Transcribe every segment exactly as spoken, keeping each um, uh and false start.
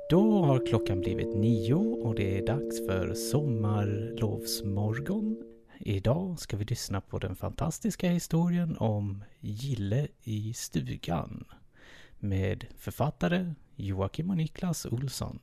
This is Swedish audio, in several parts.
Då har klockan blivit nio och det är dags för sommarlovsmorgon. Idag ska vi lyssna på den fantastiska historien om Gille i stugan med författare Joakim och Niklas Olsson.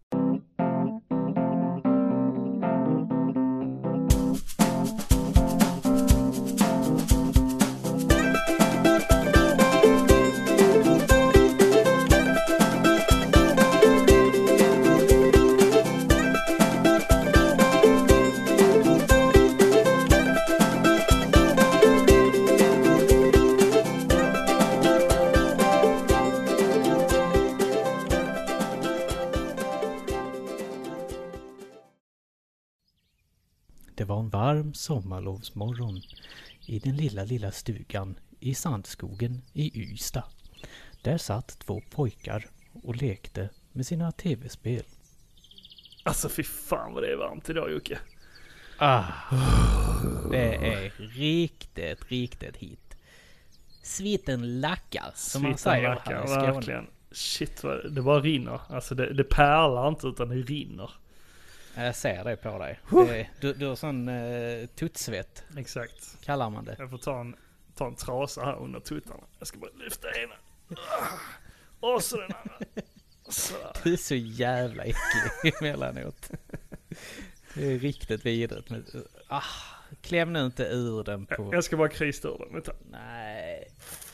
Det var en varm sommarlovsmorgon i den lilla, lilla stugan i Sandskogen i Ystad. Där satt två pojkar och lekte med sina tv-spel. Alltså fy fan vad det är varmt idag, Jocke. Ah, det är riktigt, riktigt hit. Sviten lackar, som man säger lackar, här i Skåne. Verkligen. Shit, vad, det bara rinner. Alltså det, det pärlar inte utan det rinner. Jag ser det på dig. Det, du, du har sån uh, tuttsvett. Exakt. Kallar man det. Jag får ta en, ta en trasa här under tuttarna. Jag ska bara lyfta ena. Och så den andra. Så. Du är så jävla äcklig emellanåt. Det är riktigt vidrigt. Men, ah, kläm nu inte ur den på... Jag ska bara krysta ur den. Vänta. Nej.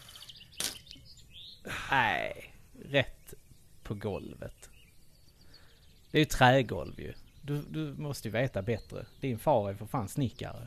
Nej. Rätt på golvet. Det är ju trägolv ju. Du, du måste ju veta bättre. Din far är för fan snickare.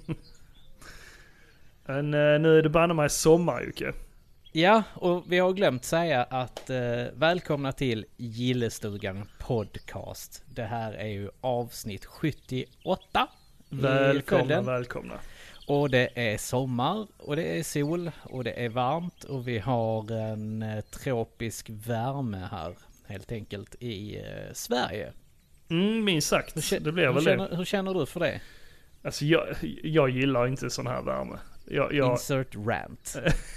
Men nu är det banne mig sommar, Jocke. Ja, och vi har glömt säga att eh, välkomna till Gillestugan podcast. Det här är ju avsnitt sjuttioåtta. Välkomna, välkomna. Och det är sommar och det är sol och det är varmt och vi har en eh, tropisk värme här helt enkelt i eh, Sverige. Mm, minst sagt. Hur, det blir hur, väl känner, det. hur känner du för det? Alltså jag, jag gillar inte sån här värme. Jag, jag... Insert rant.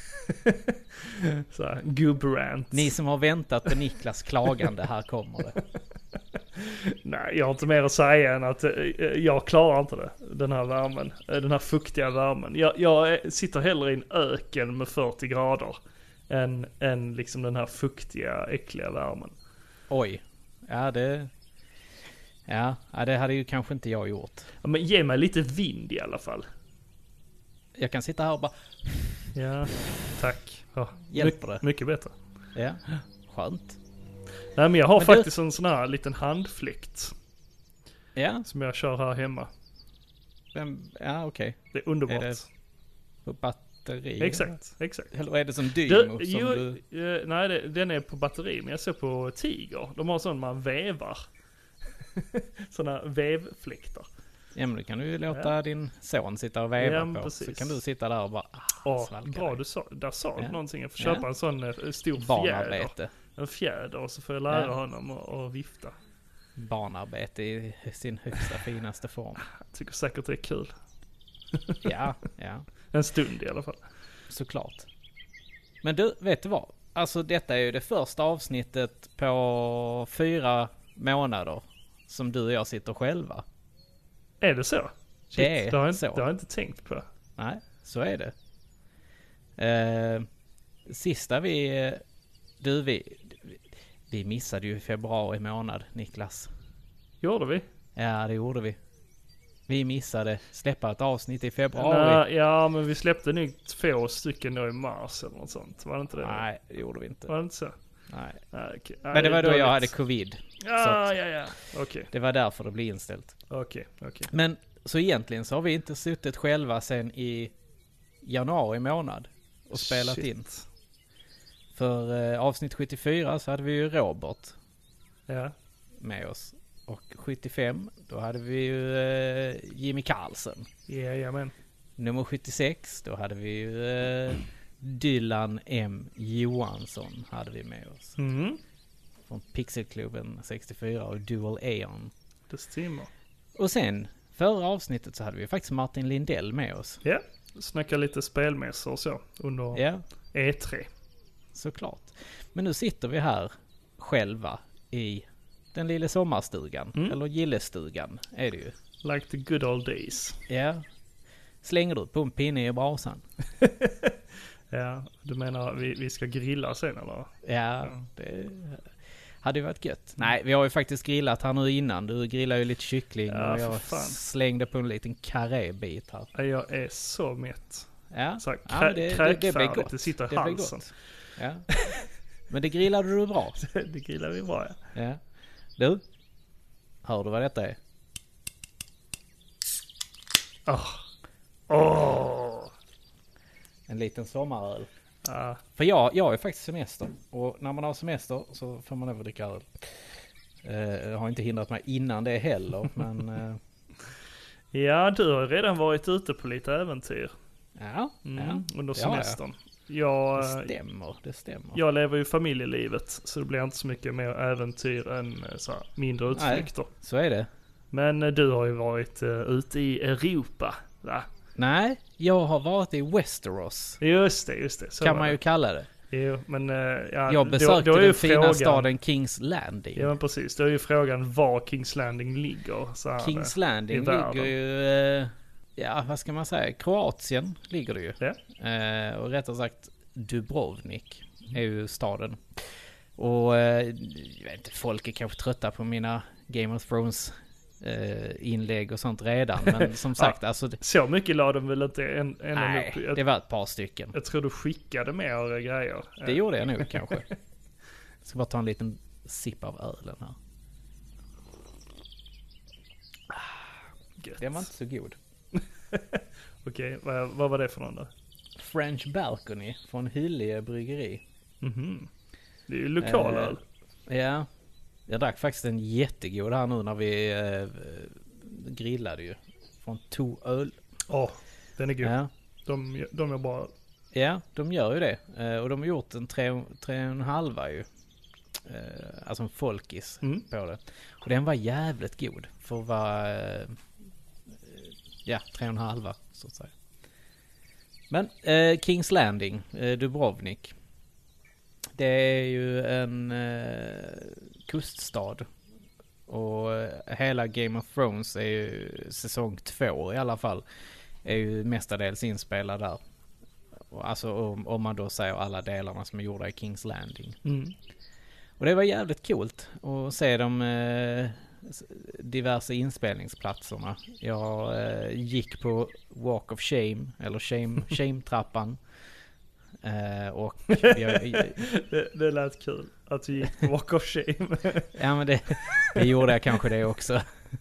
Så här, gubbrant. Ni som har väntat på Niklas klagande, här kommer det. Nej, jag har inte mer att säga än att jag klarar inte det. Den här värmen. Den här fuktiga värmen. Jag, jag sitter hellre i en öken med fyrtio grader än, än liksom den här fuktiga, äckliga värmen. Oj. Ja, det... Ja, ja, det hade ju kanske inte jag gjort. Ja, men ge mig lite vind i alla fall. Jag kan sitta här och bara... Ja, tack. Ja, hjälper my- det? Mycket bättre. Ja, skönt. Nej, men jag har men faktiskt du... en sån här liten handfläkt. Ja. Som jag kör här hemma. Vem... Ja, okej. Okay. Det är underbart. Är det på batteri? Exakt, exakt. Eller är det som Dymo? Du, som jo, du... eh, nej, det, den är på batteri. Men jag ser på Tiger. De har sån man vevar. Såna vevfläktar. Ja, men då kan du ju låta ja. din son sitta och veva ja, på. Precis. Så kan du sitta där och bara ah, oh, bra, dig. Du sa, där sa du ja. någonting. Jag får köpa ja. en sån uh, stor Barnarbete. fjäder. En fjäder och så får jag lära ja. honom att vifta. Barnarbete i sin högsta finaste form. Jag tycker säkert det är kul. ja, ja. En stund i alla fall. Såklart. Men du, vet du vad? Alltså detta är ju det första avsnittet på fyra månader som du och jag sitter själva. Är det så? Shit, det är det har jag, så. Det har jag inte tänkt på. Nej, så är det. Eh, sista vi... Du, vi... Vi missade ju februari månad, Niklas. Gjorde vi? Ja, det gjorde vi. Vi missade släppa ett avsnitt i februari. Nej, ja, men vi släppte nu två stycken då i mars eller något sånt. Var det inte det? Nej, det gjorde vi inte. Var det inte så? Nej. Nej, okay. Men det var då jag hade covid. Ja, ja, ja. Okej. Okay. Det var därför det blev inställt. Okej, okay, okej. Okay. Men så egentligen så har vi inte suttit själva sen i januari månad och spelat Shit. in. För eh, avsnitt sjuttiofyra så hade vi ju Robert ja. med oss. Och sjuttiofem, då hade vi ju eh, Jimmy Karlsson. Jajamän. Nummer sjuttiosex, då hade vi ju eh, Dylan M. Johansson hade vi med oss. Mm. Från Pixelklubben sextiofyra och Dual Aeon. Det stämmer. Och sen, förra avsnittet så hade vi faktiskt Martin Lindell med oss. Ja, snacka lite spelmässor och så under ja. E tre. Såklart. Men nu sitter vi här själva i den lilla sommarstugan. Mm. Eller gillestugan är det ju. Like the good old days. Ja. Slänger du på en pinne i brasan? Ja, du menar vi, vi ska grilla sen eller? Ja, Ja. det hade ju varit gött. Nej, vi har ju faktiskt grillat här nu innan. Du grillar ju lite kyckling Ja, och för jag fan. slängde på en liten karrébit här. Ja, jag är så mätt. Ja, Så här, ja, krä, men det, det, det blir kräkfärdigt, gott. det sitter i Det blir halsen. gott. Ja. Men det grillade du bra. Det grillar vi bra, ja. Ja. Du, hör du vad detta är? Åh! Åh! En liten sommaröl. Ja, För jag, jag är faktiskt semester. Och när man har semester så får man över dricka öl. Uh, jag har inte hindrat mig innan det heller. Men uh, ja, du har ju redan varit ute på lite äventyr. ja, Mm, ja, under det har jag. semestern. Jag, Det stämmer, det stämmer. jag lever ju familjelivet, så det blir inte så mycket mer äventyr än eh, så här, mindre utflykter. Så är det. Men eh, du har ju varit uh, ute i Europa, va? Nej, jag har varit i Westeros. Just det, just det. Så Kan var man ju det. kalla det. Jo, men uh, ja, Jag besökte då, då är ju den fina frågan, staden Kings Landing. Ja, men precis. Då är ju frågan var Kings Landing ligger. Så här, Kings i Landing världen. ligger ju, eh, ja vad ska man säga, Kroatien ligger det ju. Ja. Eh, och rättare sagt Dubrovnik är ju staden. Och eh, jag vet inte, folk är kanske trötta på mina Game of Thrones eh, inlägg och sånt redan. Men som sagt, alltså det, Så mycket la de väl inte än, ännu nej, upp. Jag, det var ett par stycken. jag tror du skickade mer grejer. Det gjorde jag nog kanske. Jag ska bara ta en liten sipp av ölen här. Gött. Den var inte så god. Okej, vad, vad var det för någon då? French Balcony från Hyllie bryggeri. Mhm. Det är ju lokal Eh, öl. Ja, jag drack faktiskt en jättegod här nu när vi eh, grillade ju. Från To Öl. Åh, den är god. Ja. De, de är bara... Ja, de gör ju det. Eh, och de har gjort en tre, tre och en halva ju. Eh, alltså en folkis Mm. på det. Och den var jävligt god. För att vara eh, ja, tre och en halva så att säga. Men eh, Kings Landing, eh, Dubrovnik. Det är ju en eh, kuststad. Och eh, hela Game of Thrones är ju säsong två i alla fall. Är ju mestadels inspelad där. Och alltså om, om man då säger alla delarna som är gjorda i Kings Landing. Mm. Och det var jävligt coolt att se de eh, diverse inspelningsplatserna. Jag eh, gick på Walk of Shame, eller Shame, Shame-trappan. Eh, och jag, det, det lät kul att du gick på Walk of Shame. ja men det, det gjorde jag kanske det också.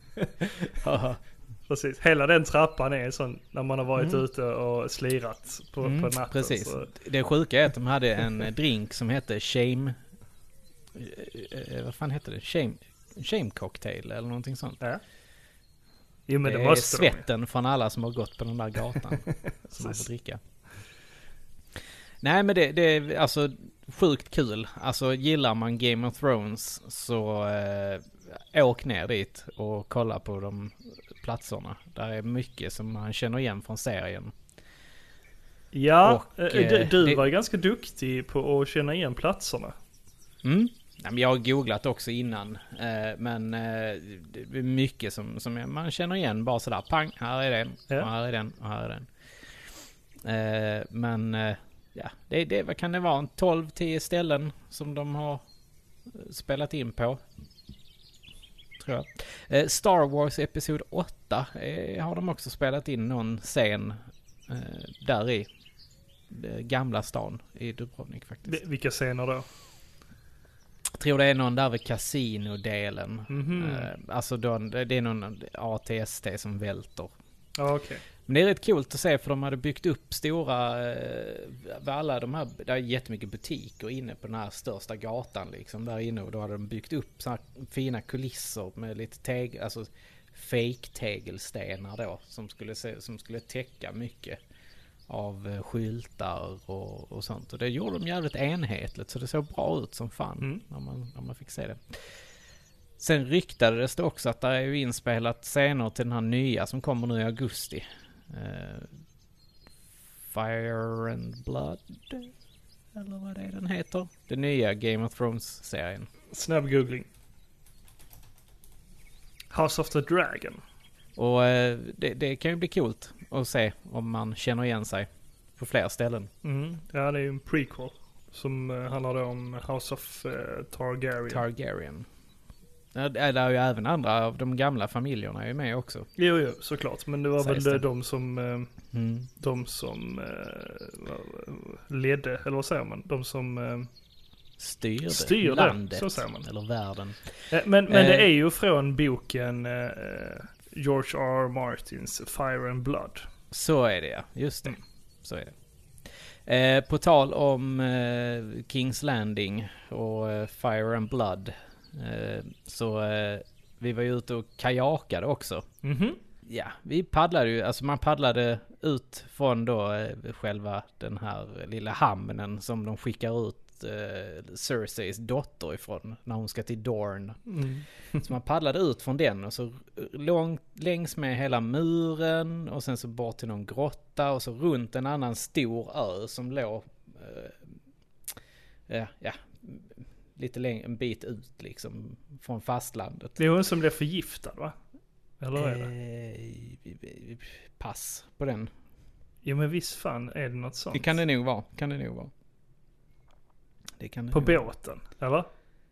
Precis, hela den trappan är sån när man har varit Mm. ute och slirat på, Mm, på natten. precis. Så. Det sjuka är att de hade en drink som hette Shame... Eh, eh, vad fan hette det? Shame, Shame cocktail eller någonting sånt. Ja. Jo men det, det är måste de ju. svetten från alla som har gått på den där gatan som man får dricka. Nej men det, det är alltså sjukt kul. Alltså gillar man Game of Thrones så eh, åk ner dit och kolla på de platserna. Där är mycket som man känner igen från serien. Ja, Och, eh, eh, du, du det- var ju ganska duktig på att känna igen platserna. Mm. Nej, men jag har googlat också innan. Eh, men eh, det är mycket som, som man känner igen bara sådär. Pang, här är den, Ja. och här är den, och här är den. Eh, men eh, ja, det, det, vad kan det vara? En tolv tio ställen som de har spelat in på. Tror jag. Eh, Star Wars Episod åtta eh, har de också spelat in någon scen eh, där i. eh, Gamla stan i Dubrovnik faktiskt. Det, vilka scener då? Jag tror det är någon där vid kasinodelen. Mhm. Eh, alltså då, det är någon A T S T som välter. Ja, okej. Men det är rätt coolt att se för de hade byggt upp stora, eh, alla de här, det är jättemycket butiker inne på den här största gatan liksom där inne och då hade de byggt upp så här fina kulisser med lite teg, alltså fake tegelstenar då som skulle se, som skulle täcka mycket av eh, skyltar och, och sånt och det gjorde de jävligt enhetligt så det såg bra ut som fan Mm. när man, när man fick se det. Sen ryktades det också att det är ju inspelat scener till den här nya som kommer nu i augusti. Uh, Fire and Blood eller vad det är den heter. Den nya Game of Thrones-serien. Snabb googling. House of the Dragon. Och eh, det, det kan ju bli coolt att se om man känner igen sig på fler ställen. Mm. Ja, det är ju en prequel som uh, handlar då om House of uh, Targaryen. Targaryen. Ja, det är ju även andra av de gamla familjerna är ju med också. Jo, jo, såklart. Men det var Sägs väl det. de som, uh, Mm. de som uh, ledde, eller vad säger man? De som uh, Styrde, styrde, landet, så säger man. eller världen. Uh, men men Eh. det är ju från boken uh, George R. R. Martins Fire and Blood. Så är det, ja. Just det. Så är det. Eh, på tal om eh, King's Landing och eh, Fire and Blood. Eh, så eh, vi var ju ute och kajakade också. Mhm. Ja, vi paddlade ju, alltså man paddlade ut från då eh, själva den här lilla hamnen som de skickar ut eh, Cerseis dotter ifrån när hon ska till Dorne. Mm. Så man paddlade ut från den och så långt, längs med hela muren och sen så bort till någon grotta och så runt en annan stor ö som låg eh, ja, lite längre, en bit ut liksom från fastlandet. Det är hon som blev förgiftad, va? Eller är det? Eh, pass på den. Jo, men visst fan är det något sånt. Det kan det nog vara. Kan det nog vara. Det kan det På nog vara. båten, eller?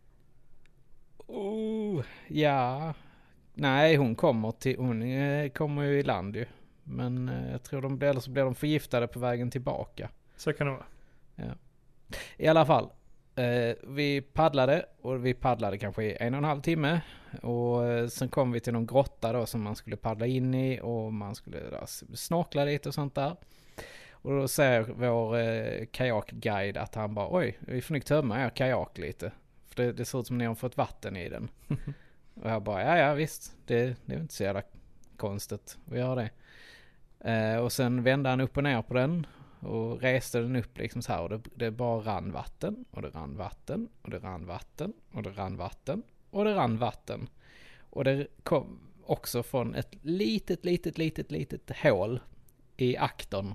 Oh, ja. Nej, hon kommer till hon eh, kommer ju i land ju. Men eh, jag tror de eller så blir de förgiftade på vägen tillbaka. Så kan det vara. Ja. I alla fall. Eh, vi paddlade och vi paddlade kanske i en och en halv timme och eh, sen kom vi till någon grotta då som man skulle paddla in i och man skulle då snorkla lite och sånt där. Och då säger vår eh, kajakguide att han bara, oj, vi får nog tömma er kajak lite. För det, det ser ut som ni har fått vatten i den. Och jag bara, ja ja visst, det, det är inte så jävla konstigt att göra det. Eh, och sen vände han upp och ner på den och reste den upp liksom så här och det, det bara rann vatten och det rann vatten och det rann vatten och det rann vatten och det rann vatten. Och det kom också från ett litet, litet, litet, litet hål i aktern.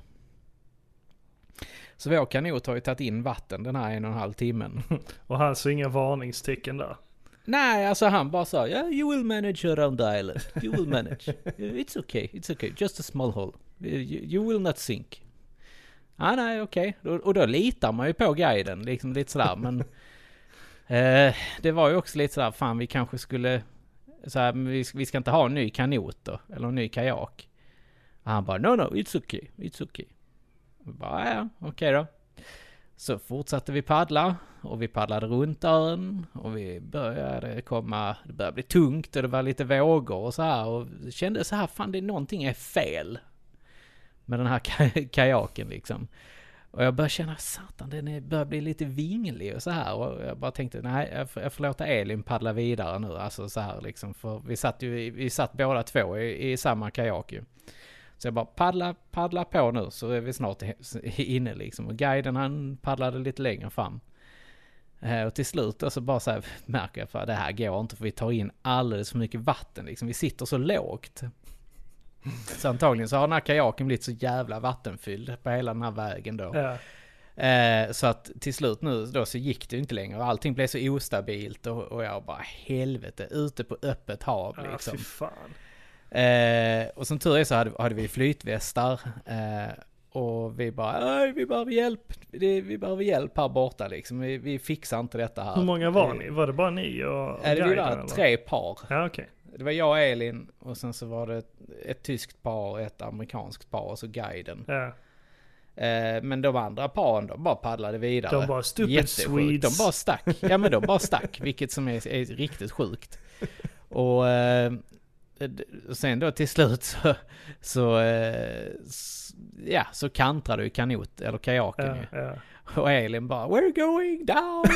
Så vår kanot har ju tagit in vatten den här en och en halv timmen. Och han såg inga varningstecken där. Nej, alltså han bara sa, yeah, you will manage around the island. You will manage. It's okay, it's okay. Just a small hole. You, you will not sink. Ah, nej, okej. Okay. Och då litar man ju på guiden, liksom lite sådär. Men eh, det var ju också lite sådär, fan vi kanske skulle, såhär, vi, vi ska inte ha en ny kanot då, eller en ny kajak. Och han bara, no, no, it's okay, it's okay. Och bara, ja, okej okay då. Så fortsatte vi paddla och vi paddlade runt ön och vi började komma, det började bli tungt och det var lite vågor och så här och kände så här, fan det är någonting är fel med den här kaj- kajaken liksom. Och jag började känna, satan den är, börjar bli lite vinglig och så här och jag bara tänkte, nej jag får, jag får låta Elin paddla vidare nu, alltså så här liksom, för vi satt ju, vi satt båda två i, i samma kajak ju. Så jag bara paddla, paddla på nu så är vi snart inne liksom. Och guiden han paddlade lite längre fram. Eh, och till slut så bara så här märker jag för det här går inte för vi tar in alldeles för mycket vatten liksom. Vi sitter så lågt. Så antagligen så har den här kajaken blivit så jävla vattenfylld på hela den här vägen då. Ja. Eh, så att till slut nu då så gick det inte längre. Och allting blev så ostabilt och, och jag bara helvete ute på öppet hav Ja, liksom. fy fan. Eh, och som tur är så hade, hade vi flytvästar eh, och vi bara, vi behöver hjälp det, vi behöver hjälp här borta liksom, vi, vi fixar inte detta här. Hur många var eh, ni? Var det bara ni och, och eh, guiden? vi var eller? tre par. Ja, okej. Det var jag och Elin och sen så var det ett, ett tyskt par och ett amerikanskt par och så guiden. Ja. Eh, men de andra paren de bara paddlade vidare. De bara stupid Jättesjukt. Swedes. De bara stack. Ja men de bara stack, vilket som är, är riktigt sjukt. Och eh, sen då till slut så, så eh, ja, så kantrade ju kanot, eller kajaken Ja, ju. ja. Och Elin bara, we're going down!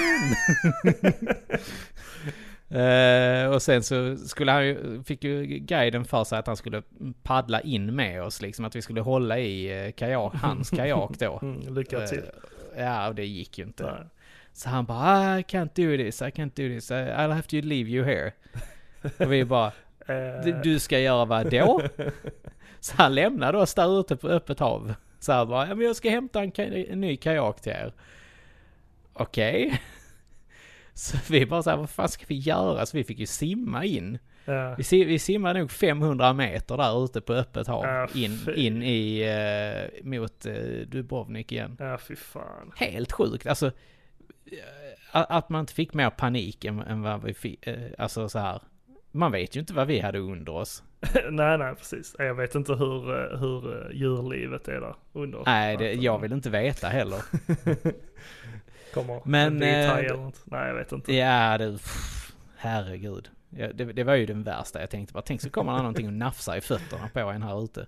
uh, och sen så skulle han ju, fick ju guiden för sig att han skulle paddla in med oss, liksom att vi skulle hålla i uh, kajak, hans kajak då. Mm, lycka till. Uh, ja, och det gick ju inte. Nej. Så han bara, I can't do this, I can't do this, I'll have to leave you here. Och vi bara, du, du ska göra vad då? Så han lämnade oss där ute på öppet hav. Så han bara, ja, men jag ska hämta en, ka- en ny kajak till er. Okej. Okay. Så vi bara så här, vad fan ska vi göra? Så vi fick ju simma in. Ja. Vi, sim, vi simmade nog femhundra meter där ute på öppet hav. Ja, in, in i, eh, mot eh, Dubrovnik igen. Ja, fy fan. Helt sjukt. Alltså, eh, att man inte fick mer panik än, än vad vi fick. Eh, alltså så här. Man vet ju inte vad vi hade under oss. nej, nej, precis. Jag vet inte hur, hur djurlivet är där under. Nej, det, jag vill inte veta heller. Kommer Men, en detalj eh, eller något? Nej, jag vet inte. Ja, det, pff, herregud. Ja, det, det var ju den värsta. Jag tänkte bara, tänk så kommer det någonting och nafsa i fötterna på en här ute.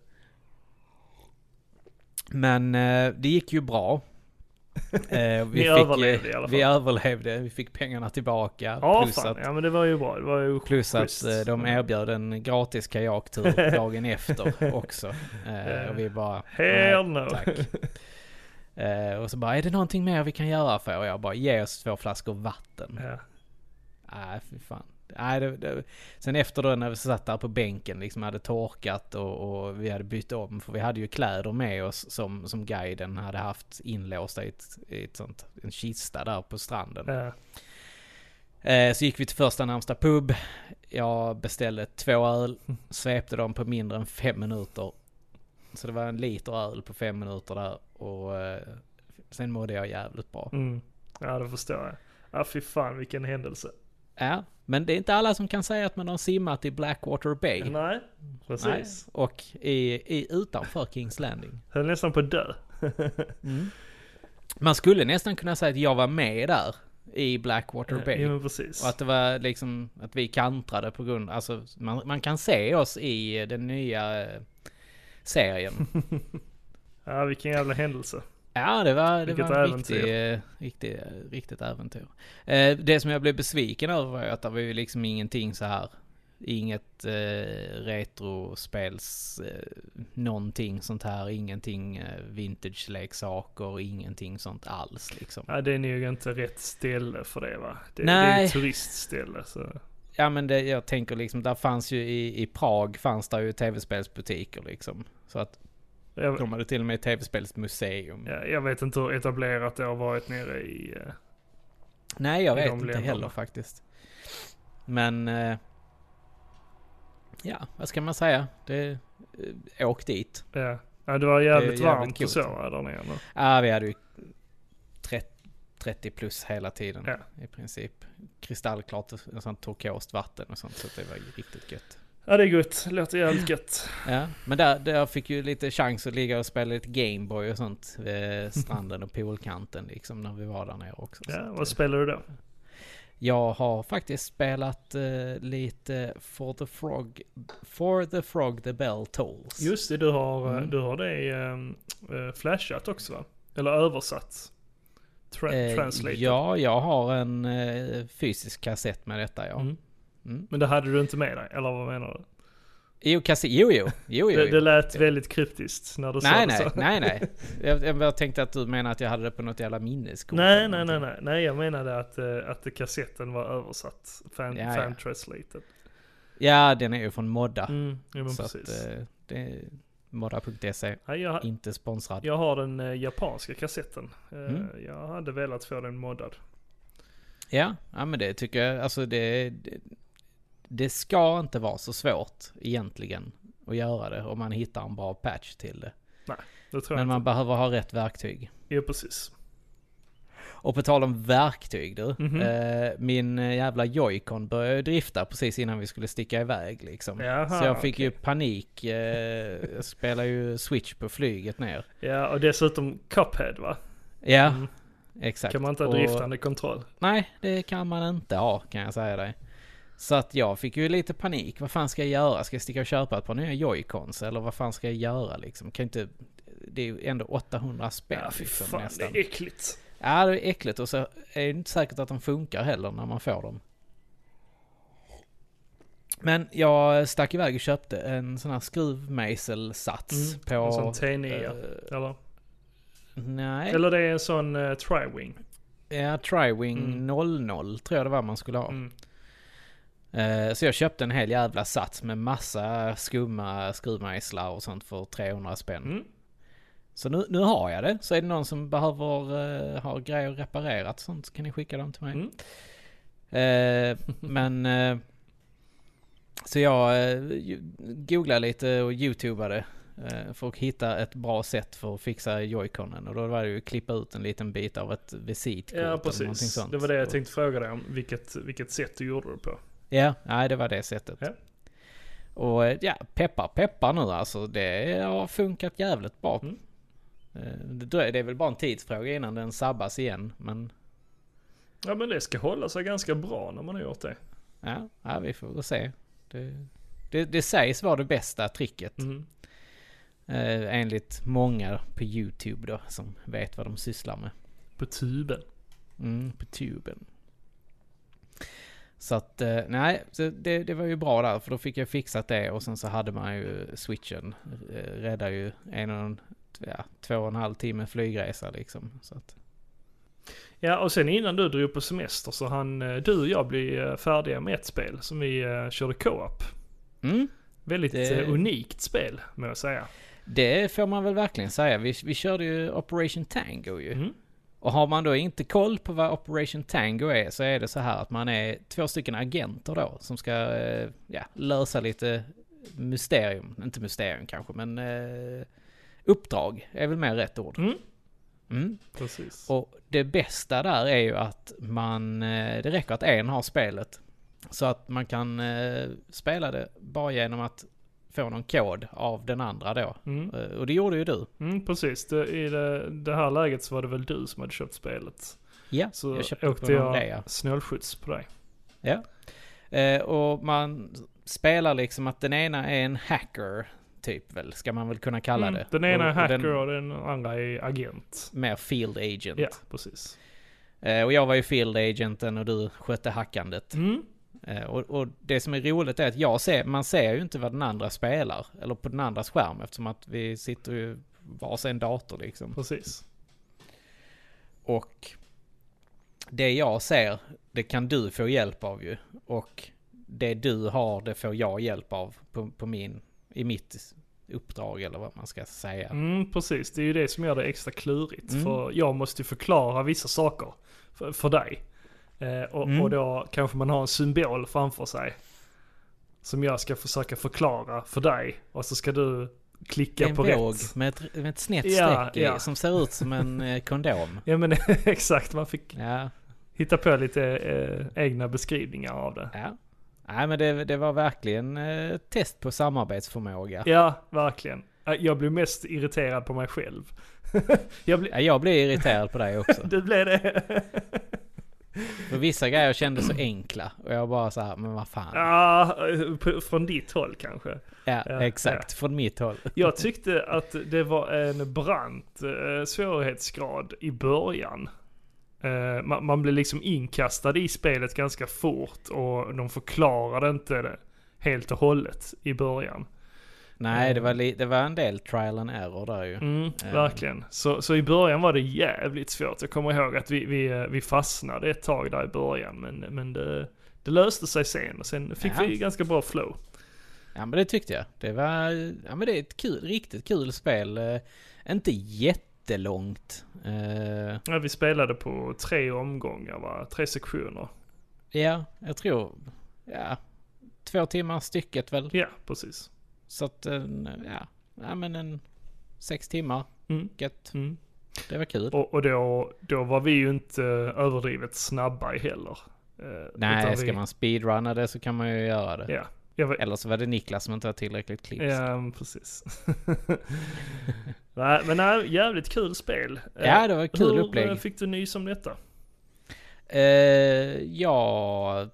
Men eh, det gick ju bra. Eh, vi Ni fick, överlevde i alla fall. Vi överlevde. Vi fick pengarna tillbaka. Ja, plus fan. att, Ja, men det var ju bra. Det var ju plus schysst. att eh, de erbjöd en gratis kajaktur dagen efter också. Eh, och vi bara, hell nej, no. tack. Eh, och så bara, är det någonting mer vi kan göra för? Och jag bara, ge oss två flaskor vatten. Ja. Nej, fy fan. Nej, det, det. Sen efter då när vi satt där på bänken liksom hade torkat och, och vi hade bytt om, för vi hade ju kläder med oss som, som guiden hade haft inlåsta i ett, i ett sånt, en kista där på stranden. Ja. Eh, så gick vi till första närmsta pub. Jag beställde två öl, svepte dem på mindre än fem minuter. Så det var en liter öl på fem minuter där och eh, sen mådde jag jävligt bra. Mm. Ja, det förstår jag. Ja, fy fan, vilken händelse. Ja, men det är inte alla som kan säga att man har simmat i Blackwater Bay. Nej, precis. Nej, och i, i utanför Kings Landing. Höll nästan på att dö. Mm. Man skulle nästan kunna säga att jag var med där i Blackwater Bay. Ja, men precis. Och att det var liksom att vi kantrade på grund, alltså man, man kan se oss i den nya eh, serien. Ja, vilken jävla händelse. Ja, det var, det Vilket var en äventyr. riktig, riktig, riktigt äventyr. Eh, det som jag blev besviken över var ju att det var ju liksom ingenting så här, inget eh, retrospels, eh, någonting sånt här, ingenting eh, vintage-leksaker, ingenting sånt alls liksom. Ja, det är nog inte rätt ställe för det, va? Det, det Nej. är ett turistställe, så... Ja, men det, jag tänker liksom, där fanns ju i, i Prag fanns där ju tv-spelsbutiker liksom. Så att Jag, de hade till och med ett tv-spelsmuseum. ja, jag vet inte hur etablerat det har varit nere i... Uh, Nej, jag i vet de inte länderna. heller faktiskt. Men eh, ja, vad ska man säga? Det, eh, åk dit. ja. ja, det var jävligt, Det är jävligt varmt och coolt. så va, där nere nu. Ja, vi hade ju trettio plus hela tiden Ja. i princip. Kristallklart, en sån turkost vatten och sånt, så det var ju riktigt gött. Ja, det är gott. Låter jävligt gött. Ja, men där, där fick ju lite chans att ligga och spela lite Gameboy och sånt vid stranden och poolkanten liksom när vi var där nere också. Ja, Så att, vad spelar du då? jag har faktiskt spelat uh, lite For the Frog, For the Frog the Bell Tolls. Just det, du har, Mm. du har det um, uh, flashat också, va? Eller översatt. Tra- Eh, translated. ja, jag har en uh, fysisk kassett med detta, ja. Mm. Mm. Men det hade du inte med dig, eller vad menar du? Jo, kassett, jo, jo, jo, jo. Det, det lät väldigt kryptiskt när du sa Nej, det nej, så. nej, nej. Jag, jag, jag tänkte att du menar att jag hade det på något jävla minneskort. Nej, eller nej, nej, någonting. nej, nej, jag menade att, uh, att kassetten var översatt. Fan, Ja, fan ja. translated. Ja, den är ju från Modda. Mm, ja, men så precis. att uh, det är modda punkt se. Ja, jag, Inte sponsrad. jag har den uh, japanska kassetten. Uh, Mm. Jag hade velat få den moddad. Ja, ja, men det tycker jag, alltså det, det, det ska inte vara så svårt egentligen att göra det om man hittar en bra patch till det. Det tror Men jag man inte. behöver ha rätt verktyg. Ja, precis. Och på tal om verktyg du, Mhm. eh, min jävla Joy-Con började drifta precis innan vi skulle sticka iväg liksom. Jaha, Så jag fick okej. ju panik, eh, jag spelar ju Switch på flyget ner. Ja, och dessutom Cuphead, va? Ja, Mm. exakt. Kan man inte ha Och- driftande kontroll? Nej, det kan man inte ha, kan jag säga dig. Så att jag fick ju lite panik. Vad fan ska jag göra? Ska jag sticka och köpa ett par nya Joy-Cons? Eller vad fan ska jag göra liksom? Kan inte... Det är ju ändå åttahundra spänn Ja, fy liksom, fan, nästan. det är äckligt. Ja, det är äckligt. Och så är det inte säkert att de funkar heller när man får dem. Men jag stack iväg och köpte en sån här skruvmejselsats Mm, på... en sån T nio, eh, eller? nej. Eller det är en sån uh, Tri-Wing. Ja, Tri-Wing Mm. noll noll tror jag det var man skulle ha. Mm. Eh, Så jag köpte en hel jävla sats med massa skumma skruvmejslar och sånt för trehundra spänn. Mm. Så nu, nu har jag det. Så är det någon som behöver uh, ha grejer reparerat och sånt så kan ni skicka dem till mig. Mm. Eh, men eh, så jag eh, googlade lite och youtubade eh, för att hitta ett bra sätt för att fixa Joy-Conen. Och då var det ju att klippa ut en liten bit av ett visitkort. Ja, eller någonting precis. sånt. Det var det jag tänkte fråga dig om. Vilket, vilket sätt du gjorde det på. Ja, nej, det var det sättet. Ja. Och ja, peppar, peppar nu alltså. Det har funkat jävligt bra. Mm. Det är väl bara en tidsfråga innan den sabbas igen, men... Ja, men det ska hålla sig ganska bra när man har gjort det. Ja, ja vi får väl se. Det, det, det sägs vara det bästa tricket. Mm. Eh, enligt många på YouTube då, som vet vad de sysslar med. På tuben. Mm, på tuben. Så att, eh, nej, så det, det var ju bra där, för då fick jag fixat det och sen så hade man ju switchen. Eh, räddar ju en och en, ja, två och en halv timme flygresa liksom. Så att. Ja, och sen innan du drog på semester så han, du och jag blev färdiga med ett spel som vi uh, körde co-op. Mm. Väldigt det, unikt spel, må jag säga. Det får man väl verkligen säga. Vi, vi körde ju Operation Tango ju. Mm. Och har man då inte koll på vad Operation Tango är, så är det så här att man är två stycken agenter då som ska uh, ja, lösa lite mysterium. Inte mysterium kanske, men uh, uppdrag är väl mer rätt ord. Mm. Mm. Precis. Och det bästa där är ju att man, det räcker att en har spelet. Så att man kan eh, spela det bara genom att få någon kod av den andra då. Mm. Och det gjorde ju du. Mm, precis. Det, I det, det här läget så var det väl du som hade köpt spelet. Ja, så jag köpte åkte på någon jag rea. snålskjuts på dig. Ja. Eh, och man spelar liksom att den ena är en hacker typ väl, ska man väl kunna kalla Mm, det. den ena och, är hacker och den, och den andra är agent. mer field agent. Ja, precis. Eh, och jag var ju field agenten och du skötte hackandet. Mm. Eh, och, och det som är roligt är att jag ser, man ser ju inte vad den andra spelar. Eller på den andras skärm, eftersom att vi sitter ju varsin dator liksom. Precis. Och det jag ser, det kan du få hjälp av ju. Och det du har, det får jag hjälp av på, på min, i mitt uppdrag eller vad man ska säga. Mm, precis. Det är ju det som gör det extra klurigt. Mm. För jag måste ju förklara vissa saker för, för dig. Eh, och, Mm. och då kanske man har en symbol framför sig. Som jag ska försöka förklara för dig. Och så ska du klicka en på våg rätt. med ett, med ett snett Ja, streck i, ja. som ser ut som en eh, kondom. Ja men exakt, man fick Ja. hitta på lite eh, egna beskrivningar av det. Ja. Nej, men det, det var verkligen eh, test på samarbetsförmåga. Ja, verkligen. Jag blev mest irriterad på mig själv. jag, ble... Ja, jag blev irriterad på dig också. Du blev det? För vissa grejer kändes så enkla. Och jag bara så här, men vad fan. Ja, på- från ditt håll kanske. Ja, Ja, exakt. Från mitt håll. Jag tyckte att det var en brant eh, svårighetsgrad i början. Eh, man, man blev liksom inkastad i spelet ganska fort och de förklarade inte det helt och hållet i början. Nej, det var, li- det var en del trial and error där ju. Mm, Eh. verkligen. Så, så i början var det jävligt svårt. Jag kommer ihåg att vi, vi, vi fastnade ett tag där i början. Men, men det, det löste sig sen. Och sen fick Ja. vi ganska bra flow. Ja, men det tyckte jag. Det var, ja men det är ett kul, riktigt kul spel. Eh, inte jättelångt. Eh, Ja, vi spelade på tre omgångar, va? Tre sektioner. ja, jag tror, ja, två timmar stycket väl. Ja, precis. Så att, en, ja, ja men en sex timmar. Mm. Gött. Mm. Det var kul. Och, och då, då var vi ju inte överdrivet snabba heller. Eh, Nej, utan ska vi, man speedrunna det så kan man ju göra det. Ja, jag var, Eller så var det Niklas som inte var tillräckligt klipsk. ja precis. Nej, men nej, jävligt kul spel. Eh, Ja, det var kul hur upplägg. eh, fick du nys om detta? Eh, jag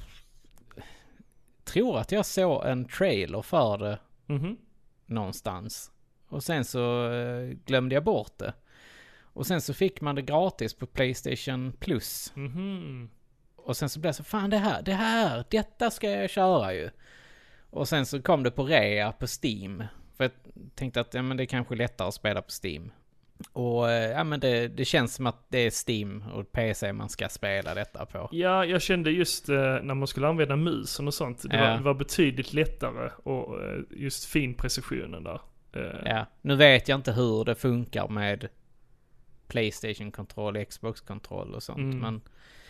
tror att jag såg en trailer för det Mhm. någonstans. Och sen så eh, glömde jag bort det. Och sen så fick man det gratis på PlayStation Plus. Mhm. Och sen så blev jag så, fan det här, det här, detta ska jag köra ju. Och sen så kom det på rea på Steam. För jag tänkte att ja, men det är kanske lättare att spela på Steam. Och eh, ja, men det, det känns som att det är Steam och P C man ska spela detta på. Ja, jag kände just eh, när man skulle använda musen och sånt. Det, Ja. var, det var betydligt lättare och eh, just fin precisionen där. Eh, Ja, nu vet jag inte hur det funkar med PlayStation-kontroll, Xbox-kontroll och sånt. Mm. Men,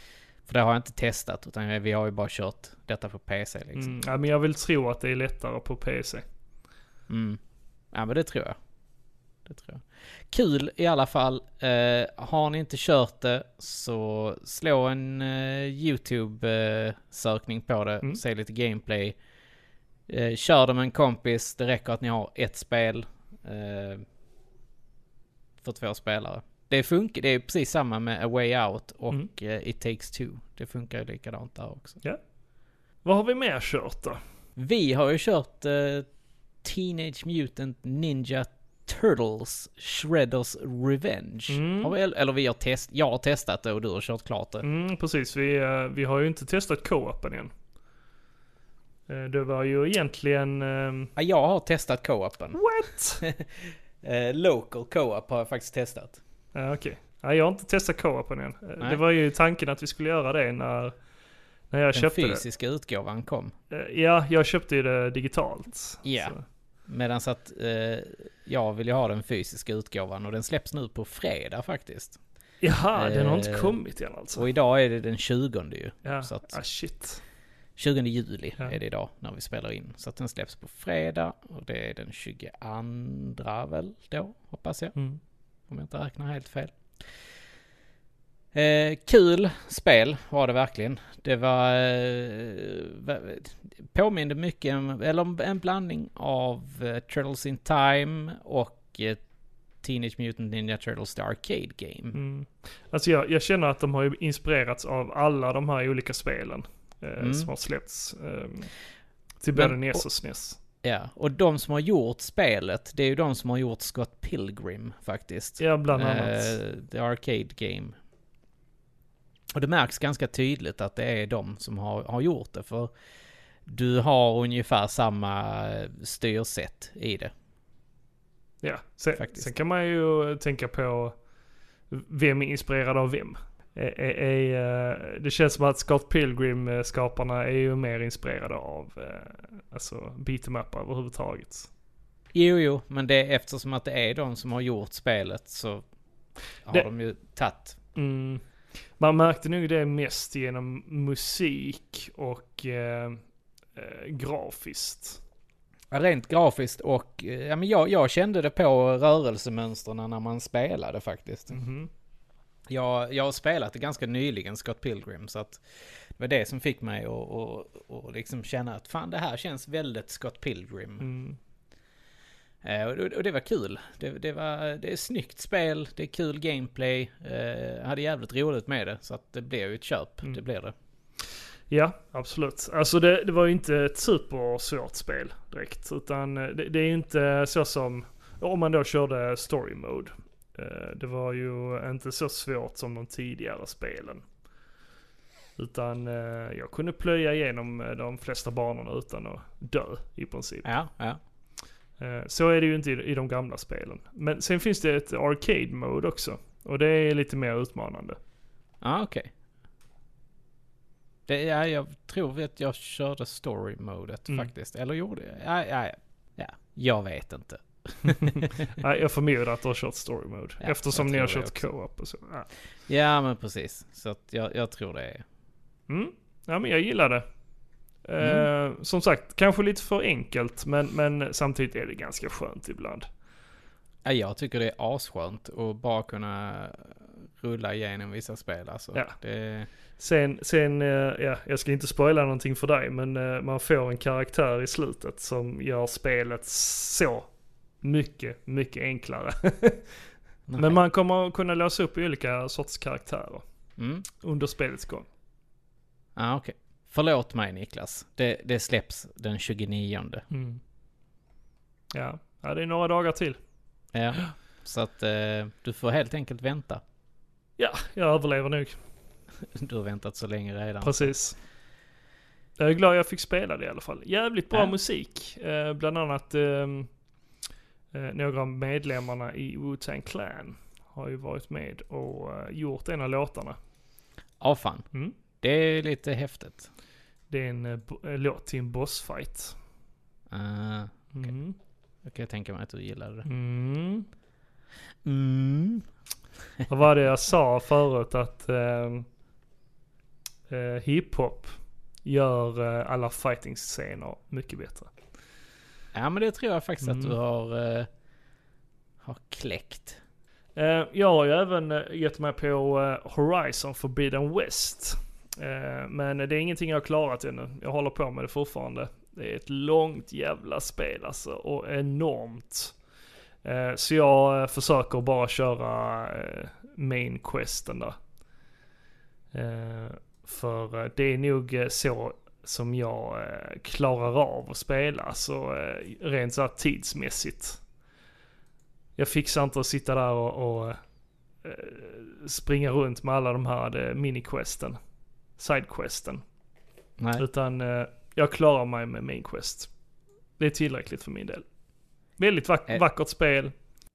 För det har jag inte testat, utan vi har ju bara kört detta på P C liksom. Mm, ja, men jag vill tro att det är lättare på P C. Mm. Ja, men det tror jag. Det tror jag. Kul i alla fall. Eh, har ni inte kört det så slå en eh, YouTube-sökning på det. Mm. Se lite gameplay. Eh, kör det med en kompis. Det räcker att ni har ett spel eh, för två spelare. Det funkar. Det är precis samma med A Way Out och Mm. eh, It Takes Two. Det funkar ju likadant där också. Ja. Vad har vi mer kört då? Vi har ju kört eh, Teenage Mutant Ninja Turtles Shredders Revenge. Mm. Har vi, eller vi har test, jag har testat det och du har kört klart det. Mm, precis. Vi, uh, vi har ju inte testat co-open än. Uh, det var ju egentligen... Um... Ja, jag har testat co-open. What? uh, local co-op har jag faktiskt testat. Ja, uh, okej. Okay. Ja, jag har inte testat co-open än. Uh, det var ju tanken att vi skulle göra det när, när jag Den köpte det. Den fysiska utgåvan kom. Uh, ja, jag köpte ju det digitalt. Ja. Så. Medan så att eh, jag vill ju ha den fysiska utgåvan och den släpps nu på fredag faktiskt. Jaha, eh, den har inte kommit än alltså. Och idag är det den tjugonde ju. Ja, så att, ah, shit. tjugonde juli ja. är det idag när vi spelar in. Så att den släpps på fredag och det är den tjugoandra väl då, hoppas jag. Mm. Om jag inte räknar helt fel. Eh, kul spel var det verkligen. Det var eh, påminde mycket om, eller en blandning av eh, Turtles in Time och eh, Teenage Mutant Ninja Turtles The Arcade Game. Mm. Alltså jag, jag känner att de har ju inspirerats av alla de här olika spelen eh, Mm. som har släppts eh, till både N E S och S N E S. Ja, och de som har gjort spelet, det är ju de som har gjort Scott Pilgrim faktiskt. Ja, bland annat. Eh, The Arcade Game. Och det märks ganska tydligt att det är de som har, har gjort det. För du har ungefär samma styrsätt i det. Ja, sen, sen kan man ju tänka på vem är inspirerad av vem. E, e, e, det känns som att Scott Pilgrim-skaparna är ju mer inspirerade av alltså beat'em-up överhuvudtaget. Jo, jo, men det är eftersom att det är de som har gjort spelet så har det, de ju tagit. Mm, man märkte nog det mest genom musik och eh, eh, grafiskt. Ja, rent grafiskt och ja, men jag, jag kände det på rörelsemönstren när man spelade faktiskt. Mm-hmm. Jag, jag har spelat det ganska nyligen, Scott Pilgrim, så att det var det som fick mig att och, och liksom känna att fan, det här känns väldigt Scott Pilgrim. Mm. Eh, och, och det var kul. Det, det, var, det är snyggt spel, det är kul gameplay. Eh, hade jävligt roligt med det, så att det blev ju ett köp. Mm. Det blev det. Ja, absolut. Alltså det, det var ju inte ett supersvårt spel direkt, utan det, det är ju inte så som om man då körde story mode. Det var ju inte så svårt som de tidigare spelen. Utan jag kunde plöja igenom de flesta banorna utan att dö i princip. Ja, ja. Så är det ju inte i, i de gamla spelen. Men sen finns det ett arcade mode också. Och det är lite mer utmanande. Ja, okej. Okay. Det, ja, jag tror att jag körde story modet mm. faktiskt. Eller gjorde jag? Ja, ja, ja. ja. Jag vet inte. Nej, jag förmodar att du har kört story mode. Ja, eftersom ni har kört co-op och så. Ja, ja men precis. Så att jag, jag tror det är. Mm. Ja, men jag gillar det. Mm. Eh, som sagt, kanske lite för enkelt. Men, men samtidigt är det ganska skönt ibland. Ja, jag tycker det är asskönt att bara kunna rulla igenom vissa spel. Alltså. Ja. Det... Sen, sen ja, jag ska inte spoila någonting för dig, men man får en karaktär i slutet som gör spelet så mycket, mycket enklare. Men man kommer kunna låsa upp olika sorts karaktärer mm. under spelets gång. Ja, ah, okej. Okay. Förlåt mig, Niklas. Det, det släpps den tjugonionde. Mm. Ja. ja, det är några dagar till. Ja, så att eh, du får helt enkelt vänta. Ja, jag överlever nog. Du har väntat så länge redan. Precis. Jag är glad jag fick spela det i alla fall. Jävligt bra ja. musik. Eh, bland annat eh, några av medlemmarna i Wu-Tang Clan har ju varit med och eh, gjort en av låtarna. Ja, fan. Mm. Det är lite häftigt. Det är en, en låt till en bossfight. Uh, okay. Mm. Jag kan tänka mig att du gillar det. Mm. Mm. Vad var det jag sa förut att eh, eh, hiphop gör eh, alla fighting-scener mycket bättre. Ja, men det tror jag faktiskt Mm. att du har, eh, har kläckt. Eh, jag har ju även eh, gett mig på eh, Horizon Forbidden West. Eh, men det är ingenting jag har klarat ännu. Jag håller på med det fortfarande. Det är ett långt jävla spel alltså, och enormt. Eh, så jag eh, försöker bara köra eh, main questen där. Eh, för eh, det är nog eh, så som jag eh, klarar av att spela, så eh, rent så här tidsmässigt. Jag fixar inte att sitta där och, och eh, springa runt med alla de här eh, mini-questen, side-questen. Nej. Utan eh, jag klarar mig med main quest. Det är tillräckligt för min del. Väldigt vack- Ä- vackert spel.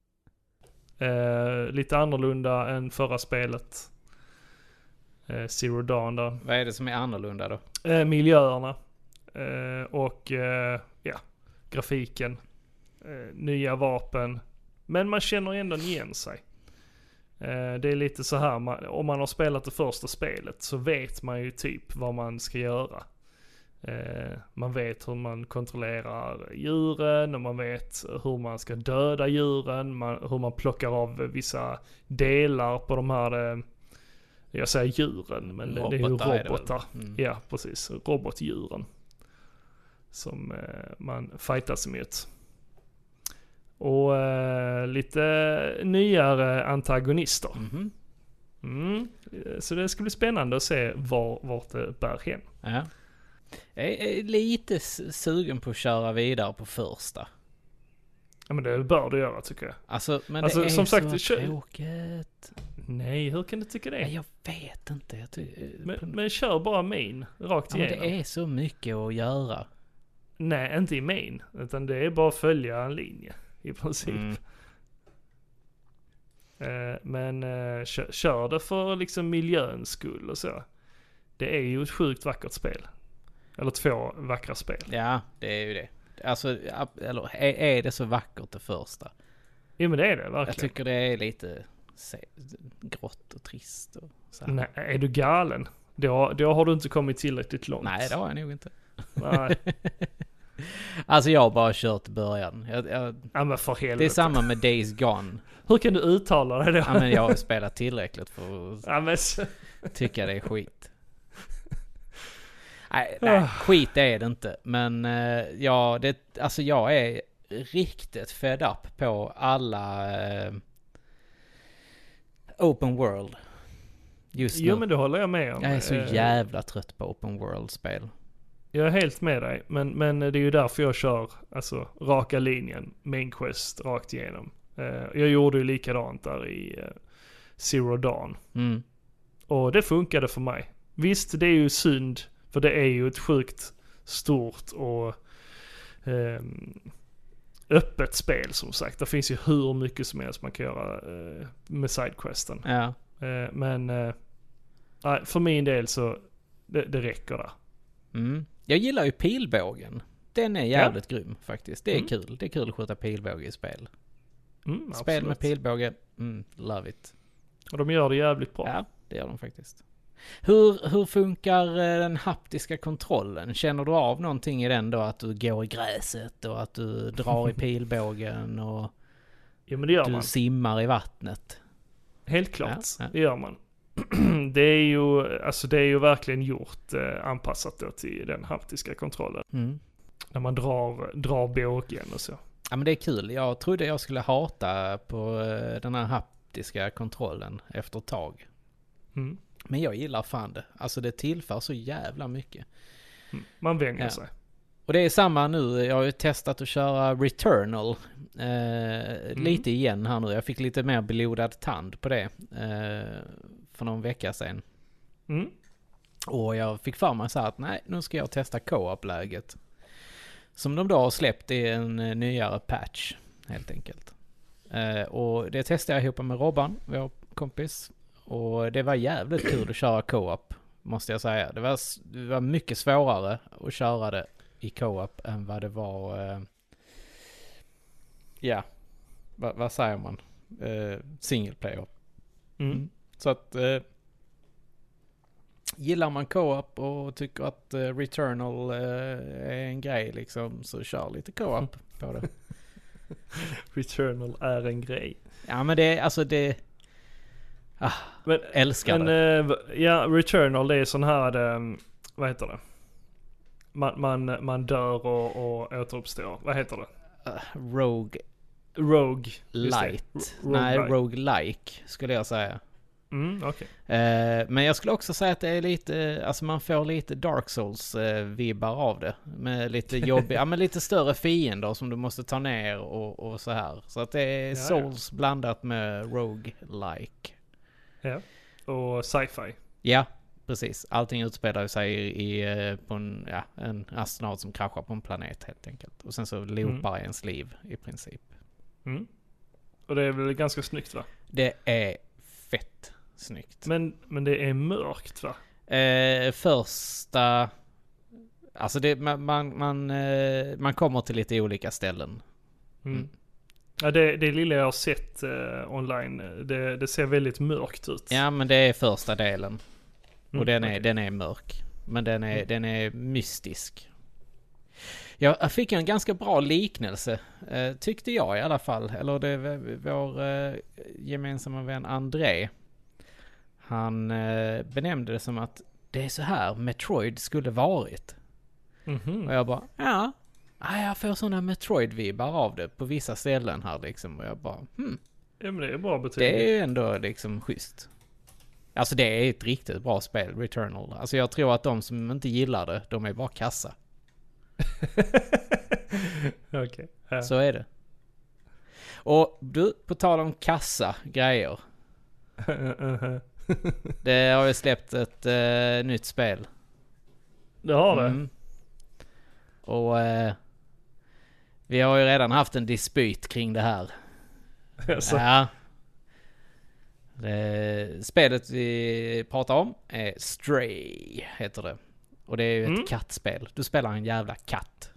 Eh, lite annorlunda än förra spelet. Eh, Zero Dawn där. Vad är det som är annorlunda då? Eh, miljöerna. Eh, och eh, ja, grafiken. Eh, nya vapen. Men man känner ändå igen sig. Eh, det är lite så här, man, om man har spelat det första spelet så vet man ju typ vad man ska göra. Eh, man vet hur man kontrollerar djuren och man vet hur man ska döda djuren. Man, hur man plockar av vissa delar på de här, eh, jag säger djuren, men det, det är ju Robotar är det väl? robotar. Mm. Ja, precis. Robotdjuren. Som eh, man fightas mot. Och eh, lite nyare antagonister. Mhm. Mm. Så det ska bli spännande att se var, vart det bär hen. Ja. Jag är lite s- sugen på att köra vidare på första. Ja, men det bör du göra tycker jag. Alltså, men Alltså, det är som så sagt, kö- tråkigt. Nej, hur kan du tycka det? Nej, jag vet inte. Jag ty- Men, men kör bara main, rakt ja, men igenom. det är så mycket att göra. Nej, inte i main. Utan det är bara att följa en linje i princip. Mm. Eh, men eh, kör, kör det för liksom miljöns skull och så. Det är ju ett sjukt vackert spel. Eller två vackra spel. Ja, det är ju det. Alltså, ab- eller är, är det så vackert det första? Jo men det är det verkligen. Jag tycker det är lite se, grått och trist och så här. Nej, är du galen? Då, då har du inte kommit tillräckligt långt. Nej, det har jag nog inte. Nej. Alltså jag har bara kört i början. Jag, jag, Ja men för helvete. det är samma med Days Gone. Hur kan du uttala det då? Ja, men jag har spelat tillräckligt för att Ja, men så... tycka det är skit. Nej, nej, skit är det inte. Men eh, ja, det, alltså jag är riktigt fed up på alla eh, open world just nu. Jo men det håller jag med om. Jag är så Eh, jävla trött på open world-spel. Jag är helt med dig. Men, men det är ju därför jag kör alltså raka linjen. Main quest rakt igenom. Eh, jag gjorde ju likadant där i eh, Zero Dawn. Mm. Och det funkade för mig. Visst, det är ju synd. För det är ju ett sjukt stort och ehm, öppet spel som sagt. Det finns ju hur mycket som helst man kan göra eh, med sidequesten. Ja. Eh, men eh, nej, för min del så det, det räcker där. Mm. Jag gillar ju pilbågen. Den är jävligt grym faktiskt. Det är Mm. kul. Det är kul att skjuta pilbåge i spel. Mm, Spel med absolut. pilbåge. Mm, love it. Och de gör det jävligt bra. Ja, det gör de faktiskt. Hur, hur funkar eh, den haptiska kontrollen? Känner du av någonting i den då? Att du går i gräset och att du drar i pilbågen och Ja men det gör du man. simmar i vattnet? Helt klart. Ja, ja. Det gör man. Det är ju, alltså det är ju verkligen gjort eh, anpassat då till den haptiska kontrollen. Mm. När man drar, drar bågen och så. Ja, men det är kul. Jag trodde jag skulle hata på eh, den här haptiska kontrollen efter ett tag. Mm. Men jag gillar fan det. Alltså det tillför så jävla mycket. Mm. Man vänjer Ja. sig. Och det är samma nu. Jag har ju testat att köra Returnal eh, lite igen här nu. Jag fick lite mer blodad tand på det eh, för någon vecka sedan. Mm. Och jag fick för mig så här att nej, nu ska jag testa co-op-läget. Som de då har släppt i en eh, nyare patch helt enkelt. Eh, och det testade jag ihop med Robban, vår kompis. Och det var jävligt kul att köra co-op, måste jag säga. Det var, s- det var mycket svårare att köra det i co-op än vad det var... Eh, ja, vad, vad säger man? Eh, single player. Mm. Mm. Så att... Eh, gillar man co-op och tycker att uh, Returnal uh, är en grej liksom, så kör lite co-op på det. Returnal är en grej. Ja, men det, alltså det... Ah, men, älskar men, det. Uh, ja, Returnal, det är sån här, um, vad heter det? Man, man, man dör och, och återuppstår. Vad heter det? Uh, Rogue... Rogue. Light. Rogue Nej, light. Rogue-like skulle jag säga. Mm, okej. Okay. Uh, men jag skulle också säga att det är lite, alltså man får lite Dark Souls-vibbar uh, av det. Med lite jobbiga, ja men lite större fiender som du måste ta ner och, och så här. Så att det är ja, Souls ja. blandat med Rogue-like. Ja, och sci-fi. Ja, precis. Allting utspelar sig i, i, på en, ja, en astronaut som kraschar på en planet helt enkelt. Och sen så loopar mm. ens liv i princip. Mm. Och det är väl ganska snyggt, va? Det är fett snyggt. Men, men det är mörkt, va? Eh, första... Alltså det, man, man, man, eh, man kommer till lite olika ställen. Mm. Mm. Ja, det, det lilla jag har sett eh, online, det, det ser väldigt mörkt ut. Ja, men det är första delen. Mm, och den är, okay. den är mörk. Men den är, mm. den är mystisk. Jag fick en ganska bra liknelse, eh, tyckte jag i alla fall. Eller det var vår eh, gemensamma vän André. Han eh, benämnde det som att det är så här Metroid skulle varit. Mm-hmm. Och jag bara, ja, jag får sådana Metroid-vibbar av det på vissa ställen här liksom. Och jag bara, hmm. Ja, men det är bra betyg. Det är ju ändå liksom schysst. Alltså det är ett riktigt bra spel, Returnal. Alltså jag tror att de som inte gillar det, de är bara kassa. Okej. Okay. Ja. Så är det. Och du, på tal om kassa grejer. Det har ju släppt ett uh, nytt spel. Det har det. Mm. Och uh, vi har ju redan haft en dispyt kring det här. Alltså. Ja. Det, spelet vi pratar om är Stray, heter det. Och det är ju ett mm. kattspel. Du spelar en jävla katt.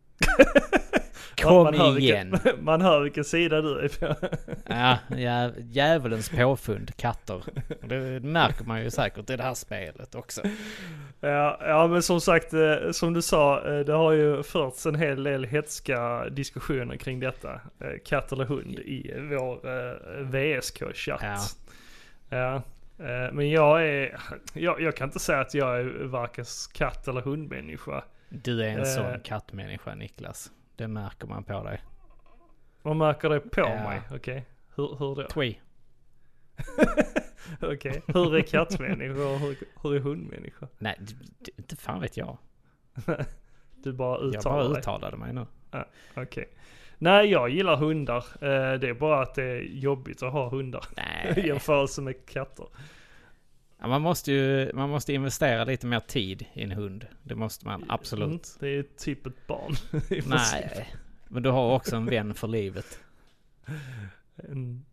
Kom man igen. Vilken, man hör vilken sida du är på. Ja, jä, djävulens påfund, katter. Det märker man ju säkert i det här spelet också. Ja, ja, men som sagt, som du sa, det har ju förts en hel del hetska diskussioner kring detta. Katt eller hund i vår V S K-chatt. Ja. Ja. Men jag är, jag, jag kan inte säga att jag är varken katt eller hundmänniska. Du är en uh, sån kattmänniska, Niklas. Det märker man på dig. Man märker det på ja. mig, okej. Okay. Hur, hur då? Twi. Okej, okay. Hur är kattmänniska och hur, hur är hundmänniska? Nej, inte fan vet jag. Du bara uttalar Jag bara uttalade mig nu. Ah, okej. Okay. Nej, jag gillar hundar. Det är bara att det är jobbigt att ha hundar. Nej. I jämförelse med katter. Ja, man måste ju man måste investera lite mer tid i en hund. Det måste man absolut. Mm, det är typ ett barn. Nej, men du har också en vän för livet. Mm.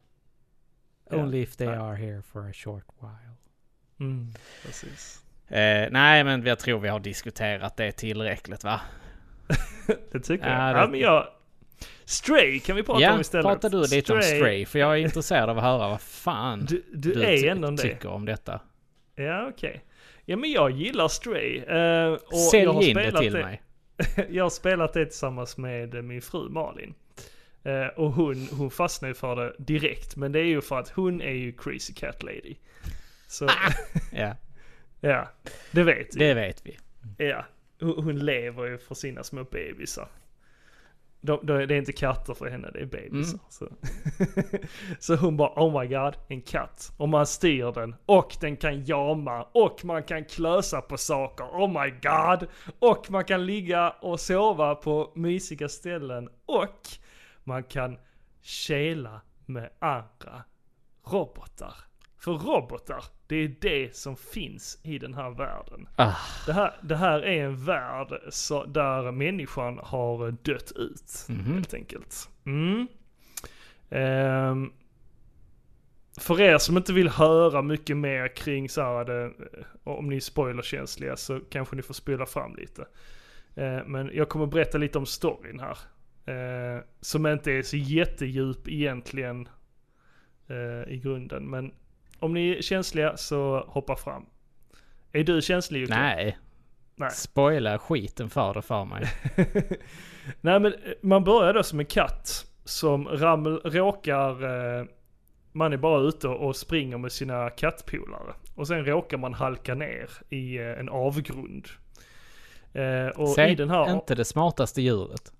Only ja. if they are here for a short while. Mm, precis. Eh, nej, men jag tror vi har diskuterat det tillräckligt, va? Det tycker jag. Ja, det... ja, men jag... Stray kan vi prata ja, om istället. Ja, pratar du lite Stray. om Stray. För jag är intresserad av att höra vad fan du, du, du är ty- ändå tycker det. om detta. Ja, okej. Okay. Ja, men jag gillar Stray. Uh, och Sälj jag har in det till det. mig. Jag har spelat det tillsammans med min fru Malin. Uh, och hon, hon fastnar ju för det direkt. Men det är ju för att hon är ju Crazy Cat Lady. Så, ah, ja. Ja, det vet vi. Det vet vi. Ja, hon, hon lever ju för sina små bebisar. De, de, det är inte katter för henne, det är bebisar. Mm. Så. Så hon bara, oh my god, en katt. Och man styr den. Och den kan jama. Och man kan klösa på saker. Oh my god. Och man kan ligga och sova på mysiga ställen. Och man kan kela med andra robotar. För robotar, det är det som finns i den här världen. Ah. Det, här, det här är en värld så, där människan har dött ut, mm-hmm. helt enkelt. Mm. Um, för er som inte vill höra mycket mer kring så här, det, om ni är spoilerkänsliga så kanske ni får spela fram lite. Uh, men jag kommer berätta lite om storyn här. Uh, som inte är så jättedjup egentligen uh, i grunden, men om ni är känsliga så hoppa fram. Är du känslig, Jocke? Nej. Nej. Spoila skiten för det för mig. Nej, men man börjar då som en katt som raml, råkar... Eh, man är bara ute och springer med sina kattpolare. Och sen råkar man halka ner i eh, en avgrund. Eh, och Säg i den här... inte det smartaste djuret.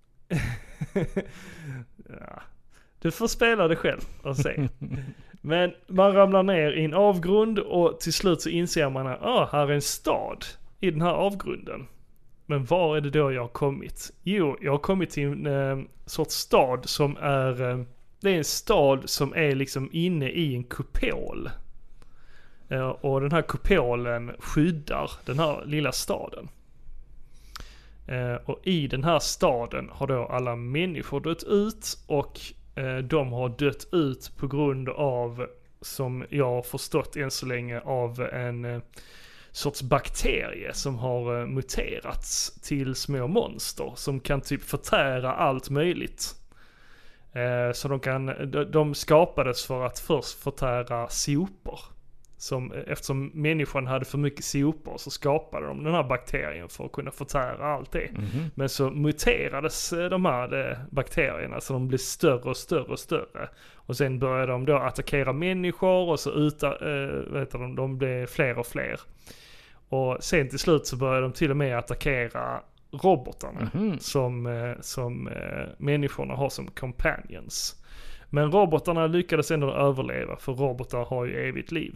Ja. Du får spela det själv och se. Men man ramlar ner i en avgrund och till slut så inser man att ah, här är en stad i den här avgrunden. Men var är det då jag har kommit? Jo, jag har kommit till en eh, sorts stad som är... Eh, det är en stad som är liksom inne i en kupol. Eh, och den här kupolen skyddar den här lilla staden. Eh, och i den här staden har då alla människor dött ut och eh, de har dött ut på grund av, som jag har förstått än så länge, av en eh, sorts bakterie som har eh, muterats till små monster som kan typ förtära allt möjligt. Eh, så de kan, de, de skapades för att först förtära sopor. Som, eftersom människan hade för mycket sopor så skapade de den här bakterien för att kunna förtära allt det. Mm-hmm. Men så muterades de här bakterierna så de blev större och större och större. Och sen började de då attackera människor och så uta, äh, vet de, de blev fler och fler. Och sen till slut så började de till och med attackera robotarna mm-hmm. som, som äh, människorna har som companions. Men robotarna lyckades ändå överleva för robotar har ju evigt liv.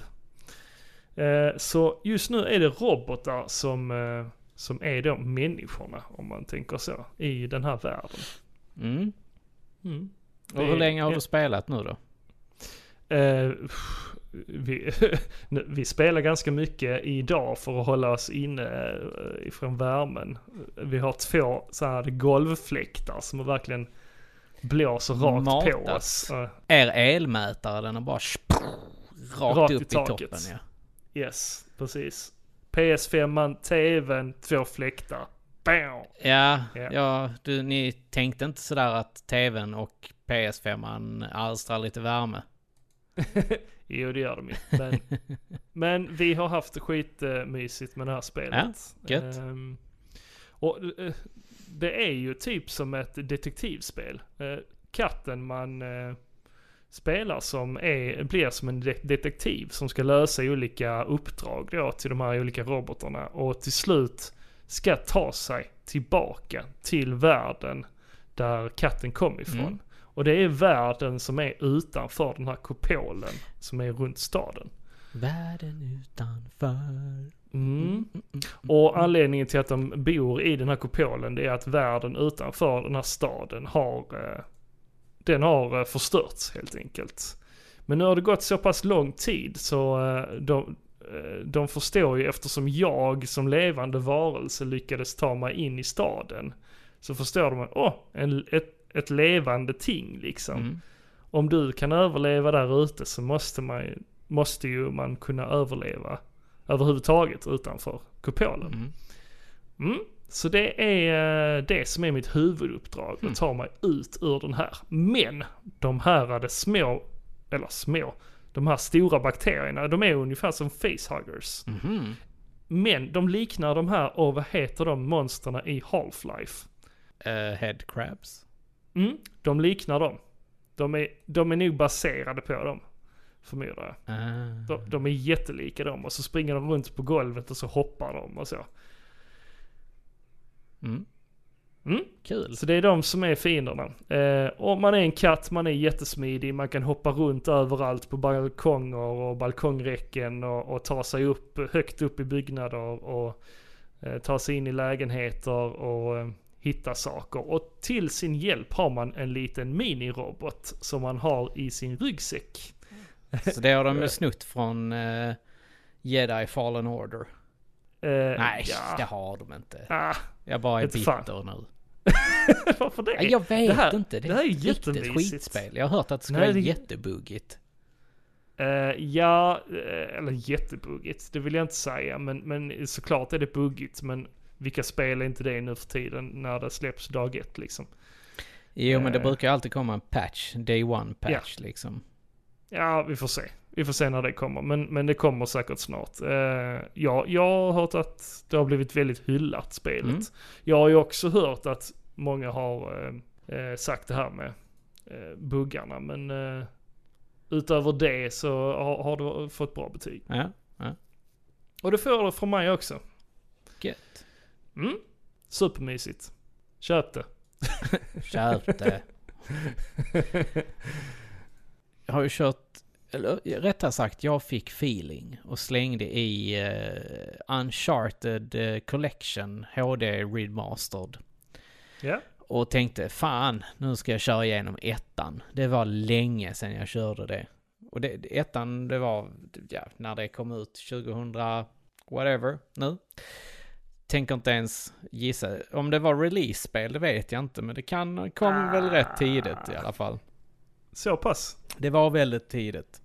Så just nu är det robotar som, som är då människorna, om man tänker så, i den här världen. Mm. Mm. Och hur länge har du spelat nu då? Eh, vi, vi spelar ganska mycket idag för att hålla oss inne ifrån värmen. Vi har två så här golvfläktar som verkligen blåser rakt Matat. på oss. Er elmätare, den är bara rakt, rakt upp i, i toppen. Ja. Yes, precis. P S fem, tvn, två fläktar. Bam! Ja, yeah. ja du, ni tänkte inte sådär att tvn och P S fem alstrar lite värme? Jo, det gör de ju. Men, men vi har haft skitmysigt med det här spelet. Ja, gött. Um, och uh, det är ju typ som ett detektivspel. Uh, katten man... Uh, spelar som är, blir som en detektiv som ska lösa olika uppdrag då till de här olika robotarna och till slut ska ta sig tillbaka till världen där katten kom ifrån. Mm. Och det är världen som är utanför den här kupolen som är runt staden. Världen utanför. Mm. Mm, mm, mm. Och anledningen till att de bor i den här kupolen, det är att världen utanför den här staden har eh, den har förstörts helt enkelt. Men nu har det gått så pass lång tid så de, de förstår ju, eftersom jag som levande varelse lyckades ta mig in i staden, så förstår de att åh, en, ett, ett levande ting liksom. Mm. Om du kan överleva där ute så måste, man, måste ju man kunna överleva överhuvudtaget utanför kupolen. Mm. Mm. Så det är det som är mitt huvuduppdrag, att ta mig ut ur den här. Men de här hade små, eller små, de här stora bakterierna, de är ungefär som facehuggers. Mm-hmm. Men de liknar de här, och vad heter de monsterna i Half-Life? Uh, head crabs. Mm, de liknar dem. De är, de är nog baserade på dem, förmodar jag. Uh. De, de är jättelika dem, och så springer de runt på golvet och så hoppar de och så. Mm. Mm. Kul. Så det är de som är fienderna. Eh, och man är en katt, man är jättesmidig, man kan hoppa runt överallt på balkonger och balkongräcken och, och ta sig upp högt upp i byggnader och eh, ta sig in i lägenheter och eh, hitta saker. Och till sin hjälp har man en liten minirobot som man har i sin ryggsäck. Så det har de ju snutt från eh, Jedi Fallen Order. Eh, Nej, ja. det har de inte. Ah, jag bara är bitter fan. nu. Varför det? Jag vet det här, inte. Det, det här är riktigt jättemysigt. Skitspel. Jag har hört att det ska Nej, vara det... jättebuggigt. Uh, ja, uh, eller jättebuggigt. Det vill jag inte säga. Men, men såklart är det buggigt. Men vilka spel är inte det nu för tiden när det släpps dag ett liksom? Jo, uh, men det brukar alltid komma en patch. Day one patch ja. liksom. Ja, vi får se. Vi får se när det kommer, men, men det kommer säkert snart. Eh, ja, jag har hört att det har blivit väldigt hyllat, spelet. Mm. Jag har ju också hört att många har eh, sagt det här med eh, buggarna, men eh, utöver det så har, har du fått bra betyg. Ja, ja. Och det får det från mig också. Gött. Mm. Supermysigt. Köp det. Köp det. Jag har ju kört, eller rättare sagt, jag fick feeling och slängde i uh, Uncharted uh, Collection H D Remastered. Ja. Yeah. Och tänkte, fan, nu ska jag köra igenom ettan. Det var länge sedan jag körde det. Och det, ettan, det var, ja, när det kom ut tjugohun, whatever, nu. Tänker inte ens gissa. Om det var release-spel, det vet jag inte. Men det kan kom ah. väl rätt tidigt i alla fall. Så pass. Det var väldigt tidigt.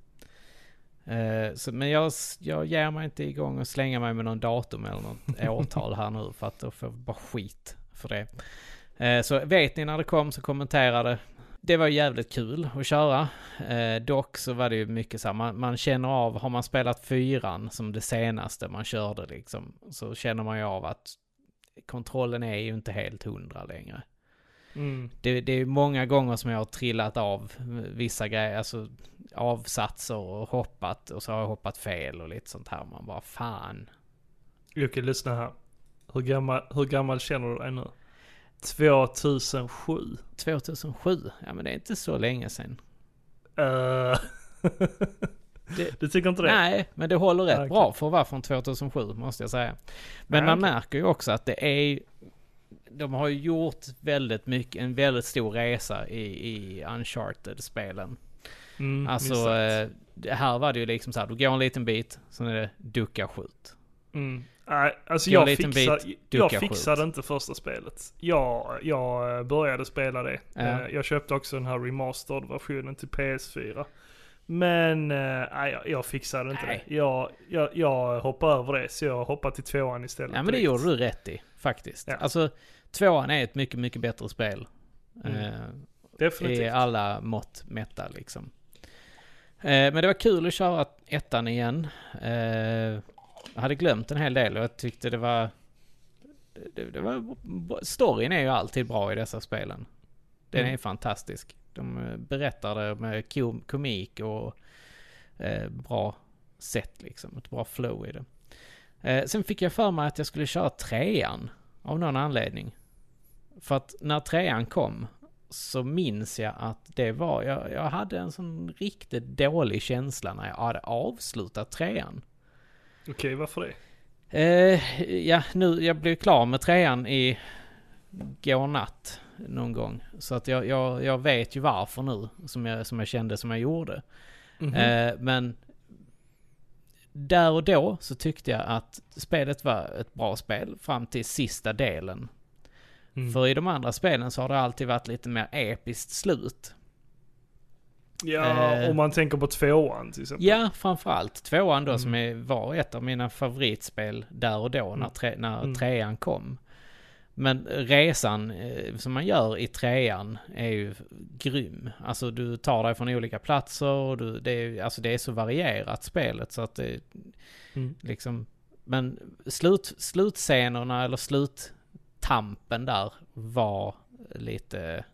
Uh, så, men jag, jag ger mig inte igång och slänga mig med någon datum eller något årtal här nu. För att då får jag bara skit för det. Uh, så vet ni när det kom så kommentera det. Det var jävligt kul att köra. Uh, dock så var det ju mycket så här. Man, man känner av, har man spelat fyran som det senaste man körde liksom. Så känner man ju av att kontrollen är ju inte helt hundra längre. Mm. Det, det är många gånger som jag har trillat av vissa grejer, alltså avsatser och hoppat och så har jag hoppat fel och lite sånt här. Man bara, fan. Jocke, lyssna här. Hur gammal, hur gammal känner du dig nu? tvåtusensju. tvåtusensju? Ja, men det är inte så länge sedan. Uh. det, du tycker inte det? Nej, men det håller rätt okay. bra för att vara från tvåtusensju, måste jag säga. Men nej, man okay. märker ju också att det är... De har ju gjort väldigt mycket, en väldigt stor resa i, i Uncharted-spelen. Mm, alltså, eh, här var det ju liksom så här, du går en liten bit, sen är det ducka skjut. Mm. Nej, alltså jag, fixar, bit, jag fixade inte första spelet. Jag, jag började spela det. Ja. Jag köpte också den här remastered-versionen till P S fyra. Men nej, jag, jag fixade inte nej. det. Jag, jag, jag hoppade över det, så jag hoppade till tvåan istället. Ja, men det direkt. gjorde du rätt i, faktiskt. Ja. Alltså, tvåan är ett mycket, mycket bättre spel. Mm. Eh, Definitivt. I alla mått mätta, liksom. Eh, men det var kul att köra ettan igen. Eh, jag hade glömt en hel del och jag tyckte det var... Det, det var storyn är ju alltid bra i dessa spelen. Den mm. är fantastisk. De berättar det med komik och eh, bra sätt, liksom. Ett bra flow i det. Eh, sen fick jag för mig att jag skulle köra trean av någon anledning. För att när trean kom så minns jag att det var... Jag, jag hade en sån riktigt dålig känsla när jag hade avslutat trean. Okej, okay, varför det? Eh, ja, nu, jag blev klar med trean i går natt någon gång. Så att jag, jag, jag vet ju varför nu som jag, som jag kände som jag gjorde. Mm-hmm. Eh, men där och då så tyckte jag att spelet var ett bra spel fram till sista delen. Mm. För i de andra spelen så har det alltid varit lite mer episkt slut. Ja, eh, om man tänker på tvåan till exempel. Ja, framförallt tvåan då mm. som är, var ett av mina favoritspel där och då mm. när, tre, när mm. trean kom. Men resan eh, som man gör i trean är ju grym. Alltså du tar dig från olika platser och du, det, är, alltså, det är så varierat spelet så att det mm. liksom... Men slut, slutscenerna eller sluttampen där var lite...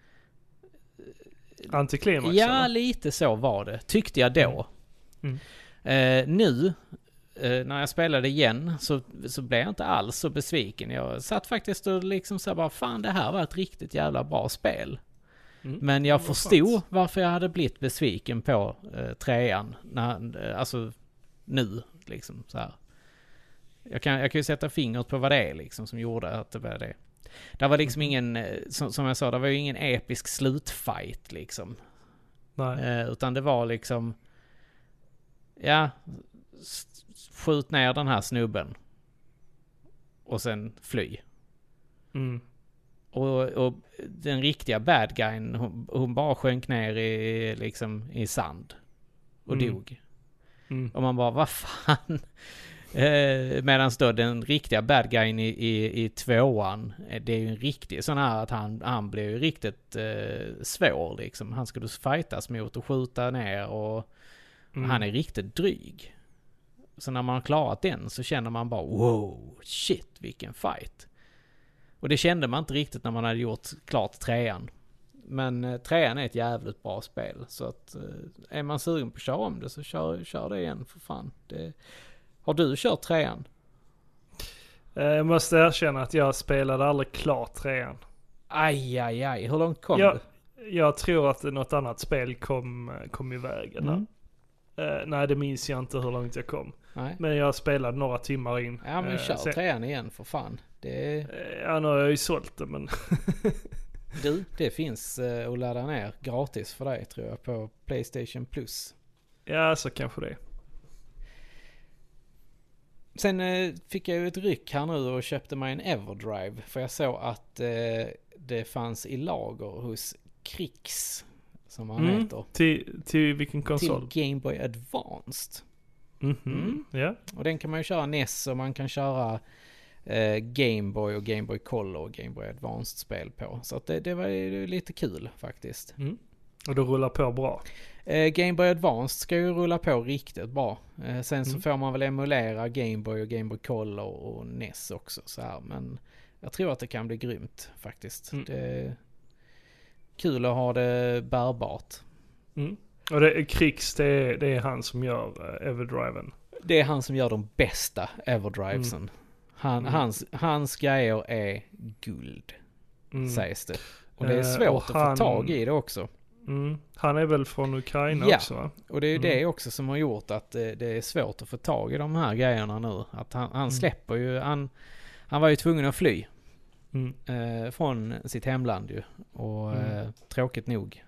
Antiklimax? Ja, eller? Lite så var det. Tyckte jag då. Mm. Mm. Eh, nu... när jag spelade igen så, så blev jag inte alls så besviken. Jag satt faktiskt och liksom så bara, fan det här var ett riktigt jävla bra spel. Mm. Men jag förstod sant. varför jag hade blivit besviken på eh, trean. När, eh, alltså nu liksom så här. Jag kan, jag kan ju sätta fingret på vad det är liksom som gjorde att det var det. Det var liksom mm. ingen, som, som jag sa, det var ju ingen episk slutfight liksom. Nej. Eh, utan det var liksom, ja... skjut ner den här snubben och sen fly. Mm. Och, och den riktiga bad guyen, hon, hon bara sjönk ner i, liksom, i sand och mm. dog. Mm. Och man bara, vad fan? eh, Medan då den riktiga bad guyen i, i, i tvåan, det är ju en riktig sån här att han, han blev ju riktigt eh, svår liksom. Han skulle fightas mot och skjuta ner och Mm. Han är riktigt dryg. Så när man har klarat den så känner man bara wow, shit, vilken fight. Och det kände man inte riktigt när man hade gjort klart trean. Men eh, trean är ett jävligt bra spel. Så att eh, är man sugen på att köra om det så kör, kör det igen för fan. Det... Har du kört trean? Jag måste erkänna att jag spelade aldrig klart trean. Aj, aj, aj. Hur långt kom jag, du? Jag tror att något annat spel kom, kom i vägen. Mm. Uh, nej, det minns jag inte hur långt jag kom. Nej. Men jag spelade några timmar in. Ja, men kör uh, sen... trean igen för fan. Det... Uh, ja, nu har jag ju sålt det, men... Du, det finns uh, att ladda ner gratis för dig, tror jag, på PlayStation Plus. Ja, så kanske det. Sen uh, fick jag ju ett ryck här nu och köpte mig en Everdrive. För jag såg att uh, det fanns i lager hos Krix, som han mm, heter. Till, till vilken konsol? Till Game Boy Advanced. Mm-hmm. Mm. Ja. Och den kan man ju köra N E S och man kan köra eh, Game Boy och Game Boy Color och Game Boy Advanced-spel på. Så att det, det var ju lite kul faktiskt. Mm. Och det rullar på bra. Eh, Game Boy Advanced ska ju rulla på riktigt bra. Eh, sen så mm. får man väl emulera Game Boy och Game Boy Color och N E S också så här. Men jag tror att det kan bli grymt faktiskt. Mm. Det är kul att ha det bärbart. Mm. Och det är Krix, det är, det är han som gör uh, Everdriven. Det är han som gör de bästa Everdrivesen. Mm. Han, mm. hans, hans grejer är guld, mm. sägs det. Och det är svårt uh, och han, att få tag i det också. Mm. Han är väl från Ukraina ja. också, va? Och det är ju mm. det också som har gjort att det, det är svårt att få tag i de här grejerna nu. Att han, han släpper mm. ju, han, han var ju tvungen att fly mm. eh, från sitt hemland ju. Och mm. eh, tråkigt nog.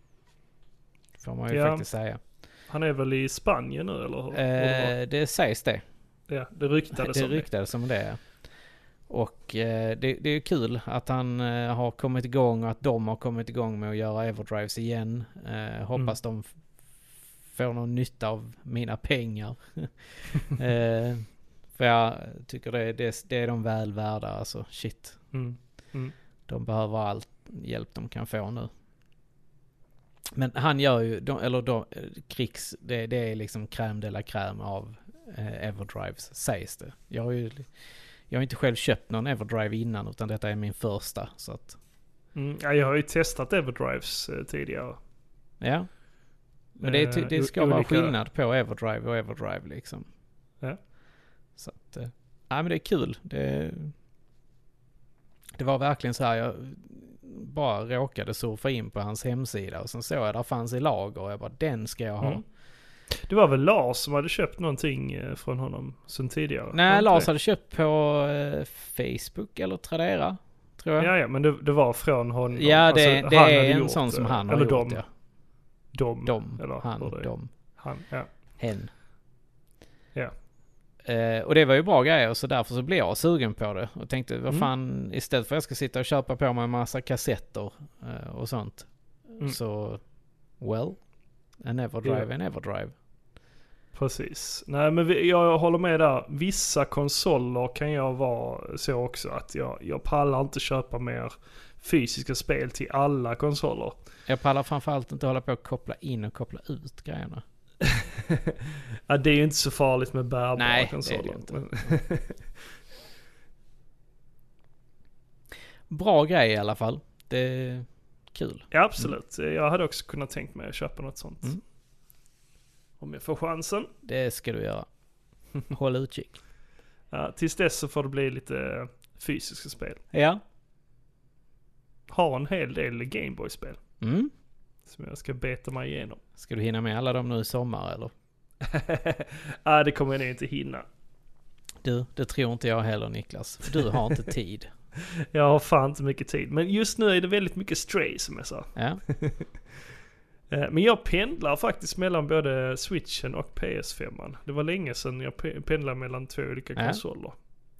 Får man ju ja. faktiskt säga. Han är väl i Spanien nu, eller hur? Eh, det sägs det. Ja, det ryktades det som det. ryktades som det. Och eh, det, det är ju kul att han eh, har kommit igång och att de har kommit igång med att göra Everdrives igen. Eh, hoppas mm. de f- får någon nytta av mina pengar. eh, för jag tycker det, det, det är de väl värda. Alltså, shit. Mm. Mm. De behöver all hjälp de kan få nu. Men han gör ju, de, eller de, Krix, det, det är liksom crème de la crème av eh, Everdrives, sägs det. Jag har ju jag har inte själv köpt någon Everdrive innan, utan detta är min första. Så att... mm, ja, jag har ju testat Everdrives eh, tidigare. Ja. Men det, är, det ska uh, vara skillnad på Everdrive och Everdrive liksom. Ja. Så att, eh, ja men det är kul. Det, det var verkligen så här, jag bara råkade surfa in på hans hemsida och sen såg jag där fanns i lager och jag bara, den ska jag ha. Mm. Det var väl Lars som hade köpt någonting från honom sen tidigare? Nej, Lars det? hade köpt på eh, Facebook eller Tradera, tror jag. Ja, ja men det, det var från honom. Ja, det, alltså, det är en sån som han har eller gjort, de. ja. De. De, eller han, de. Han, ja. Hen. Ja. Eh, och det var ju bra grejer, så därför så blev jag sugen på det. Och tänkte, vad fan, mm. istället för att jag ska sitta och köpa på mig en massa kassetter eh, och sånt. Mm. Så, well, en Everdrive, ja. en Everdrive. Precis. Nej, men vi, jag håller med där. Vissa konsoler kan jag vara så också att jag, jag pallar inte köpa mer fysiska spel till alla konsoler. Jag pallar framförallt inte hålla på att koppla in och koppla ut grejerna. Ja, det är ju inte så farligt med bärbara Nej, konsoler. Det är det inte. Bra grej i alla fall. Det är kul. Ja, absolut. Mm. Jag hade också kunnat tänkt mig att köpa något sånt. Mm. Om jag får chansen. Det ska du göra. Håll utkik. Ja, tills dess så får det bli lite fysiska spel. Ja. Har en hel del Gameboy-spel. Mm. Som jag ska beta mig igenom. Ska du hinna med alla dem nu i sommar eller? Ja, det kommer jag nog inte hinna. Du, det tror inte jag heller, Niklas. För du har inte tid. Jag har fan inte mycket tid. Men just nu är det väldigt mycket Stray som jag sa. Ja. Men jag pendlar faktiskt mellan både Switchen och P S fem. Det var länge sedan jag pendlade mellan två olika ja. konsoler.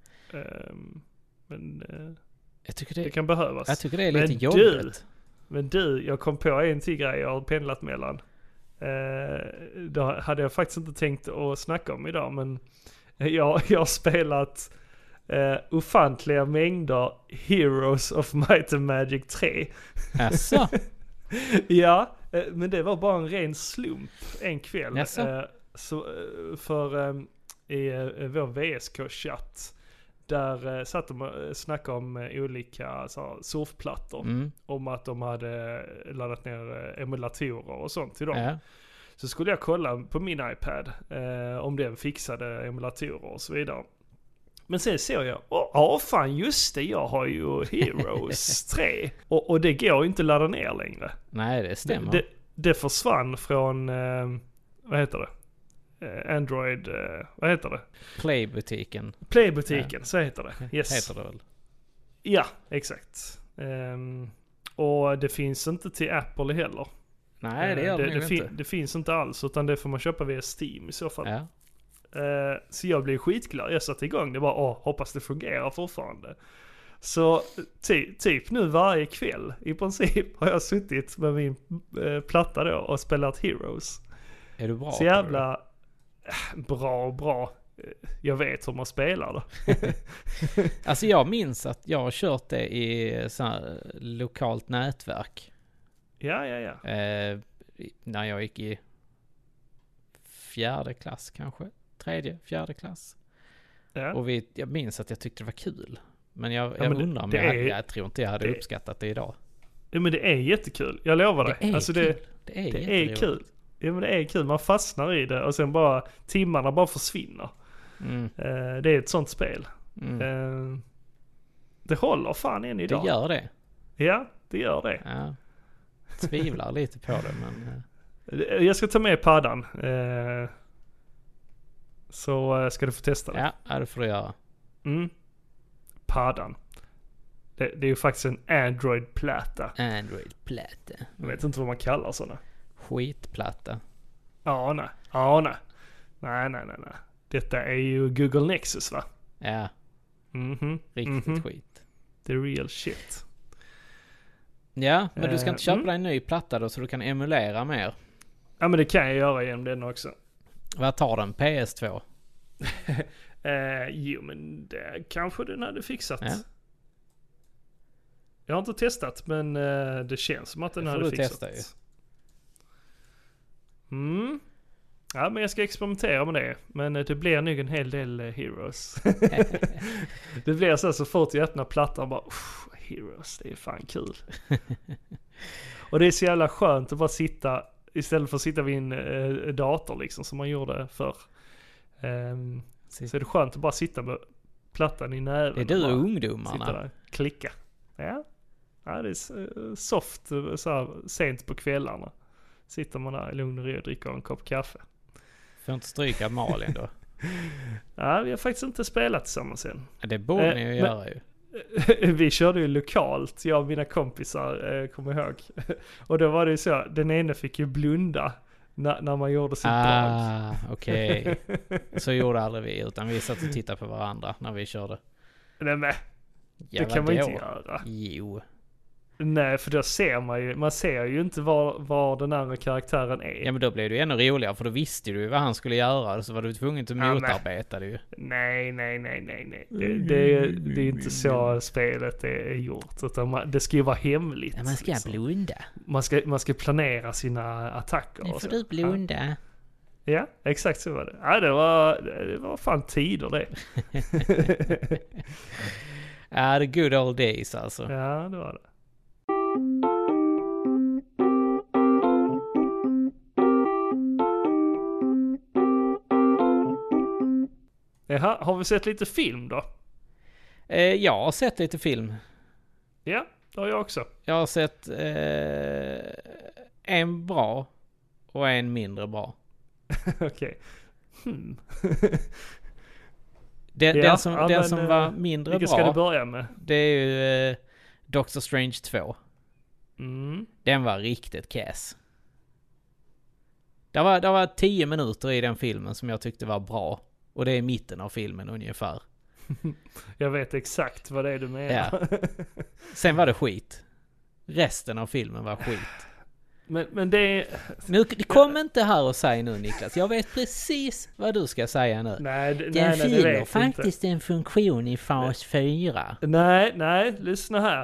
Men jag tycker det, det kan behövas. Jag tycker det är lite men jobbigt. Du, men du, jag kom på en till grej jag har pendlat mellan. Det hade jag faktiskt inte tänkt att snacka om idag. Men jag, jag har spelat uh, ofantliga mängder Heroes of Might and Magic tre. Asså? Ja, eh, men det var bara en ren slump en kväll. Jaså? Eh, så, eh, för eh, i eh, vår V S K-chatt där eh, satt de och snackade om eh, olika så här, surfplattor. Mm. Om att de hade laddat ner eh, emulatorer och sånt till dem. Ja. Så skulle jag kolla på min iPad eh, om den fixade emulatorer och så vidare. Men sen såg jag, ja oh, fan just det, jag har ju Heroes tre. Och, och det går ju inte att ladda ner längre. Nej, det stämmer. Det, det, det försvann från, eh, vad heter det? Eh, Android, eh, vad heter det? Playbutiken. Playbutiken, Ja. så heter det. Yes. Heter det väl? Ja, exakt. Um, och det finns inte till Apple heller. Nej, det gör det, det, det, nog fin- inte. det finns inte alls, utan det får man köpa via Steam i så fall. Ja. Uh, så jag blev skitglad. Jag satte igång det bara, åh, hoppas det fungerar fortfarande. Så ty- typ nu varje kväll i princip har jag suttit med min uh, platta då och spelat Heroes. Är du bra Så på jävla uh, bra, bra. Uh, jag vet hur man spelar då. Alltså jag minns att jag har kört det i så här lokalt nätverk. Ja, ja, ja. Eh, när jag gick i fjärde klass kanske. Tredje, fjärde klass. ja. Och vi, jag minns att jag tyckte det var kul. Men jag, Ja, jag men det- undrar om det jag, hade, är- jag tror inte jag hade det- uppskattat det idag. Ja, men det är jättekul. Jag lovar dig. Det är alltså kul. det, Det är, det är jätteroligt. kul. Ja, men det är kul. Man fastnar i det och sen bara timmarna bara försvinner. Mm, Eh, det är ett sånt spel. mm. Eh, det håller fan än Det idag. gör det. Ja, det gör det. Ja. Tvivlar lite på det, men... eh, Jag ska ta med paddan. Eh, så eh, ska du få testa det. Ja, ja, det får du göra. Mm. Paddan. Det, det är ju faktiskt en Android-platta. Android-platta. Jag vet inte vad man kallar sådana. Skitplatta. Ja, nej. Ja, nej. Nej, nej, nej, nej. Detta är ju Google Nexus, va? Ja, Mhm. riktigt Mhm. skit. The real shit. Ja, men du ska Eh, inte köpa mm. dig en ny platta då så du kan emulera mer. Ja, men det kan jag göra genom den också. Vad tar den? P S två? Eh, jo, men det kanske den hade fixat. Ja. Jag har inte testat, men eh, det känns som att den Det får hade du fixat. testa ju. Mm. Ja, men jag ska experimentera med det. Men eh, det blir nog en hel del eh, Heroes. Det blir så så fort jag öppnar plattan bara, "Uff, Heroes, det är fan kul." Och det är så jävla skönt att bara sitta, istället för att sitta vid en eh, dator liksom, som man gjorde förr. Ehm, så är det skönt att bara sitta med plattan i näven. Det är du bara och sitta ungdomarna. där, klicka. Ja, ja det är eh, soft eh, så här, sent på kvällarna. Sitter man där i lugn och ro och dricker en kopp kaffe. Får inte stryka Malin då. Ja, vi har faktiskt inte spelat tillsammans än. Det borde Eh, ni ju men- göra ju. Vi körde ju lokalt, jag och mina kompisar, eh, kommer ihåg. Och då var det ju så, den ene fick ju blunda när, när man gjorde sitt drag. Ah, okej. Så gjorde aldrig vi, utan vi satt och tittade på varandra när vi körde. Nej men, Ja, det kan man vadå? inte göra. Jo. Nej, för då ser man ju, man ser ju inte var, var den andra karaktären är. Ja, men då blev det ju ännu roligare, för då visste du ju vad han skulle göra, så var du tvungen att men- motarbeta det ju. Nej, nej, nej, nej, nej. Det, det, det är inte så spelet är gjort. Utan man, det ska ju vara hemligt. Ja, man ska liksom. blunda. man, ska, man ska planera sina attacker. Nu och får så. du blunda. Ja, exakt så var det. Ja, det var, det var fan tider det. Ja, the good old days alltså. Ja, det var det. Jaha, har vi sett lite film då? Eh, jag har sett lite film. Ja, det har jag också. Jag har sett eh, en bra och en mindre bra. Okej. Hmm. Den, Ja, den som, ja, den men, som eh, var mindre Vilka ska du bra, börja med? det är ju eh, Doctor Strange två. Mm. Den var riktigt kass. Det var, det var tio minuter i den filmen som jag tyckte var bra. Och det är mitten av filmen ungefär. Jag vet exakt vad det är du menar. Ja. Sen var det skit. Resten av filmen var skit. men, men det är... Nu, kom inte här och säg nu, Niklas. Jag vet precis vad du ska säga nu. Nej, det, Den nej, nej, det fyller vet jag faktiskt en funktion i fas fyra. inte. Nej, nej, lyssna här.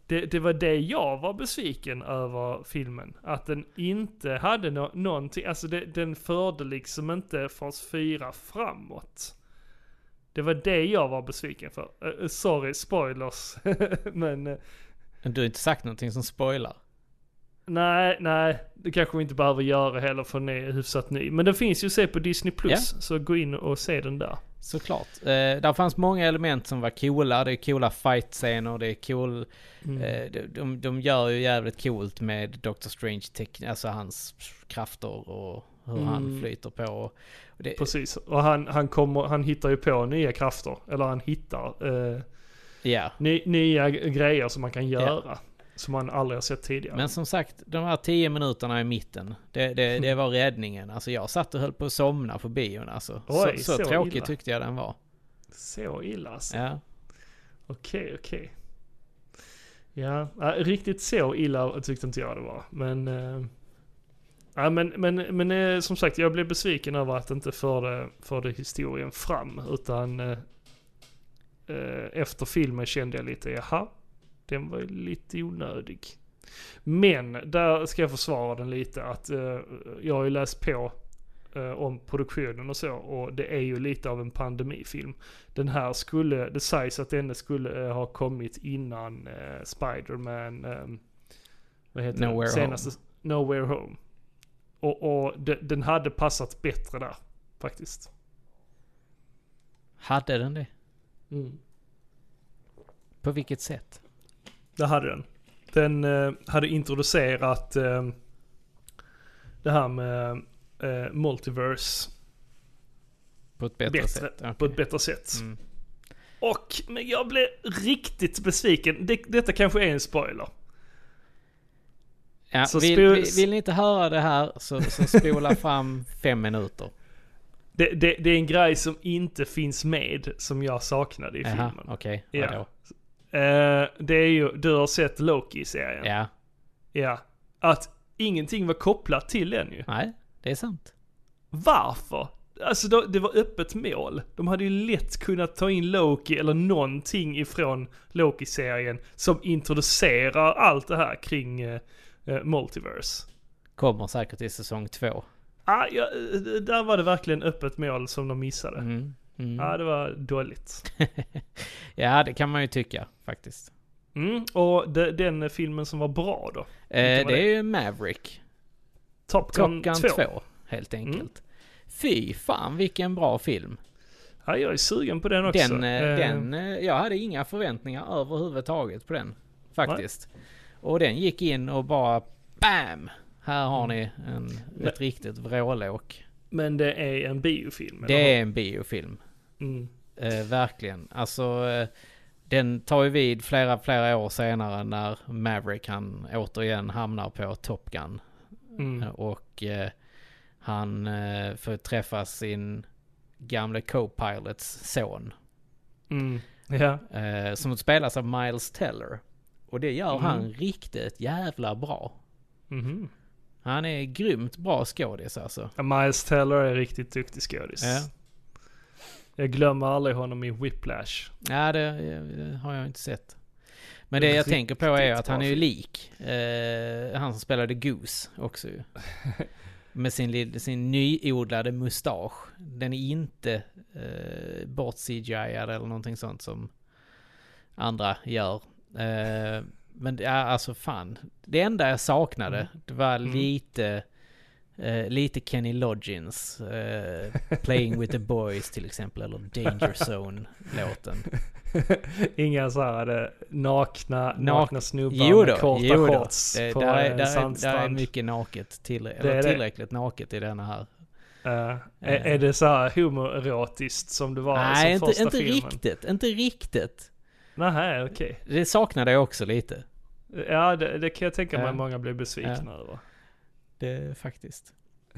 det, det var det jag var besviken över filmen. Att den inte hade no- någonting, alltså det, den förde liksom inte fas fyra framåt. Det var det jag var besviken för. Uh, sorry, spoilers. Men... Uh, du har inte sagt någonting som spoilar. Nej, nej. Det kanske vi inte behöver göra heller för den är hyfsat ny. Men den finns ju att se på Disney Plus. Yeah. Så gå in och se den där. Såklart. Eh, där fanns många element som var coola. Det är coola fight-scener. Det är cool... Mm. Eh, de, de, de gör ju jävligt coolt med Doctor Strange teknik. Alltså hans krafter och hur mm. han flyter på. Och det, precis. Och han, han, kommer, han hittar ju på nya krafter. Eller han hittar eh, yeah. ny, nya grejer som man kan göra. Yeah. Som man aldrig har sett tidigare. Men som sagt, de här tio minuterna i mitten, det, det, det var räddningen. Alltså jag satt och höll på att somna på bion. Alltså. Oj, så så, så tråkigt illa. tyckte jag den var. Så illa alltså? Ja. Okej, okay, okej. Okay. Ja, riktigt så illa tyckte inte jag det var. Men, äh, ja, men, men, men äh, som sagt, jag blev besviken över att inte förde, förde historien fram. Utan äh, efter filmen kände jag lite, jaha. Den var lite onödig. Men där ska jag försvara den lite. Att uh, jag har ju läst på uh, om produktionen och så. Och det är ju lite av en pandemifilm. Den här skulle, det sägs att den skulle uh, ha kommit innan uh, Spider-Man. Um, vad heter Nowhere det? Senaste, Home. Nowhere Home. Och, och de, den hade passat bättre där. Faktiskt. Hade den det? Mm. På vilket sätt? Det hade den. Den eh, hade introducerat eh, det här med eh, multiverse på ett bättre, bättre sätt. Okay. På ett bättre sätt. Mm. Och men jag blev riktigt besviken. Det, detta kanske är en spoiler. Ja, så vill, spol- vill, vill ni inte höra det här så, så spola fram fem minuter. Det, det, det är en grej som inte finns med som jag saknade i Aha, filmen. Okej, okay. Ja. Uh, det är ju, du har sett Loki-serien. Ja. Ja. Att ingenting var kopplat till den ju. Nej, det är sant. Varför? Alltså då, det var öppet mål. De hade ju lätt kunnat ta in Loki eller någonting ifrån Loki-serien som introducerar allt det här kring uh, uh, multiverse. Kommer säkert i säsong två. Ah, ja, där var det verkligen öppet mål som de missade. Mm. Mm. Ja, det var dåligt. Ja, det kan man ju tycka faktiskt. Mm. Och de, den filmen som var bra då? Eh, det, det är ju Maverick. Top Gun, Top Gun två. två, helt enkelt. Mm. Fy fan, vilken bra film. Ja, jag är sugen på den också. Den, eh. den, jag hade inga förväntningar överhuvudtaget på den, faktiskt. Nej. Och den gick in och bara BAM! Här har mm. ni en, Men, ett riktigt vrålåk. Men det är en biofilm? Det eller? är en biofilm. Mm. Eh, verkligen. Alltså, eh, den tar ju vid flera, flera år senare när Maverick han återigen hamnar på Top Gun. Mm. Eh, och eh, han eh, får träffa sin gamla co-pilots son. Mm. Ja. Eh, som spelas av Miles Teller. Och det gör mm. han riktigt jävla bra. Mhm. Han är grymt bra skådis alltså. Ja, Miles Teller är riktigt duktig skådis. Ja. Jag glömmer aldrig honom i Whiplash. Ja, det, det har jag inte sett. Men det jag tänker på är att han är ju lik. Eh, han som spelade Goose också ju. Med sin, sin nyodlade mustasch. Den är inte eh, bort C G I-ad eller någonting sånt som andra gör. Eh, men ja, alltså fan. Det enda jag saknade, mm. det var mm. lite eh, lite Kenny Loggins eh, Playing with the Boys till exempel, eller Danger Zone-låten. Inga så här nakna, Nak- nakna snubbar jo då, med korta jo då. shorts det, på där är, en där sandstrand. Är, där är mycket naket, till, det eller är tillräckligt det. naket i denna här. Uh, uh. Är, är det så här homoerotiskt som det var nej, som inte, första inte filmen? riktigt, inte riktigt. Nej, okej. Okay. Det saknade jag också lite. Ja, det, det kan jag tänka mig ja. att många blir besvikna ja. över. Det faktiskt.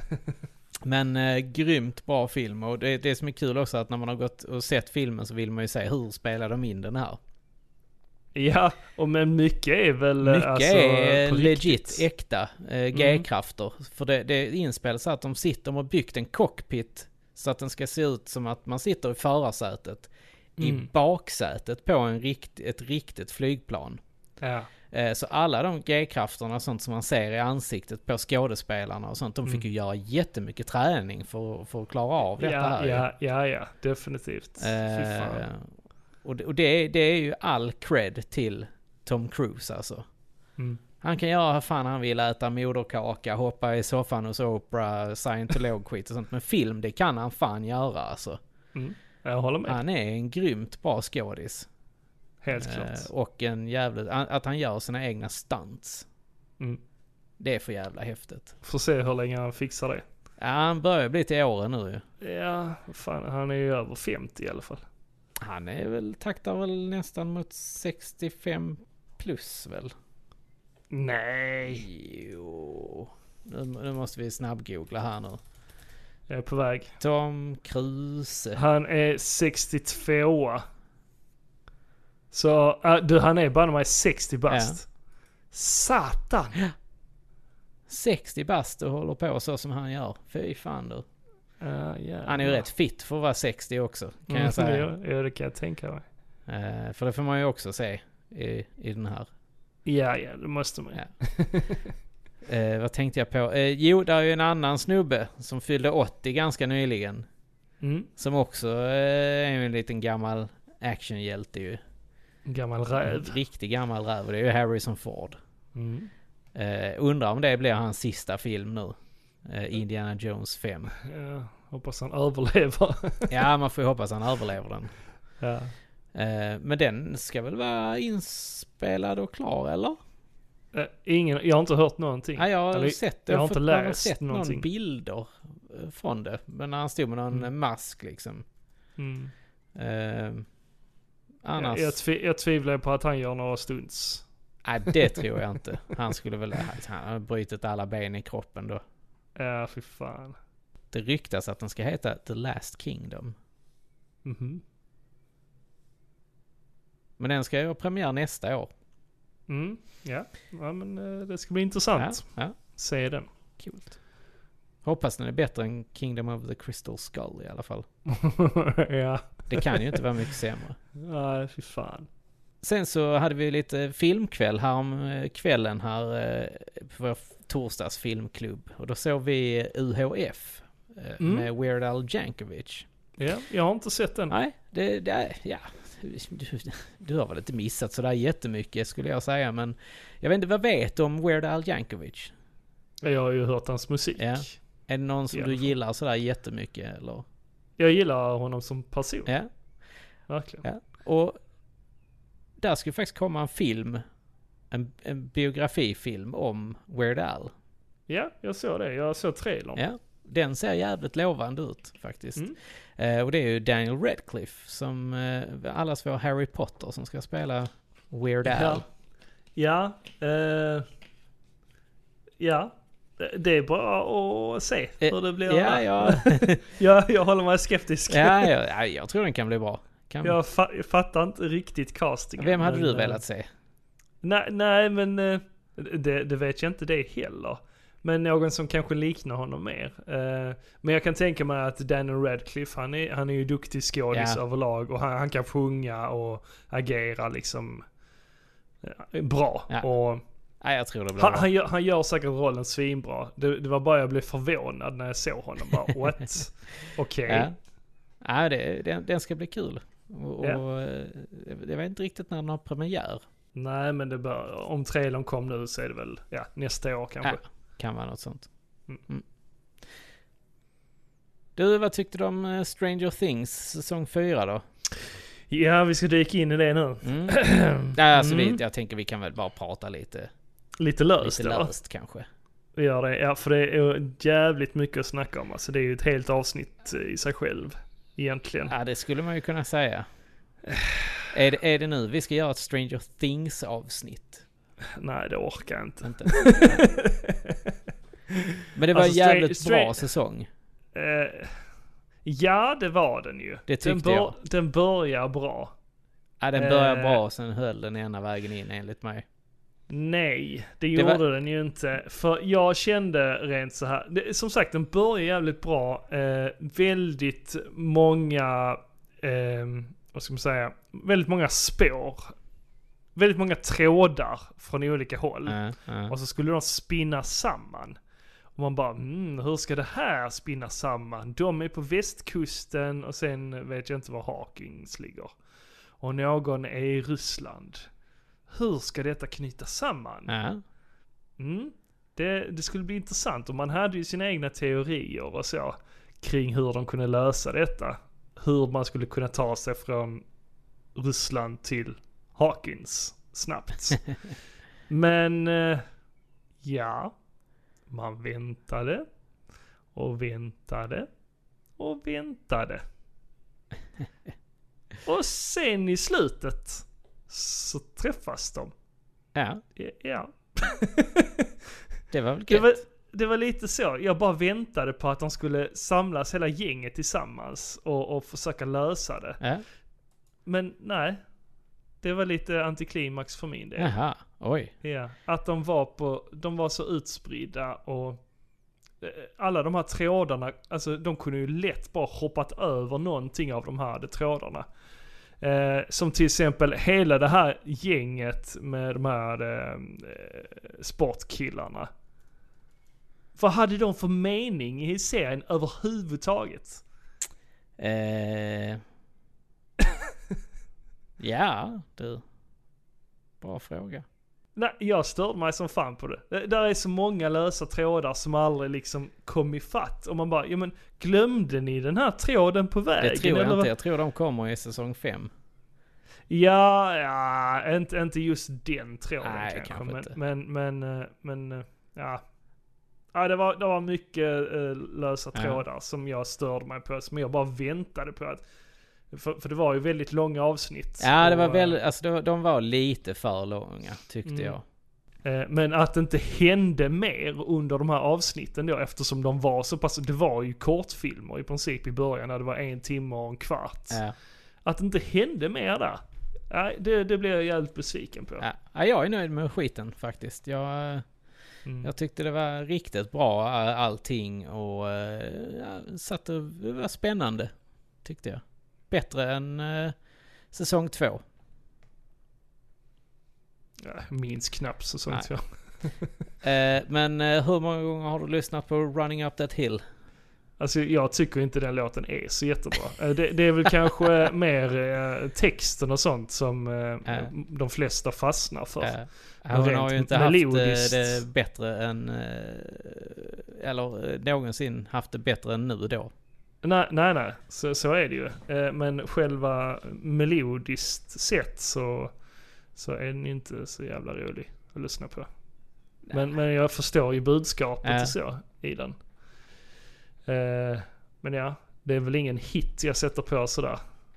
Men eh, grymt bra film. Och det, det som är kul också att när man har gått och sett filmen så vill man ju se hur spelar de in den här. Ja, och men mycket är väl mycket alltså, är legit, riktigt. äkta eh, G-krafter. Mm. För det, det är inspelat så att de sitter och byggt en cockpit så att den ska se ut som att man sitter i förarsätet. Mm. I baksätet på en rikt, ett riktigt flygplan. Ja. Eh, så alla de G-krafterna och sånt som man ser i ansiktet på skådespelarna och sånt, de fick Mm. ju göra jättemycket träning för, för att klara av detta ja, här. ja, ja, ja, definitivt. Fy fan. Eh, och det, och det, det är ju all cred till Tom Cruise alltså. Mm. Han kan göra vad fan han vill, äta moderkaka, hoppa i soffan hos Oprah, scientolog-skit och sånt. Men film, det kan han fan göra alltså. Mm. Jag håller med. Han är en grymt bra skådis. Helt Eh, klart. och en jävligt, att han gör sina egna stunts. Mm. Det är för jävla häftigt. Får se hur länge han fixar det. Ja, han börjar bli till åren nu ju. Ja, fan, han är ju över femtio i alla fall. Han är väl, taktar väl nästan mot sextiofem plus väl? Nej. Jo. Nu, nu måste vi snabbgoogla här nu. Jag är på väg. Tom Cruise. Han är sextiotvå. Så, äh, du, han är bara med sextio bast. Satan! sextio bast och håller på så som han gör. Fy fan du. Uh, yeah, Han är ju ja. rätt fit för att vara sextio också, kan Mm, jag säga. Ja, det kan jag tänka mig. Uh, för det får man ju också se i, i den här. Ja, ja, det måste man. Ja. uh, vad tänkte jag på? Uh, jo, där är ju en annan snubbe som fyllde åttio ganska nyligen. Mm. Som också uh, är en liten gammal actionhjälte ju. En gammal räv. En riktig gammal räv. Och det är ju Harrison Ford. Mm. Uh, undrar om det blir hans sista film nu. Uh, Indiana Jones fem. Ja, hoppas han överlever. Ja, man får ju hoppas han överlever den. Ja. Uh, men den ska väl vara inspelad och klar, eller? Uh, ingen, jag har inte hört någonting. Ja, jag har Eller, sett det. jag har fått- inte man har läst sett någonting. någon bilder eh, från det. Men när han stod med någon Mm. mask liksom. Mm. Uh, annars... Jag, jag, tv- jag tvivlar på att han gör några stunts. Nej, det tror jag inte. Han skulle väl... Han har brutit alla ben i kroppen då. Ja, fy fan. Det ryktas att den ska heta The Last Kingdom. Mhm. Men den ska ju ha premiär nästa år. Mm. Ja. Ja, men uh, det ska bli intressant. Ja, ja. Se den. Coolt. Hoppas den är bättre än Kingdom of the Crystal Skull i alla fall. Ja. Det kan ju inte vara mycket sämre. Nej, fy fan. Sen så hade vi lite filmkväll här om eh, kvällen här eh, på vår torsdags filmklubb. Och då såg vi U H F eh, Mm. med Weird Al Yankovic. Ja, jag har inte sett den. Nej, det, det är, ja. Du, du har väl inte missat sådär jättemycket skulle jag säga. Men jag vet inte, vad vet du om Weird Al Yankovic? Jag har ju hört hans musik. Ja. Är det någon som Ja. du gillar sådär jättemycket eller? Jag gillar honom som person. Ja. Verkligen. Ja. Och där ska faktiskt komma en film, en, en biografifilm om Weird Al. Ja, jag såg det. Jag såg trailern. Ja, den ser jävligt lovande ut faktiskt. Mm. Eh, och det är ju Daniel Radcliffe som eh, allas vår Harry Potter som ska spela Weird Al. Ja. Ja. eh, ja. Det- Det är bra att se Eh, hur det blir. Ja, ja. ja, jag håller mig skeptisk. ja, ja, ja, jag tror den kan bli bra. Kan... Jag, fa- jag fattar inte riktigt castingen. Vem hade men, du eh, velat se? Nej, nej men eh, det, det vet jag inte det heller. Men någon som kanske liknar honom mer. Eh, men jag kan tänka mig att Daniel Radcliffe, han är, han är ju duktig skådis Ja. överlag. Och han, han kan sjunga och agera liksom eh, bra. Ja. Och Nej, jag tror det blir han, bra. han, gör, han gör säkert rollen svinbra. Det, det var bara jag blev förvånad när jag såg honom. Bara, what? Okej. Ja. Ja, det, den, den ska bli kul. Och, Ja. och eh, jag vet inte riktigt när den har premiär. Nej, men det bör, om trailern kom nu så är det väl ja, nästa år kanske. Ja, kan vara något sånt. Mm. Mm. Du, vad tyckte du om eh, Stranger Things säsong fyra då? Ja, vi ska dyka in i det nu. Mm. Nej, alltså Mm. vi, jag tänker vi kan väl bara prata lite, Lite löst lite då. löst kanske. Vi gör det. Ja, för det är jävligt mycket att snacka om. Alltså det är ju ett helt avsnitt i sig själv. Egentligen. Ja, det skulle man ju kunna säga. Är det, är det nu vi ska göra ett Stranger Things avsnitt? Nej, det orkar jag inte. Inte. Men det var Alltså, en jävligt stra- bra stra- säsong. Eh, ja, det var den ju. Det tyckte den, bör, jag. den börjar bra. Ja, den började Eh. bra och sen höll den ena vägen in enligt mig. Nej, det, Det gjorde var- den ju inte. För jag kände rent så här. Det, som sagt, den börjar jävligt bra. Eh, väldigt många, eh, vad ska man säga, väldigt många spår väldigt många trådar från olika håll. Äh, äh. Och så skulle de spinna samman. Och man bara, mm, hur ska det här spinna samman? De är på västkusten och sen vet jag inte var Hawkins ligger. Och någon är i Ryssland. Hur ska detta knyta samman? Äh. Mm, det, det skulle bli intressant. Och man hade ju sina egna teorier och så kring hur de kunde lösa detta. Hur man skulle kunna ta sig från Ryssland till Hawkins snabbt. Men eh, ja, man väntade och väntade och väntade. Och sen i slutet så träffas de. Ja. Ja. Det var väl det gött. var, det var lite så. Jag bara väntade på att de skulle samlas hela gänget tillsammans och, och försöka lösa det. Ja. Men nej. Det var lite antiklimax för min del. Jaha, oj. Ja, att de var på, de var så utspridda och eh, alla de här trådarna, alltså de kunde ju lätt bara hoppat över någonting av de här trådarna. Eh, som till exempel hela det här gänget med de här eh, sportkillarna. Vad hade de för mening i serien överhuvudtaget? Eh... ja, du. Bra fråga. Nej, jag störde mig som fan på det. det. Där är så många lösa trådar som aldrig liksom kom i fatt. Och man bara, ja men glömde ni den här tråden på vägen? Det tror jag eller inte. Jag tror de kommer i säsong fem. Ja, ja inte, inte just den tråden. Nej, kanske. kanske Men, inte. men, men, men, ja. Ja, det var, det var mycket uh, lösa Ja. trådar som jag störde mig på. Som jag bara väntade på att... För, för det var ju väldigt långa avsnitt. Ja, det var och, väldigt, alltså de, de var lite för långa, tyckte Mm. jag. eh, Men att det inte hände mer under de här avsnitten då, eftersom de var så pass... Det var ju kortfilmer i princip i början, när det var en timme och en kvart. Ja. Att det inte hände mer där. Nej, det, det blev jag jävligt besviken på. Ja, ja, jag är nöjd med skiten faktiskt. Jag, eh, Mm. jag tyckte det var riktigt bra eh, allting och eh, ja, satt och, det var spännande, tyckte jag. Bättre än eh, säsong två. Ja, minns knappt så sånt Nej. jag. Eh, men eh, hur många gånger har du lyssnat på Running Up That Hill? Alltså jag tycker inte den låten är så jättebra. Eh, det, det är väl kanske mer eh, texten och sånt som eh, Äh. de flesta fastnar för. Eh, hon har ju inte haft melodiskt. eh, det bättre än eh, eller eh, någonsin haft det bättre än nu då. Nej, nej, nej. Så, så är det ju. Eh, men själva melodiskt sett så, så är den inte så jävla rolig att lyssna på. Men, men jag förstår ju budskapet Äh. och så i den. Eh, men ja, det är väl ingen hit jag sätter på sådär.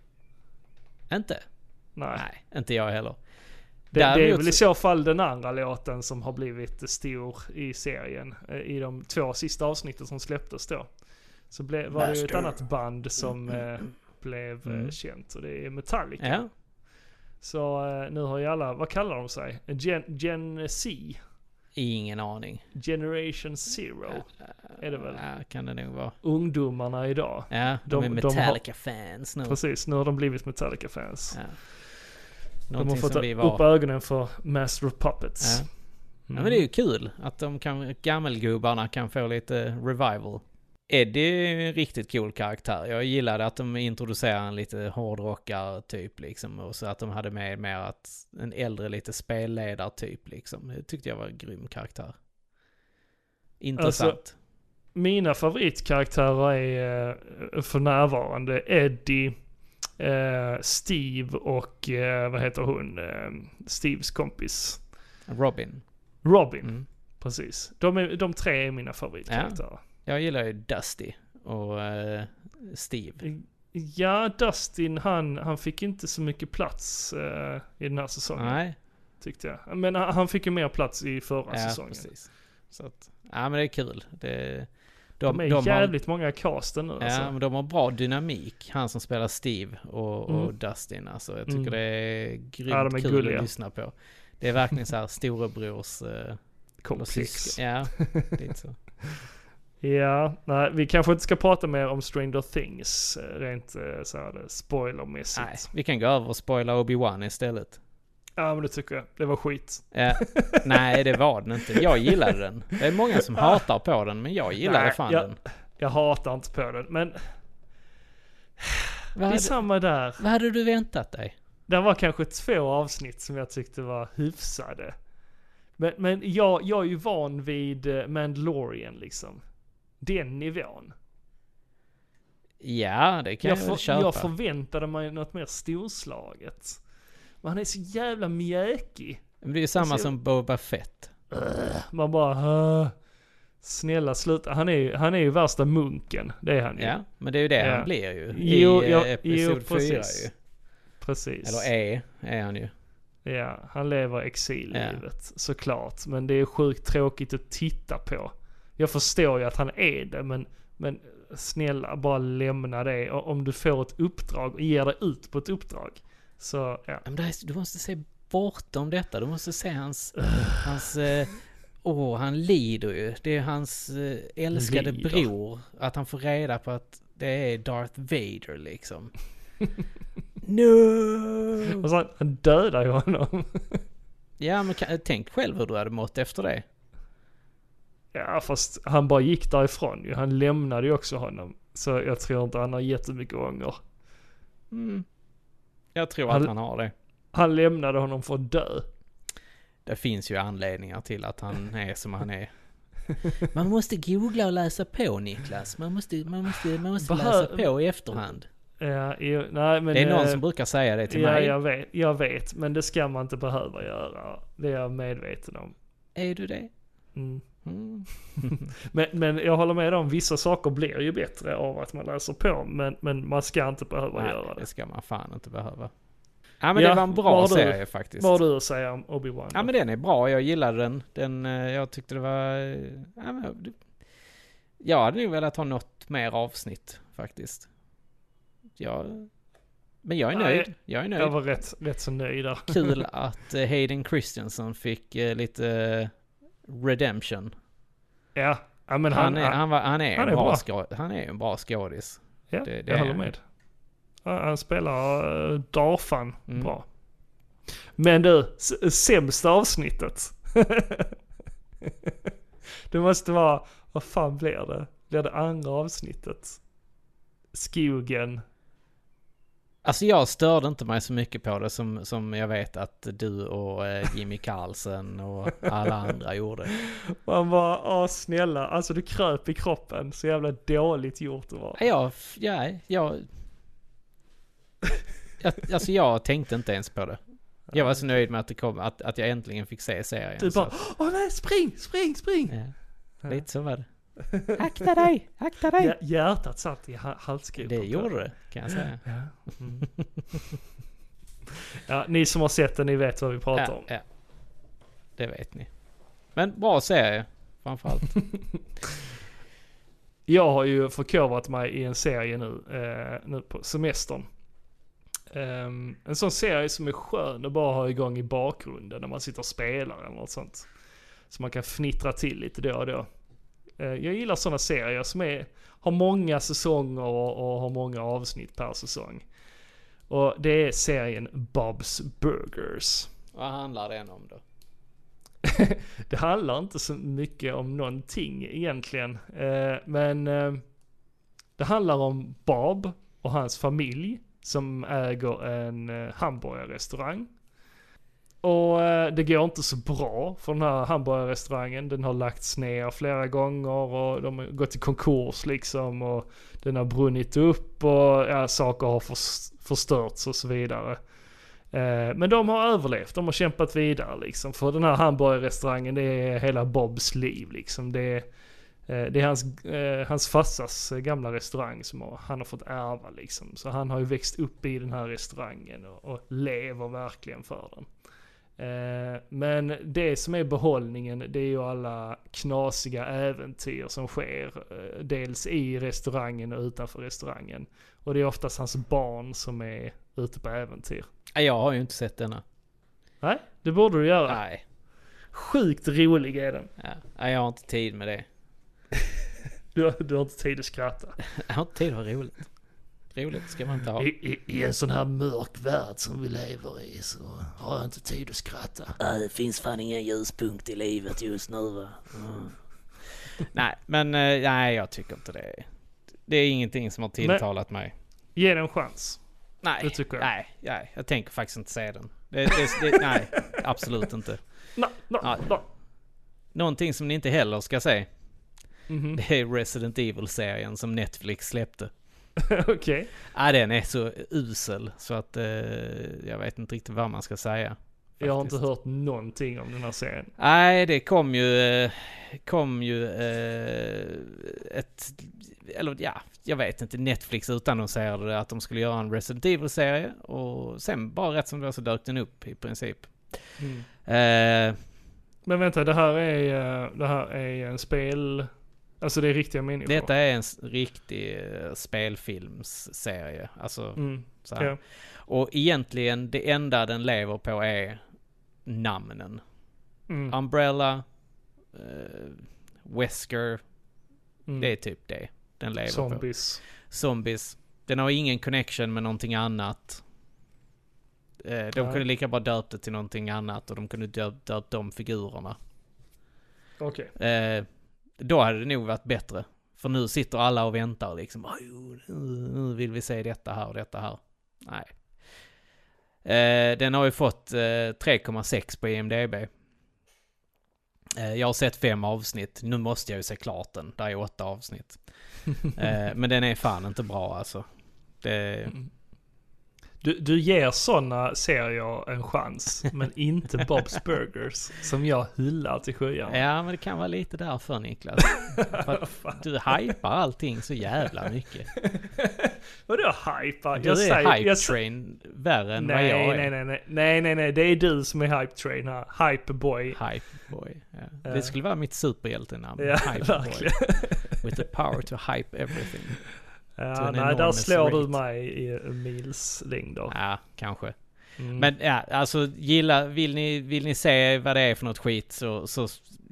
Inte? Nej. Nej, inte jag heller. Det, det är Däremot väl i så- så fall den andra låten som har blivit stor i serien. eh, I de två sista avsnitten som släpptes då. Så ble, var det ju ett annat band som eh, blev eh, Mm. känt. Och det är Metallica. Ja, Så eh, nu har ju alla, vad kallar de sig? Gen, Gen C? ingen aning. Generation Zero? Är det väl? Ja, kan det nog vara. Ungdomarna idag. Ja, de, De- är de Metallica-fans nu. Precis, nu har de blivit Metallica-fans. Ja. De har Någonting fått som vi upp var. ögonen för Master of Puppets. Ja. Mm. Ja, men det är ju kul att de kan, gammelgubbarna kan få lite revival. Eddie är en riktigt cool karaktär. Jag gillade att de introducerade en lite hårdrockare typ liksom. Och så att de hade med mer att en äldre lite spelledare typ liksom. Det tyckte jag var en grym karaktär. Intressant. Alltså, mina favoritkaraktärer är eh, för närvarande Eddie, eh, Steve och eh, vad heter hon? Eh, Steves kompis. Robin. Robin. Mm. Precis. De, är, de tre är mina favoritkaraktärer. Jag gillar ju Dusty och eh, Steve. Ja, Dustin han, han fick inte så mycket plats eh, i den här säsongen. Nej. Tyckte jag. Men han, han fick ju mer plats i förra Ja, säsongen. precis. Så att, ja men det är kul. Det, De, de, är de jävligt många casten nu har, alltså. ja, men de har bra dynamik. Han som spelar Steve och, och Mm. Dustin. Alltså, jag tycker Mm. det är grymt Ja, de är kul gulliga. att lyssna på. Det är verkligen så här storebrors... Eh, Komplex. sysk- Ja, lite så. Ja, nej, vi kanske inte ska prata mer om Stranger Things, eh, rent eh, så här spoilermässigt. Nej, vi kan gå över och spoila Obi-Wan istället. Ja, men det tycker jag. Det var skit. Ja, nej, det var den inte. Jag gillade den. Det är många som hatar på den, men jag gillade nej, fan jag, den. Jag hatar inte på den, men... Vad det är hade, samma där. vad hade du väntat dig? Det var kanske två avsnitt som jag tyckte var hyfsade. Men, men jag, jag är ju van vid Mandalorian liksom. Den nivån. Ja, det kan jag, Jag, väl för, köpa. jag förväntade mig något mer storslaget. Men han är så jävla mjäkig. Men det är ju samma alltså, som Boba Fett. Man bara... Uh, snälla sluta. Han är, ju, han är ju värsta munken. Det är han ju. Ja, men det är ju det ja. han blir ju. Jo, I ja, episod jo, fyra precis. ju. Precis. Eller är, är han ju. Ja, han lever exillivet ja. såklart. Men det är sjukt tråkigt att titta på. Jag förstår ju att han är det, men, men snälla, bara lämna det. Och om du får ett uppdrag och ger dig ut på ett uppdrag. Så, ja. Men det är, du måste se bortom detta. Du måste se hans... hans eh, åh, han lider ju. Det är hans eh, älskade lider. bror. Att han får reda på att det är Darth Vader liksom. No! Och så han dödar ju honom. Ja, men kan, tänk själv hur du hade mått efter det. Ja, fast han bara gick därifrån ju. Han lämnade ju också honom. Så jag tror inte han har jättemycket ånger. Mm. Jag tror han, att han har det. Han lämnade honom för att dö. Det finns ju anledningar till att han är som han är. Man måste googla och läsa på, Niklas. Man måste, man måste, man måste Behö- läsa på i efterhand. Ja, ju, nej, men, det är någon eh, som brukar säga det till ja, mig. Jag vet, jag vet, men det ska man inte behöva göra. Det är jag medveten om. Är du det? Mm. Mm. men, men jag håller med om, vissa saker blir ju bättre av att man läser på. Men, men man ska inte behöva Nej, göra det. det ska man fan inte behöva. Ja, men ja, det var en bra du, serie faktiskt. Vad har du att säga om Obi-Wan? Ja, men den är bra. Jag gillade den. den jag tyckte det var... Ja, men, jag hade nog velat ha något mer avsnitt faktiskt. Jag, men jag är Nej, nöjd. Jag är nöjd. Jag var rätt, rätt så nöjd där. Kul att uh, Hayden Christensen fick uh, lite uh, redemption. Ja, ja men han, han, är, han, var, han är han en är bra bra. ska, han är en bra skådis. Ja, det, det jag håller han. med. Ja, han spelar uh, Darfan Mm. bra. Men du, s- sämsta avsnittet. Det måste vara, vad fan blir det? Blir det andra avsnittet? Skogen. Alltså jag störde inte mig så mycket på det som, som jag vet att du och eh, Jimmy Carlsen och alla andra gjorde. Man bara, åh snälla, alltså du kröp i kroppen. Så jävla dåligt gjort det var. Ja, ja, jag, jag... Alltså jag tänkte inte ens på det. Jag var så nöjd med att, det kom, att, att jag äntligen fick se serien. Du bara, så. åh nej, spring, spring, spring! Ja, lite så var det. Akta dig, akta dig! Hj- Hjärtat satt i ha- halsgropen. Det gjorde det, kan jag säga. Ja. Mm. Ja, ni som har sett den, ni vet vad vi pratar Ja, om. ja. Det vet ni. Men bra serie, framförallt. Jag har ju förkovrat mig i en serie nu, eh, nu på semestern. Um, en sån serie som är skön att bara ha igång i bakgrunden när man sitter och spelar eller något sånt. Så man kan fnittra till lite då och då. Uh, jag gillar såna serier som är, har många säsonger och, och har många avsnitt per säsong. Och det är serien Bob's Burgers. Vad handlar den om då? Det handlar inte så mycket om någonting egentligen. Uh, men uh, det handlar om Bob och hans familj som äger en uh, hamburgerrestaurang. Och uh, det går inte så bra för den här hamburgerrestaurangen. Den har lagts ner flera gånger och de har gått i konkurs liksom. Och den har brunnit upp och ja, saker har förs- förstörts och så vidare. Uh, men de har överlevt, de har kämpat vidare liksom. För den här hamburgerrestaurangen, det är hela Bobs liv liksom. Det är, uh, det är hans, uh, hans farsas gamla restaurang som har, han har fått ärva liksom. Så han har ju växt upp i den här restaurangen och, och lever verkligen för den. Uh, men det som är behållningen, det är ju alla knasiga äventyr som sker. Uh, dels i restaurangen och utanför restaurangen. Och det är oftast hans barn som är ute på äventyr. Jag har ju inte sett denna. Nej, det borde du göra. Nej. Sjukt rolig är den. Ja, jag har inte tid med det. Du har, du har inte tid att skratta. Jag har inte tid att ha roligt. roligt ska man inte ha. I, i, I en sån här mörk värld som vi lever i så har jag inte tid att skratta. Äh, det finns fan ingen ljuspunkt i livet just nu va? Mm. Nej, men nej, jag tycker inte det. Det är ingenting som har tilltalat men, mig. Ge den en chans. Nej, det tycker jag. nej, nej, jag tänker faktiskt inte se den. Det, det, det, nej, absolut inte. No, no, ja. no. Någonting som ni inte heller ska se. Mm-hmm. Det är Resident Evil-serien som Netflix släppte. Okej. Okay. Ja, den är så usel så att eh, jag vet inte riktigt vad man ska säga. Faktiskt. Jag har inte hört någonting om den här serien. Nej, det kom ju kom ju eh, ett eller ja, jag vet inte, Netflix utannonserade att de skulle göra en Resident Evil-serie och sen bara rätt som det var så dök den upp i princip. Mm. Eh, Men vänta, det här är det här är en spel. Alltså det är riktiga människor. Detta är en riktig uh, spelfilmsserie. Alltså, mm. så här. Ja. Och egentligen det enda den lever på är namnen. Mm. Umbrella, uh, Wesker, mm. det är typ det den lever Zombies. på. Zombies. Den har ingen connection med någonting annat. Uh, de ja. kunde lika bara döpt det till någonting annat och de kunde döpt döp de figurerna. Okej. Okay. Uh, Då hade det nog varit bättre. För nu sitter alla och väntar liksom. Nu vill vi se detta här och detta här. Nej. Eh, den har ju fått eh, tre komma sex på I M D B. Eh, jag har sett fem avsnitt. Nu måste jag ju se klart den. Det är åtta avsnitt. eh, men den är fan inte bra alltså. Det... Du, du ger sådana serier en chans, men inte Bob's Burgers, som jag hyllar till skyarna. Ja, men det kan vara lite därför, Niklas. För att du hypar allting så jävla mycket. Vadå hypar? Du jag är säger, hype jag train jag... värre än nej, vad jag är. Nej, nej, nej, nej, nej, nej, det är du som är hype train här. Hype boy. Hype boy, ja. Ja. Det skulle vara mitt superhjältenamn. Ja, hype verkligen. Boy. With the power to hype everything. Ja, nej, där slår rate. Du mig i milslängder. Ja, kanske. Mm. Men ja, alltså gilla, vill ni, vill ni se vad det är för något skit så, så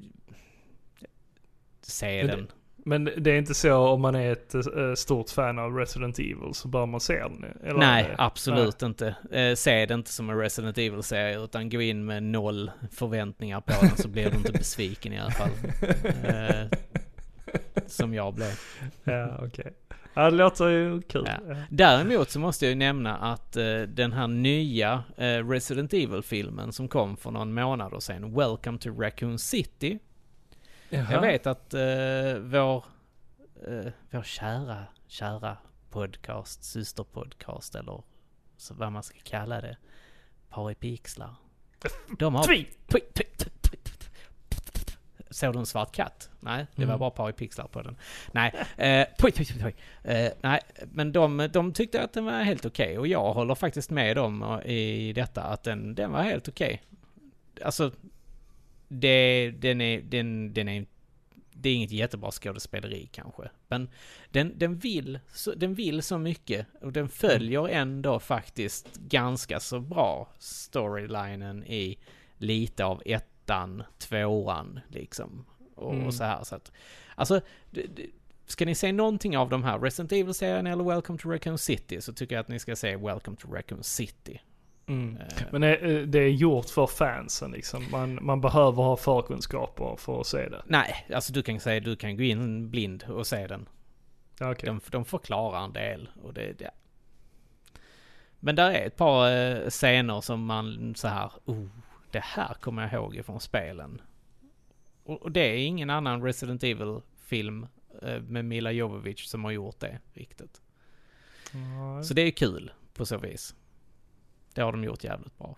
se men den. Det, men det är inte så om man är ett uh, stort fan av Resident Evil så bör man se den? Eller nej, det? absolut nej. inte. Eh, se det inte som en Resident Evil-serie utan gå in med noll förväntningar på den så blir du inte besviken i alla fall. Eh, som jag blev. Ja, okej. Okay. Ja, det låter ju kul. Ja. Däremot så måste jag ju nämna att uh, den här nya uh, Resident Evil-filmen som kom för någon månad sedan, Welcome to Raccoon City. Jaha. Jag vet att uh, vår, uh, vår kära, kära podcast, systerpodcast eller så vad man ska kalla det, Paripixlar. De har... Twi! Twi! Twi! Såg du en svart katt? Nej, det var mm. bara paripixlar på den. Nej, eh, poj, poj, poj. Eh, nej, men de, de tyckte att den var helt okej. Okay. Och jag håller faktiskt med dem i detta, att den, den var helt okej. Okay. Alltså, det, den är, den, den är, det är inget jättebra skådespeleri kanske. Men den, den, vill, så, den vill så mycket. Och den följer ändå faktiskt ganska så bra storylinen i lite av ett tvåan liksom och, mm. och så här så att alltså d- d- ska ni se någonting av de här Resident Evil-serien eller Welcome to Raccoon City så tycker jag att ni ska se Welcome to Raccoon City. Mm. Uh, Men det, det är gjort för fansen liksom. Man, man behöver ha förkunskaper för att se det. Nej, alltså du kan säga du kan gå in blind och se den. Okay. De, de förklarar en del och det, det. Men där är ett par uh, scener som man så här oh, det här kommer jag ihåg från spelen. Och, och det är ingen annan Resident Evil-film eh, med Mila Jovovich som har gjort det riktigt. Mm. Så det är kul på så vis. Det har de gjort jävligt bra.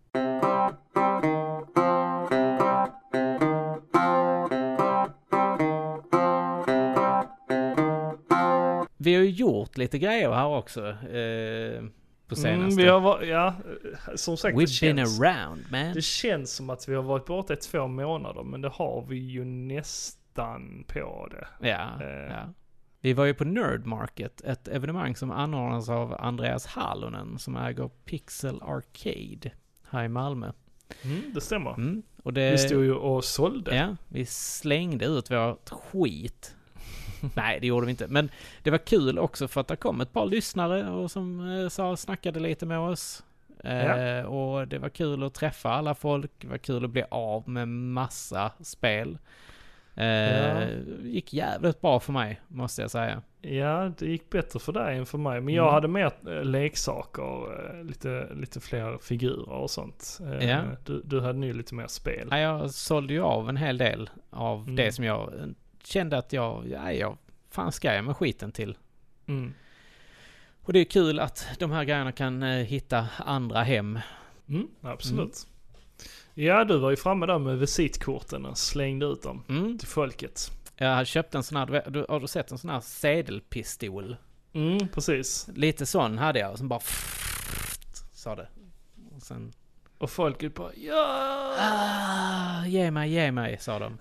Vi har ju gjort lite grejer här också. Eh, På mm, vi har varit, ja, som sagt, We've det känns, been around, man. Det känns som att vi har varit borta i två månader, men det har vi ju nästan på det. Ja, eh. ja. Vi var ju på Nerd Market, ett evenemang som anordnas av Andreas Hallonen som äger Pixel Arcade här i Malmö. Mm, det stämmer. Mm, och det, vi stod ju och sålde. Ja, vi slängde ut vårt skit Nej, det gjorde vi inte. Men det var kul också för att det kom ett par lyssnare och som eh, sa, snackade lite med oss. Eh, ja. Och det var kul att träffa alla folk. Det var kul att bli av med massa spel. Eh, ja. Gick jävligt bra för mig, måste jag säga. Ja, det gick bättre för dig än för mig. Men jag mm. hade mer äh, leksaker, äh, lite, lite fler figurer och sånt. Äh, ja. du, du hade nu lite mer spel. Ja, jag sålde ju av en hel del av mm. det som jag kände att jag, ja, jag fan ska jag med skiten till. Mm. Och det är kul att de här grejerna kan äh, hitta andra hem. Mm, absolut. Mm. Ja, du var ju framme där med visitkorten och slängde ut dem mm. till folket. Jag har köpt en sån här, du, har du sett en sån här sedelpistol? Mm, precis. Lite sån hade jag, som bara sa det. Och, sen, och folket bara, ja! Ah, ge mig, ge mig, sa de.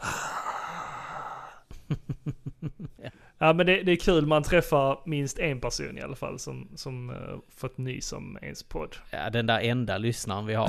ja. ja, men det, det är kul, man träffar minst en person i alla fall som, som uh, fått nys om ens podd. Ja, den där enda lyssnaren vi har.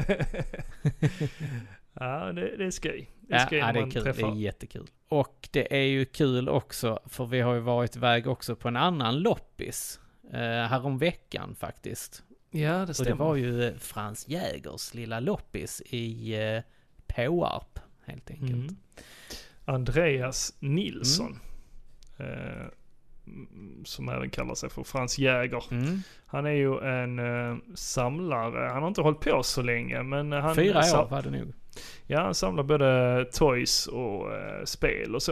ja, det, det är skoj. Det är, ja, ja, det är kul, träffar. Det är jättekul. Och det är ju kul också, för vi har ju varit iväg också på en annan loppis eh, härom veckan faktiskt. Ja, det stämmer. Och det var ju Frans Jägers lilla loppis i eh, Påarp, helt enkelt. Mm. Andreas Nilsson, mm. eh, som även kallar sig för Frans Jäger. Mm. Han är ju en eh, samlare. Han har inte hållit på så länge, men han... Fyra år var det nog. Ja, han samlar både toys och eh, spel och så.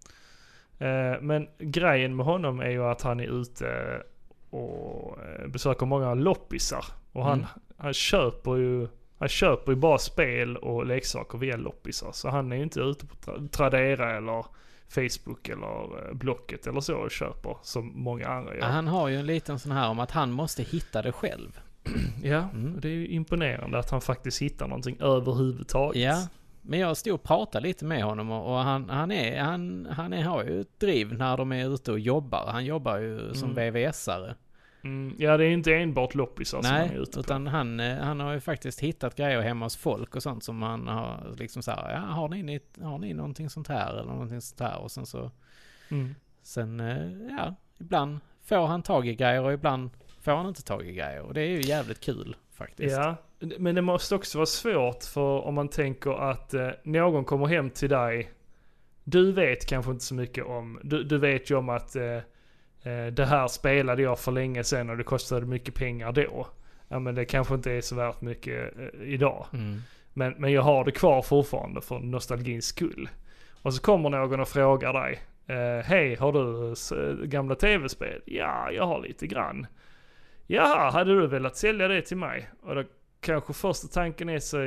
Eh, men grejen med honom är ju att han är ute och eh, besöker många loppisar. Och han, mm. han köper ju han köper ju bara spel och leksaker via loppisar. Så han är ju inte ute på tra- Tradera eller Facebook eller eh, Blocket eller så och köper som många andra gör. Ja, han har ju en liten sån här om att han måste hitta det själv. Ja, mm. det är ju imponerande att han faktiskt hittar någonting överhuvudtaget. Ja, men jag stod och pratade lite med honom och, och han, han, är, han, han är, har ju ett driv när de är ute och jobbar. Han jobbar ju som mm. V V S-are. Mm. Ja, det är inte enbart loppisar som han är ute på. Utan han, han har ju faktiskt hittat grejer hemma hos folk och sånt som han har liksom så här, ja, har ni, har ni någonting sånt här eller någonting sånt här? Och sen så, mm. sen, ja, ibland får han tag i grejer och ibland får han inte tag i grejer. Och det är ju jävligt kul faktiskt. Ja, men det måste också vara svårt för om man tänker att eh, någon kommer hem till dig. Du vet kanske inte så mycket om, du, du vet ju om att eh, det här spelade jag för länge sedan och det kostade mycket pengar då. Ja, men det kanske inte är så värt mycket eh, idag. Mm. Men, men jag har det kvar fortfarande för nostalgins skull. Och så kommer någon och frågar dig. Eh, Hej, har du eh, gamla tv-spel? Ja, jag har lite grann. Ja, hade du velat sälja det till mig? Och då kanske första tanken är så,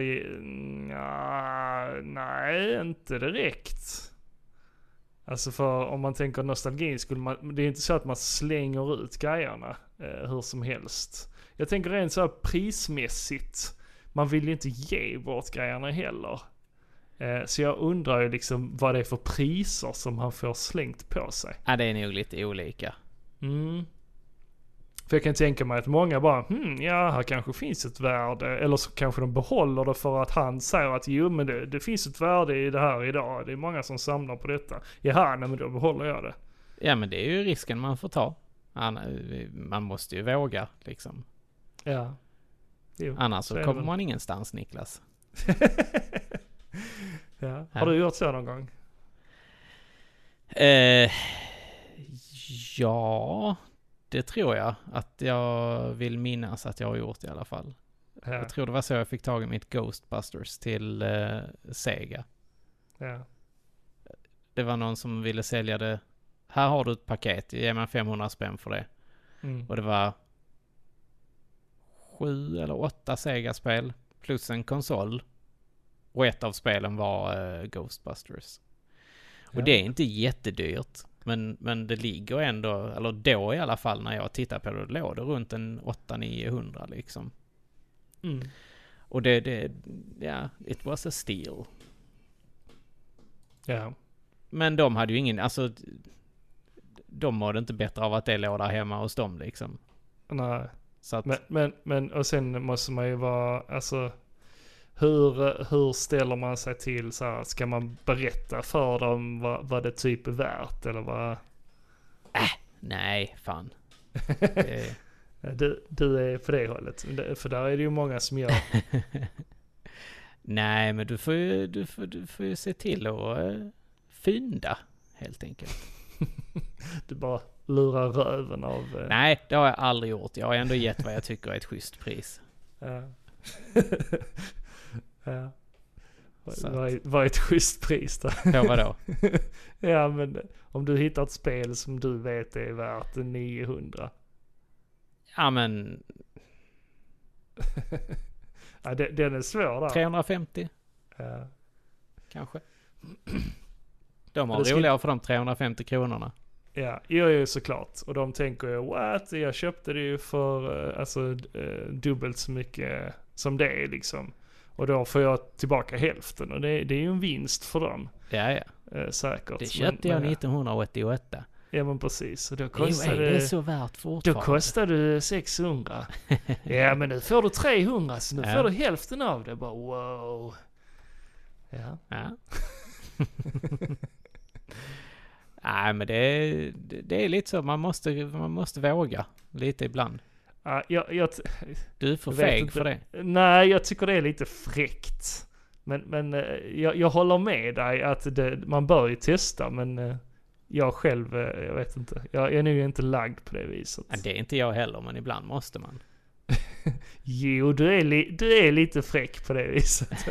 ja, nej, inte direkt. Alltså för om man tänker nostalgin skulle man, det är inte så att man slänger ut grejerna eh, hur som helst. Jag tänker rent så här prismässigt, man vill ju inte ge bort grejerna heller. Eh, så jag undrar ju liksom vad det är för priser som han får slängt på sig. Ja, det är nog lite olika. Mm. För jag kan tänka mig att många bara, hmm, ja, här kanske finns ett värde. Eller så kanske de behåller det för att han säger att jo, men det, det finns ett värde i det här idag. Det är många som samlar på detta. Jaha, nej, men då behåller jag det. Ja, men det är ju risken man får ta. Man måste ju våga, liksom. Ja. Jo, annars så kommer man ingenstans, Niklas. Ja. Har du gjort så någon gång? Eh, ja... Det tror jag att jag vill minnas att jag har gjort i alla fall. Ja. Jag tror det var så jag fick tag i mitt Ghostbusters till eh, Sega. Ja. Det var någon som ville sälja det. Här har du ett paket, ge mig femhundra spänn för det. Mm. Och det var sju eller åtta Sega-spel plus en konsol. Och ett av spelen var eh, Ghostbusters. Och ja. Det är inte jättedyrt. Men, men det ligger ändå, eller då i alla fall när jag tittar på det, det låg det runt en åtta till niohundra liksom. Mm. Och det, det, ja, it was a steal. Ja. Men de hade ju ingen, alltså, de mådde inte bättre av att det låg där hemma hos dem liksom. Nej. Så att, men, men, men, och sen måste man ju vara, alltså, hur, hur ställer man sig till så här, ska man berätta för dem vad, vad det typ är värt eller vad? Äh, nej, fan. Det... du, du är på det hållet. För där är det ju många som gör. Nej, men du får ju, du får, du får ju se till att uh, fynda, helt enkelt. Du bara lurar röven av... Uh... Nej, det har jag aldrig gjort. Jag har ändå gett vad jag tycker är ett schysst pris. Ja. Ja. Så Vad är, vad är ett schysst pris då? På vadå? Ja, men om du hittar ett spel som du vet är värt niohundra. Ja, men... Ja, det, den är svår där. trehundrafemtio? Ja. Kanske. De har Det ska- roligare för de trehundrafemtio kronorna. Ja, jag är ju såklart. Och de tänker ju, what? Jag köpte det ju för eh, alltså, eh, dubbelt så mycket som det är liksom. Och då får jag tillbaka hälften. Och det, det är ju en vinst för dem. Ja, ja. Eh, säkert. Det köpte men, jag men, nittonhundraåttioåtta. Ja, men precis. Och då Jo, kostar är det det... så värt Då fortfarande? kostar du sexhundra. Ja, men nu får du trehundra, så nu Ja. får du hälften av det. Bara wow. Ja. Ja. Nej, men det är, det är lite så. Man måste, man måste våga lite ibland. Ja, jag, jag, t- Du är för Jag vet feg inte. för det. nej, jag tycker det är lite fräckt. Men, men eh, jag, jag håller med dig att det, man bör ju testa, men eh, jag själv, eh, jag vet inte. Jag, jag är nog inte lagd på det viset. Ja, det är inte jag heller, men ibland måste man. Jo, du är, li, du är lite fräck på det viset.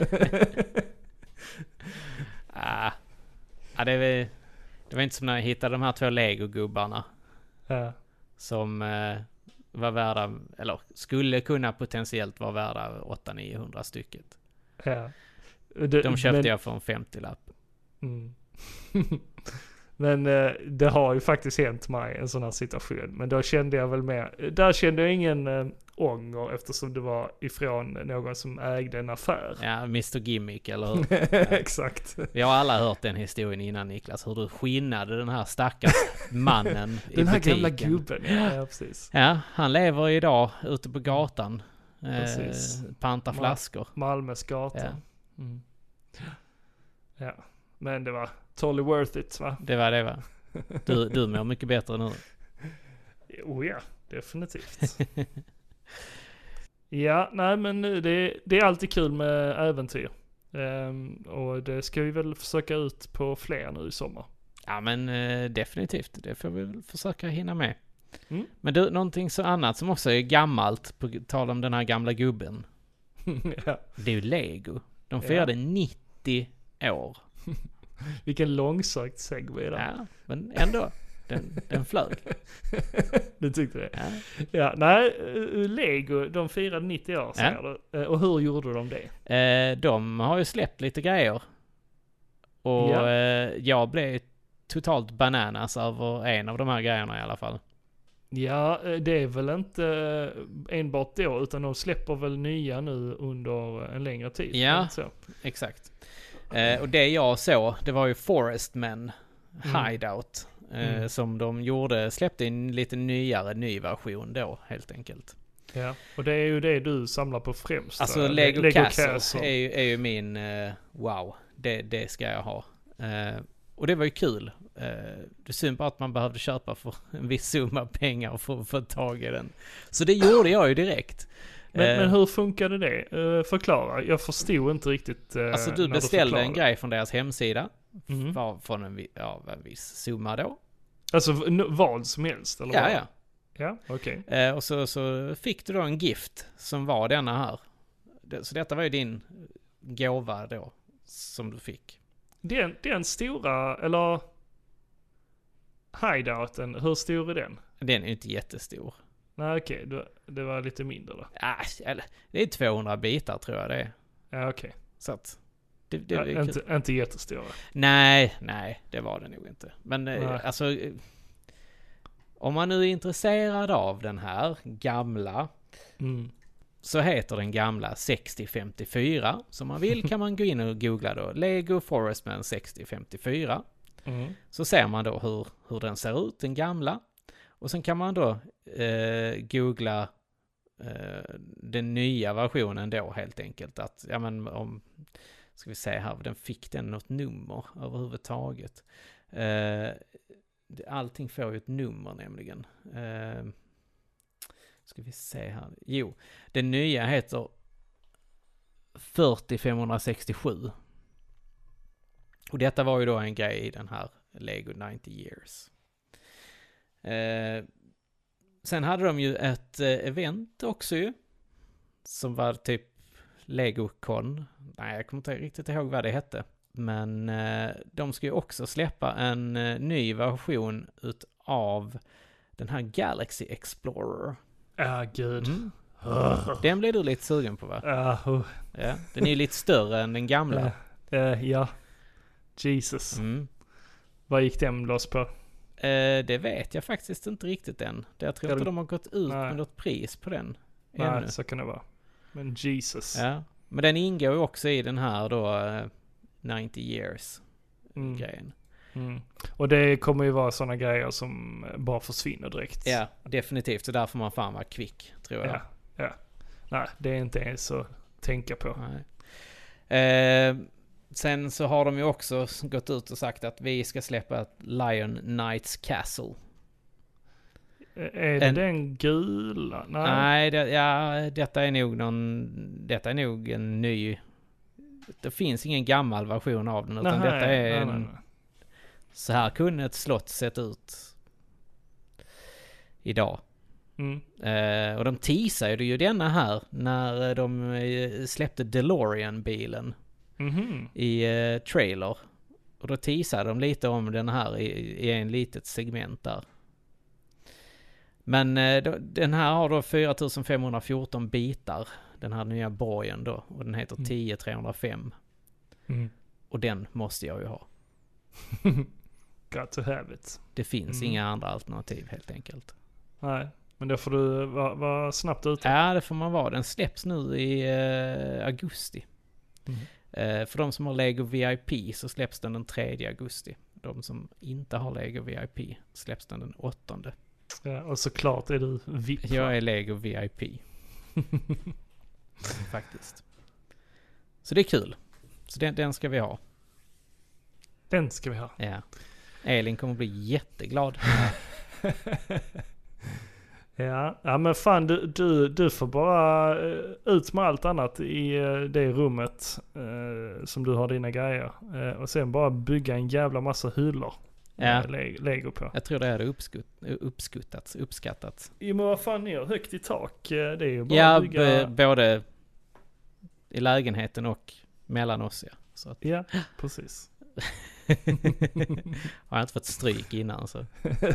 Ah. Ja, det, var, det var inte som när jag hittade de här två Lego-gubbarna Ja. som eh, var värda, eller skulle kunna potentiellt vara värda åtta niohundra stycket. Ja. Det, De köpte men, jag för en femtio-lapp. Mm. Men eh, det har ju faktiskt hänt mig en sån här situation. Men då kände jag väl mer, där kände jag ingen eh, ånger eftersom det var ifrån någon som ägde en affär. Ja, mister Gimmick, eller hur? Exakt. Vi har alla hört den historien innan, Niklas. Hur du skinnade den här stackars mannen i Den här butiken. gamla gubben, ja, ja precis. Ja, han lever idag ute på gatan. Precis. Eh, pantar Ma- flaskor. Malmös gata. Ja. Mm. Ja, men det var totally worth it, va? Det var det, va? Du, du mår mycket bättre nu. Oh ja, definitivt. Ja, nej men det, det är alltid kul med äventyr. Ehm, och det ska vi väl försöka ut på fler nu i sommar. Ja, men eh, definitivt. Det får vi väl försöka hinna med. Mm. Men du, någonting så annat som också är gammalt, på tal om den här gamla gubben. Ja. Det är ju Lego. De firade nittio år. Vilken långsökt segway där. Ja, men ändå. Den, den flög. Du tyckte det? Ja. Ja, nej, uh, Lego, de firade nittio år, säger du. Uh, och hur gjorde de det? Eh, de har ju släppt lite grejer. Och Ja. eh, jag blev totalt bananas över en av de här grejerna i alla fall. Ja, uh, det är väl inte uh, enbart då, utan de släpper väl nya nu under en längre tid. Ja. Inte så? Exakt. Eh, och det jag såg, det var ju Forestman Mm. Hideout. Eh, Mm. Som de gjorde, släppte en lite nyare, ny version då, helt enkelt. Ja, och det är ju det du samlar på främst. Alltså va? Lego, Lego Castle, Castle. Är, ju, är ju min, eh, wow, det, det ska jag ha. Eh, och det var ju kul. Eh, det är synd bara att man behövde köpa för en viss summa pengar för att få tag i den. Så det gjorde jag ju direkt. Men, Eh, men hur funkade det? Uh, förklara, jag förstod inte riktigt. Uh, Alltså du när beställde en förklarade. grej från deras hemsida. Mhm. Var från en, vi- ja, en viss summa då. Alltså v- n- vad som helst, eller Ja, vad? ja. Ja, okej. Eh, och så, så fick du då en gift som var denna här. Det, så detta var ju din gåva då som du fick. Den, den stora, eller hideouten, hur stor är den? Den är ju inte jättestor. Nej, okej, det, det var lite mindre då. Ah, eller, det är tvåhundra bitar tror jag det är. Ja, okej. Så att det, det Ja, är kul. inte, inte jättestora. Nej, nej, det var det nog inte. Men eh, Nej. alltså, eh, om man nu är intresserad av den här gamla, Mm. så heter den gamla sextio femtiofyra. Så om man vill kan man gå in och googla då Lego Forestman sextio femtiofyra. Mm. Så ser man då hur, hur den ser ut, den gamla. Och sen kan man då eh, googla eh, den nya versionen då helt enkelt. Att, ja men om, ska vi se här, den fick den något nummer överhuvudtaget. Eh, allting får ju ett nummer nämligen. Eh, ska vi se här. Jo, den nya heter fyrtio femhundrasextiosju. Och detta var ju då en grej i den här Lego nittio years. Eh, sen hade de ju ett eh, event också ju. Som var typ LegoCon. Nej, jag kommer inte riktigt ihåg vad det hette. Men eh, de ska ju också släppa en eh, ny version utav den här Galaxy Explorer. Ja, gud. Mm. Den blev du lite sugen på, va? Uh, uh. Ja, den är ju lite större än den gamla. Uh, uh, ja. Jesus. Mm. Vad gick den loss på? Eh, det vet jag faktiskt inte riktigt än. Jag tror inte de har gått ut Nej. med något pris på den. Nej, ännu. så kan det vara. Men Jesus. Ja, men den ingår ju också i den här då uh, nittio years Mm. grejen. Mm. Och det kommer ju vara sådana grejer som bara försvinner direkt. Ja, definitivt. Så där får man fan vara kvick, tror jag. Ja, ja. Nej, det är inte ens att tänka på. Nej. Eh, sen så har de ju också gått ut och sagt att vi ska släppa ett Lion Knights Castle. Är det En- den gula? Nej. Nej, det, ja, detta är nog någon, detta är nog en ny, det finns ingen gammal version av den, utan Nej, detta är nej, en, nej, nej. så här kunde ett slott sett ut idag. Mm. Eh, och de teasade ju denna här när de eh, släppte DeLorean-bilen Mhm. i eh, trailer. Och då teasade de lite om den här i, i en litet segment där. Men eh, då, den här har då fyra tusen femhundrafjorton bitar, den här nya borgen då. Och den heter Mm. tio trehundrafem. Mm. Och den måste jag ju ha. Got to have it. Det finns Mm. inga andra alternativ helt enkelt. Nej, men då får du vara, vara snabbt ute. Ja, det får man vara. Den släpps nu i eh, augusti. Mm. Eh, för de som har Lego V I P så släpps den den tredje augusti. De som inte har Lego V I P släpps den den åttonde. Ja, och såklart är du V I P. Jag är Lego V I P. Faktiskt. Så det är kul. Så den, den ska vi ha. Den ska vi ha. Ja. Elin kommer bli jätteglad. Ja, ja men fan du, du, du får bara uh, ut med allt annat i uh, det rummet uh, som du har dina grejer. Uh, och sen bara bygga en jävla massa hyllor. Ja. Med le- Lego på. Jag tror det hade uppskutt, uppskuttats, uppskattats. Jo men vad fan, ni har högt i tak. Uh, det är ju bara Ja, att bygga... b- både i lägenheten och mellan oss, ja. Så att, Ja, precis. har jag inte fått stryk innan så.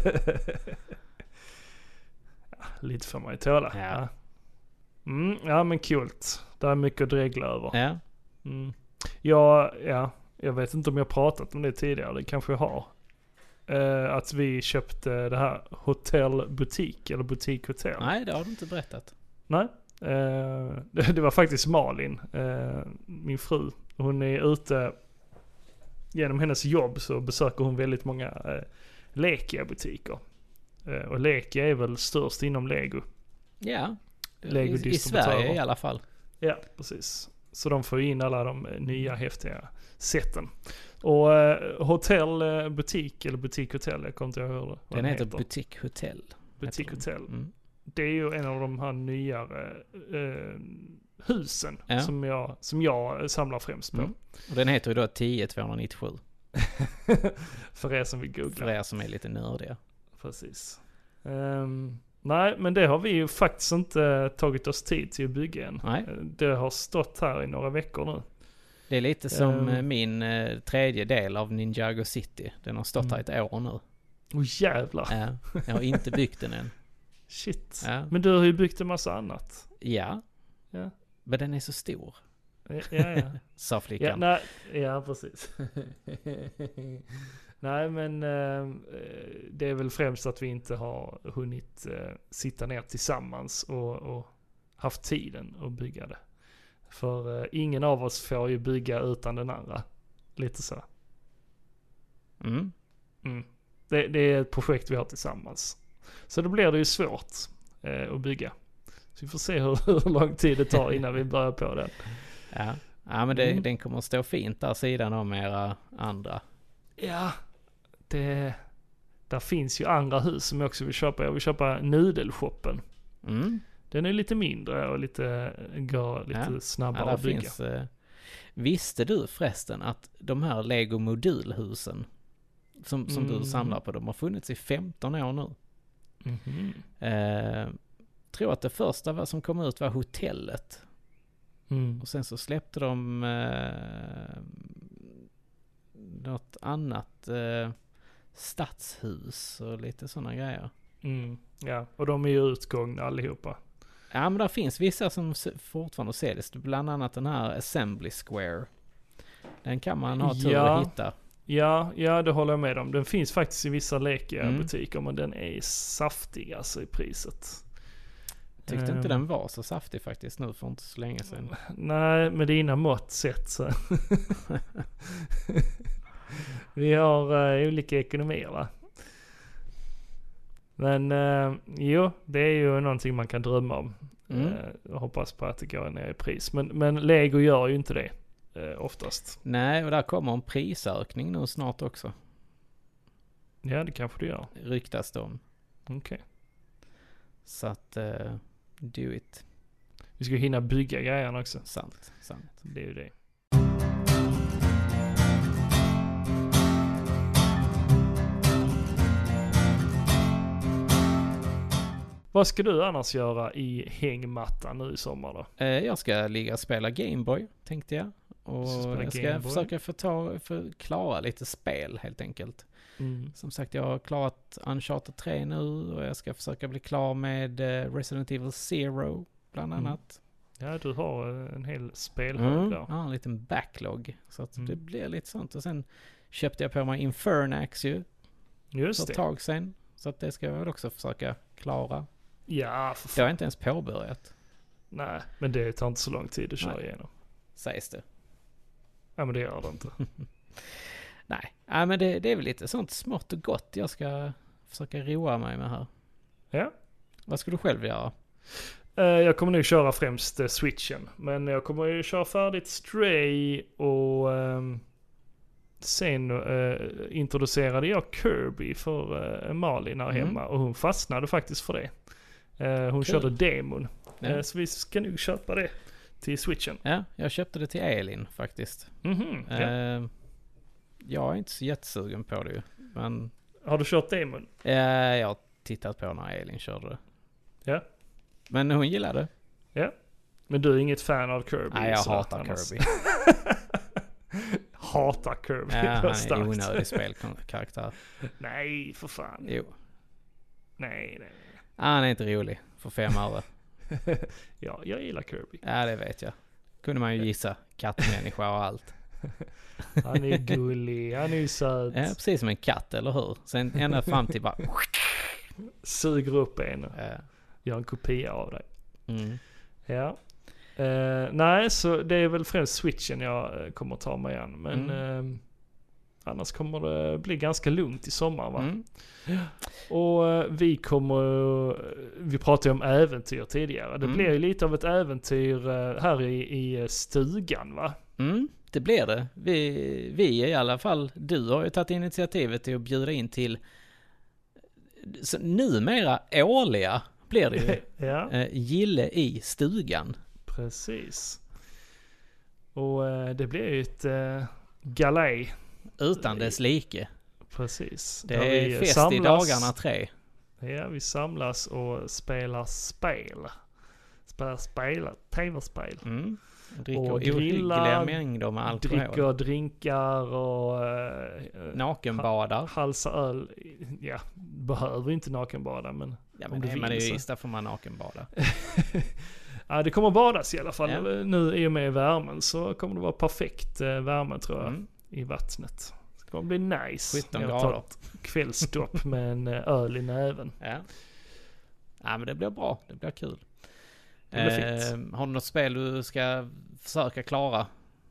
Ja, lite för mig tåla. Ja. Ja. Mm, ja men kul. Det är mycket att dregla över. Ja. Mm. Ja, ja, jag vet inte om jag pratat om det tidigare. Det kanske jag har. Uh, att vi köpte det här hotellbutik eller butikhotell. Nej, det har du inte berättat. Nej. Uh, det, det var faktiskt Malin, uh, min fru. Hon är ute, genom hennes jobb så besöker hon väldigt många uh, Lekia-butiker. Uh, och Lekia är väl störst inom Lego. Ja. Lego I, I Sverige i alla fall. Ja, precis. Så de får in alla de eh, nya häftiga sätten. Och eh, hotell, eh, butik eller butikhotell, jag kommer inte ihåg vad Den den heter heter. Butik Hotel. Butikhotell. Mm. Det är ju en av de här nyare eh, husen Ja. som, jag, som jag samlar främst på. Mm. Och den heter ju då tio tvåhundranittiosju. För er som vill googla. För er som är lite nördiga. Precis. Ehm, nej, men det har vi ju faktiskt inte tagit oss tid till att bygga än. Nej. Det har stått här i några veckor nu. Det är lite som Um. eh, min eh, tredje del av Ninjago City. Den har stått Mm. här ett år nu. Åh jävlar. Ja. Jag har inte byggt den än. Shit. Ja. Men du har ju byggt en massa annat. Ja. Ja. Men den är så stor. Ja, ja. Sa ja, flickan. nej, ja precis. Nej, men eh, det är väl främst att vi inte har hunnit eh, sitta ner tillsammans och, och haft tiden att bygga det. För eh, ingen av oss får ju bygga utan den andra. Lite så. Mm. Mm. Det, det är ett projekt vi har tillsammans. Så då blir det ju svårt eh, att bygga. Så vi får se hur, hur lång tid det tar innan vi börjar på den. Ja. Ja, men det, Mm. den kommer att stå fint där sidan om era andra. Ja, det, där finns ju andra hus som jag också vill köpa. Jag vill köpa Nudelshoppen. Mm. Den är lite mindre och lite, går lite Ja. snabbare Ja, att bygga. finns, eh, visste du förresten att de här Lego modulhusen som, som Mm. du samlar på, de har funnits i femton år nu. Mhm. Eh, tror att det första var, som kom ut var hotellet. Mm. Och sen så släppte de eh, något annat eh, stadshus och lite sådana grejer. Mm. Ja, och de är ju utgångna allihopa. Ja, men där finns vissa som se- fortfarande säljs. Bland annat den här Assembly Square. Den kan man ha tur Ja. att hitta. Ja, ja, det håller jag med om. Den finns faktiskt i vissa lekiga Mm. butiker, men den är saftig alltså i priset. Tyckte Ehm. inte den var så saftig faktiskt nu för inte så länge sedan. Nej, med dina mått sett så. Vi har uh, olika ekonomier va? Men uh, jo, det är ju någonting man kan drömma om. Mm. Uh, jag hoppas på att det går ner i pris. Men, men Lego gör ju inte det uh, oftast. Nej, och där kommer en prisökning nu snart också. Ja, det kanske det gör. Ryktas det om. Okej. Okay. Så att, uh, do it. Vi ska hinna bygga grejerna också. Sant, sant. Det är ju det. Vad ska du annars göra i hängmattan nu i sommar då? Uh, jag ska ligga och spela Gameboy, tänkte jag. Och Spela jag ska Game Boy. försöka få ta, för klara lite spel helt enkelt. Mm. Som sagt, jag har klarat Uncharted tre nu och jag ska försöka bli klar med uh, Resident Evil Zero bland Mm. annat. Ja, du har en hel spelhög Mm. där. Ja, en liten backlog. Så att Mm. det blir lite sånt. Och sen köpte jag på mig Infernax ju för Just ett det. tag sedan. Så att det ska jag väl också försöka klara. Ja, för Det fan. har jag inte ens påbörjat, Nej, men det tar inte så lång tid att köra Nej. igenom. sägs det. Ja, men det gör det inte. Nej, ja, men det, det är väl lite sånt smått och gott jag ska försöka roa mig med här. Ja. Vad ska du själv göra? Eh, Jag kommer nu köra främst eh, Switchen. Men jag kommer ju köra färdigt Stray och ehm, sen eh, introducerade jag Kirby för eh, Malin här Mm. hemma och hon fastnade faktiskt för det. Eh, hon Kul. körde demon. Ja. Eh, så vi ska nu köpa det till Switchen. Ja, jag köpte det till Elin faktiskt. Mhm, ja. Eh, jag är inte så jättesugen på det ju. Men Har du kört demon? eh, jag har tittat på när Elin körde det. Ja. Men hon gillade det. Men du är inget fan av Kirby? Nej, jag sådär hatar annars. Kirby. Hatar Kirby? Ja, Det han var är starkt. onödig spelkaraktär. Nej, för fan. Jo. Nej, nej. Han är inte rolig för fem öre. Ja, jag gillar Kirby. Ja, det vet jag. Kunde man ju gissa. Kattmänniska och allt. Han är gullig, han är ju söt. Ja, precis som en katt, eller hur? Sen ända fram till bara... Suger upp en och Ja. gör en kopia av dig. Mm. Ja. Eh, nej, så det är väl främst Switchen jag eh, kommer ta mig an. Men Mm. eh, annars kommer det bli ganska lugnt i sommar va? Mm. Och eh, vi kommer, vi pratade ju om äventyr tidigare. Det Mm. blir ju lite av ett äventyr eh, här i, i stugan va? Mm, det blir det. Vi, vi i alla fall, du har ju tagit initiativet till att bjuda in till så numera årliga blir det ju. Ja, eh, Gille i stugan. precis. Och eh, det blir ju ett eh, galej. Utan dess like. Precis. Det Där är vi fest samlas- i dagarna tre. Ja, vi samlas och spelar spel. Spelar spel, tv-spel. Mm. Dricker Och ohyggliga grillar, mängder med alkohol. Dricker drinkar och eh, Nakenbadar. halsar öl. Ja, behöver inte nakenbada men Ja, om men du är vill man det så. ju där får man nakenbada. Ja, det kommer att badas i alla fall. Ja. Nu i och med värmen så kommer det vara perfekt eh, värme tror jag Mm. i vattnet. Det kommer bli nice. sjutton Jag tar grader. ett kvällsstopp med en eh, öl i näven. Ja. Ja, men det blir bra. Det blir kul. Det blir fint. Eh, har du något spel du ska försöka klara?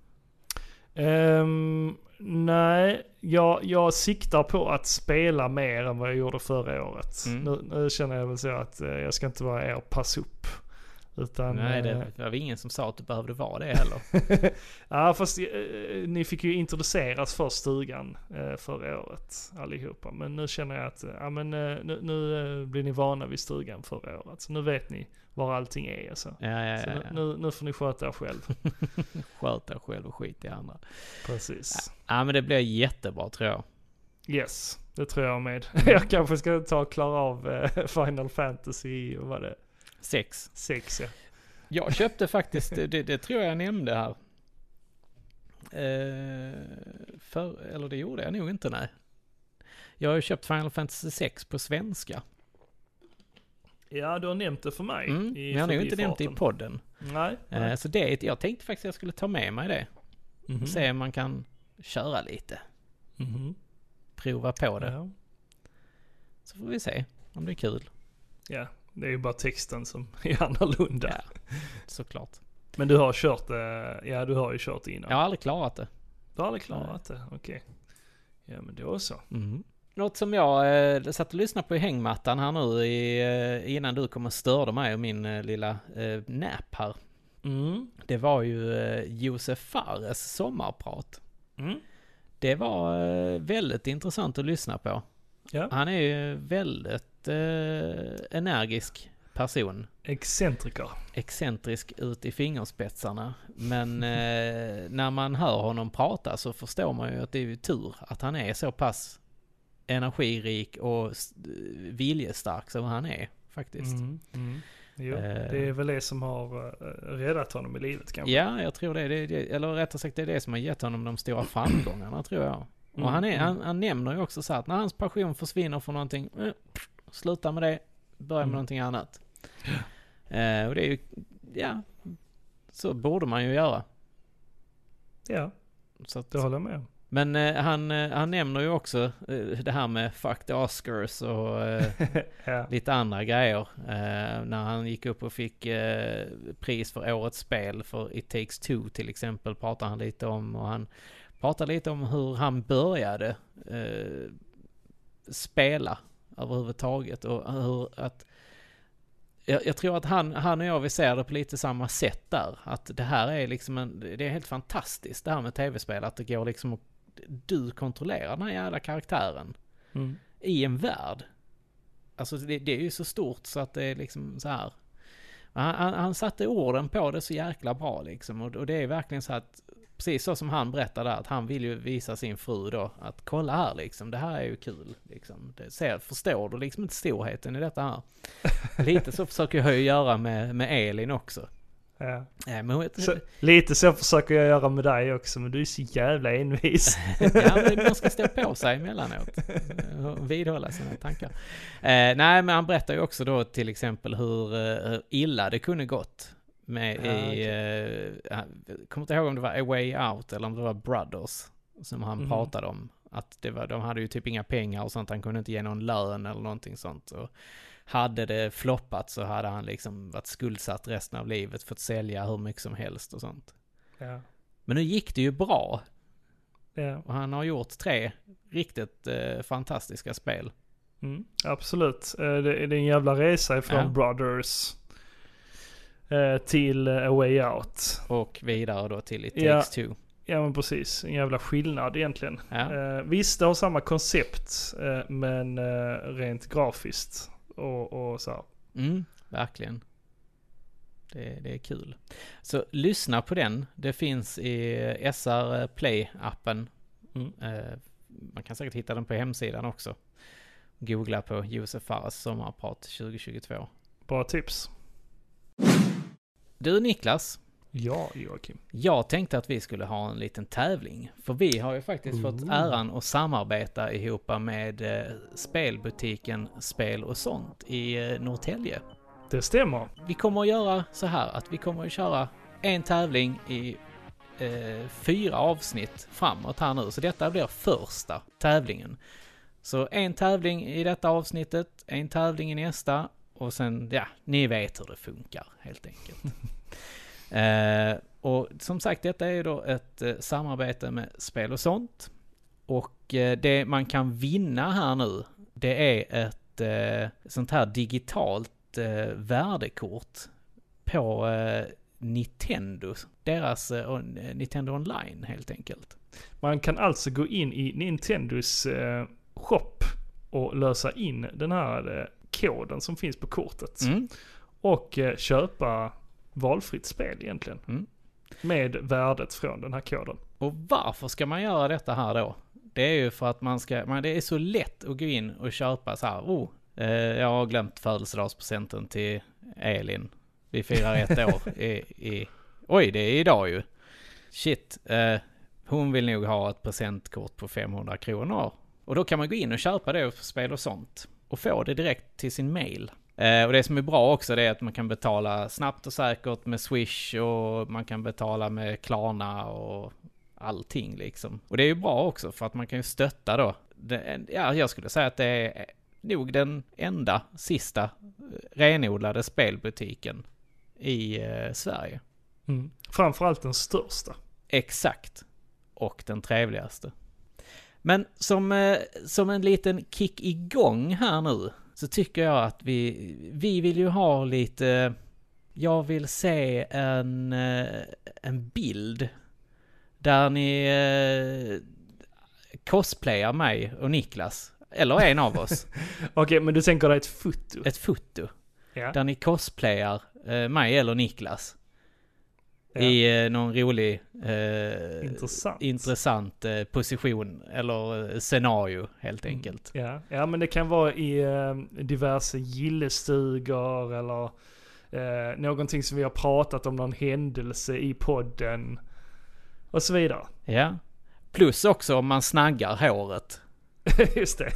Ehm, nej, jag, jag siktar på att spela mer än vad jag gjorde förra året. Mm. Nu, nu känner jag väl så att eh, jag ska inte vara er pass upp. Utan, Nej, det var ingen som sa att du behövde vara det heller. Ja, fast eh, ni fick ju introduceras för stugan eh, förra året allihopa. Men nu känner jag att ja, men, eh, nu, nu eh, blir ni vana vid stugan förra året. Så nu vet ni var allting är. Så, Ja, ja, så ja, ja. Nu, nu får ni sköta er själv. Sköta själv och skit i andra. Precis. Ja, ja, men det blir jättebra tror jag. Yes, det tror jag med. Jag kanske ska ta och klara av eh, Final Fantasy och vad det är. Sex. Sex, ja. Jag köpte faktiskt, det, det tror jag nämnde här. Eh, för, eller det gjorde jag nog inte, nej. Jag har ju köpt Final Fantasy sex på svenska. Ja, du har nämnt det för mig. Mm, I men jag har nog inte nämnt det i podden. Nej. nej. Eh, så det, jag tänkte faktiskt att jag skulle ta med mig det. Mm-hmm. Och se om man kan köra lite. Mm-hmm. Prova på det. Ja. Så får vi se om det är kul. Ja, det är ju bara texten som är annorlunda. Ja, såklart. Men du har kört det, ja du har ju kört innan. Jag har aldrig klarat det. Du har aldrig klarat det, okej. Okay. Ja men då så. Mm. Något som jag eh, satt och lyssnade på i hängmattan här nu i, eh, innan du kom och störde mig och min eh, lilla eh, nap här. Mm. Det var ju eh, Josef Fares sommarprat. Mm. Det var eh, väldigt intressant att lyssna på. Ja. Han är ju väldigt eh, energisk person. Excentriker. Excentrisk ut i fingerspetsarna. Men eh, när man hör honom prata så förstår man ju att det är ju tur att han är så pass energirik och viljestark som han är faktiskt. Mm. Mm. Jo, Eh. det är väl det som har uh, räddat honom i livet kanske. Ja, jag tror det. det, det eller rättare sagt det är det som har gett honom de stora framgångarna tror jag. Mm. Och han, är, han, han nämner ju också så att när hans passion försvinner för någonting, eh, sluta med det, börja med Mm. någonting annat. Eh, och det är ju, ja, så borde man ju göra. Ja, Så att, det håller jag med om. men eh, han, eh, han nämner ju också eh, det här med fuck the Oscars och eh, Ja. lite andra grejer. Eh, när han gick upp och fick eh, pris för årets spel för It Takes Two till exempel pratar han lite om. Och han pratar lite om hur han började eh, spela överhuvudtaget. Och hur att jag, jag tror att han, han och jag vi ser det på lite samma sätt där. Att det här är liksom en, det är helt fantastiskt det här med tv-spel. Att det går liksom att du kontrollerar den här jävla karaktären Mm. i en värld. Alltså det, det är ju så stort så att det är liksom så här. Han, han, han satte orden på det så jäkla bra liksom. Och, och det är verkligen så att precis så som han berättade att han vill ju visa sin fru då att kolla här liksom, det här är ju kul liksom. Det ser, förstår du liksom inte storheten i detta här. Lite så försöker jag ju göra med, med Elin också. Ja. Ja, men, Så, lite så försöker jag göra med dig också, men du är så jävla envis. ja, men man ska stå på sig emellanåt och vidhålla sina tankar. Eh, nej, men han berättar ju också då till exempel hur, hur illa det kunde gått med Ja, i, okay. eh, jag kommer inte ihåg om det var A Way Out eller om det var Brothers som han Mhm. pratade om. Att det var, de hade ju typ inga pengar och sånt, han kunde inte ge någon lön eller någonting sånt. Och hade det floppat så hade han liksom varit skuldsatt resten av livet, fått sälja hur mycket som helst och sånt. Ja. Men nu gick det ju bra. Ja. Och han har gjort tre riktigt eh, fantastiska spel. Mm, absolut. Eh, Det är det är en jävla resa från Ja. Brothers eh, till eh, A Way Out. Och vidare då till It Ja. Takes Two. Ja men precis, en jävla skillnad egentligen. Ja. Eh, visst, det har samma koncept, eh, men eh, rent grafiskt och, och så här. Mm, verkligen. Det, det är kul. Så lyssna på den. Det finns i S R Play-appen. Mm. Eh, man kan säkert hitta den på hemsidan också. Googla på Josef Fares sommarprat tjugo tjugotvå. Bra tips. Du Niklas, Ja, Joakim. jag tänkte att vi skulle ha en liten tävling. För vi har ju faktiskt fått Ooh. äran att samarbeta ihop med eh, spelbutiken Spel och sånt i eh, Norrtälje. Det stämmer. Vi kommer att göra så här att vi kommer att köra en tävling i eh, fyra avsnitt framåt här nu. Så detta blir första tävlingen. Så en tävling i detta avsnittet, en tävling i nästa och sen, ja, ni vet hur det funkar helt enkelt. eh, och som sagt, detta är då ett eh, samarbete med Spel och sånt. Och eh, det man kan vinna här nu, det är ett eh, sånt här digitalt eh, värdekort. på eh, Nintendo, deras eh, Nintendo Online helt enkelt. Man kan alltså gå in i Nintendos eh, shop och lösa in den här eh, koden som finns på kortet. Mm. Och eh, köpa valfritt spel egentligen. Mm. Med värdet från den här koden. Och varför ska man göra detta här då? Det är ju för att man ska, man, det är så lätt att gå in och köpa så här, oh, eh, jag har glömt födelsedagspresenten till Elin. Vi firar ett år i, i, oj det är idag ju. Shit, eh, hon vill nog ha ett presentkort på femhundra kronor. Och då kan man gå in och köpa det för spel och sånt. Och få det direkt till sin mail. Eh, och det som är bra också det är att man kan betala snabbt och säkert med Swish. Och man kan betala med Klarna och allting liksom. Och det är ju bra också för att man kan ju stötta då. Det, ja, jag skulle säga att det är nog den enda sista renodlade spelbutiken i eh, Sverige. Mm. Framförallt den största. Exakt. Och den trevligaste. Men som, eh, som en liten kick igång här nu så tycker jag att vi, vi vill ju ha lite, jag vill se en, eh, en bild där ni eh, cosplayar mig och Niklas. Eller en av oss. Okej, okay, men du tänker dig ett foto? Ett foto. Ja. Där ni cosplayar eh, mig eller Niklas. Ja. I eh, någon rolig eh, intressant, intressant eh, position eller eh, scenario helt enkelt. Mm. Ja. Ja, men det kan vara i eh, diverse gillestugor eller eh, någonting som vi har pratat om, någon händelse i podden och så vidare. Ja. Plus också om man snaggar håret. Just det.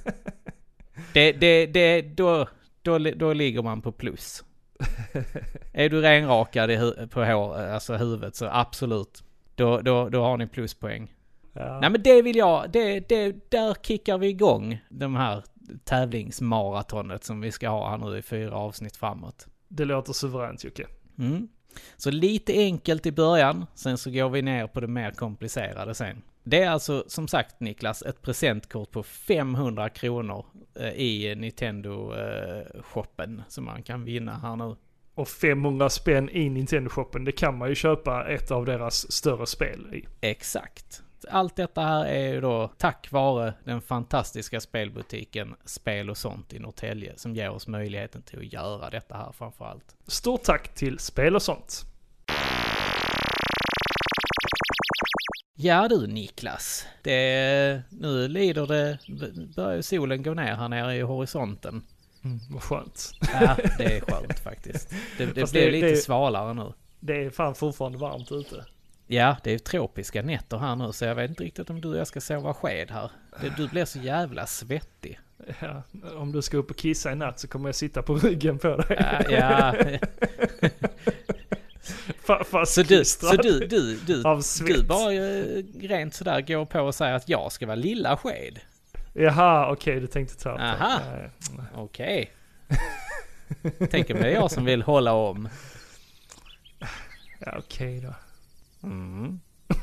det, det, det då, då, då ligger man på plus. Är du renrakad i hu- på hår, alltså huvudet så absolut. Då, då, då har ni pluspoäng. Ja. Nej men det vill jag, det, det, där kickar vi igång de här tävlingsmaratonet som vi ska ha här nu i fyra avsnitt framåt. Det låter suveränt, Jocke. Mm. Så lite enkelt i början, sen så går vi ner på det mer komplicerade sen. Det är alltså som sagt Niklas ett presentkort på femhundra kronor eh, i Nintendo-shoppen eh, som man kan vinna här nu. Och femhundra spänn i Nintendo-shoppen, det kan man ju köpa ett av deras större spel i. Exakt. Allt detta här är ju då tack vare den fantastiska spelbutiken Spel och sånt i Norrtälje som ger oss möjligheten till att göra detta här framförallt. Stort tack till Spel och sånt. Ja du Niklas, det, nu lider det, börjar solen gå ner här nere i horisonten. Mm, vad skönt. Ja, det är skönt faktiskt. Det, det blir det, lite det, svalare nu. Det är fan fortfarande varmt ute. Ja, det är ju tropiska nätter här nu så jag vet inte riktigt om du och jag ska sova sked här. Det, du blir så jävla svettig. Ja, om du ska upp och kissa i natt så kommer jag sitta på ryggen på dig. Ja, ja. Så du, så du, du, du, du bara rent sådär går på och säger att jag ska vara lilla sked. Jaha, okej, okay, du tänkte ta det. Aha, okej. Okay. Tänker mig jag som vill hålla om. Ja, okej okay då. Mm.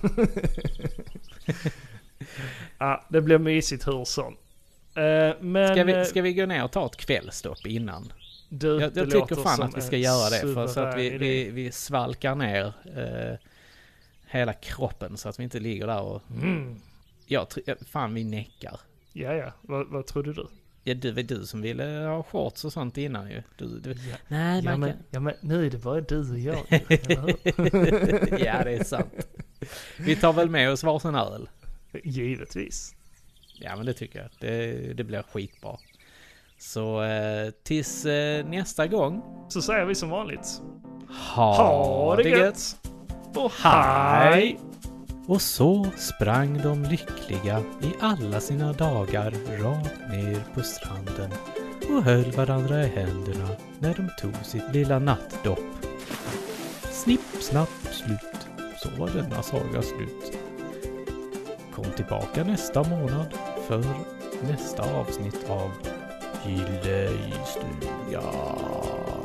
Ja, det blir mysigt hur som. Uh, men, ska, vi, ska vi gå ner och ta ett kvällstopp innan? Du, jag jag tycker fan att vi ska göra det för så att vi, vi, vi svalkar ner uh, hela kroppen så att vi inte ligger där och mm. ja, fan vi näckar. Ja, ja. Vad, vad trodde du? Ja, du var du som ville ha shorts och sånt innan ju. Du, du, ja. Nej, ja, man men, kan... ja, men nu är det bara du och jag. Ja, det är sant. Vi tar väl med oss varsin öl. Givetvis. Ja, men det tycker jag. Det, det blir skitbra. Så eh, tills eh, nästa gång. Så säger vi som vanligt. Ha, ha det gött. gött. Och hej! Och så sprang de lyckliga i alla sina dagar rakt ner på stranden och höll varandra i händerna när de tog sitt lilla nattdopp. Snipp, snapp, slut. Så var denna saga slut. Kom tillbaka nästa månad för nästa avsnitt av Gillestugan.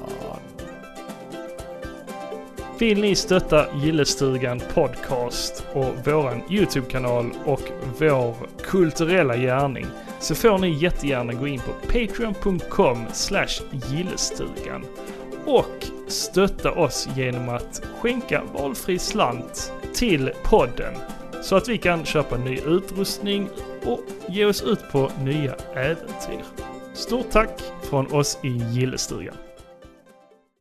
Vill ni stötta Gillestugan podcast och våran YouTube-kanal och vår kulturella gärning så får ni jättegärna gå in på patreon punkt com slash gillestugan och stötta oss genom att skänka valfri slant till podden så att vi kan köpa ny utrustning och ge oss ut på nya äventyr. Stort tack från oss i Gillestugan.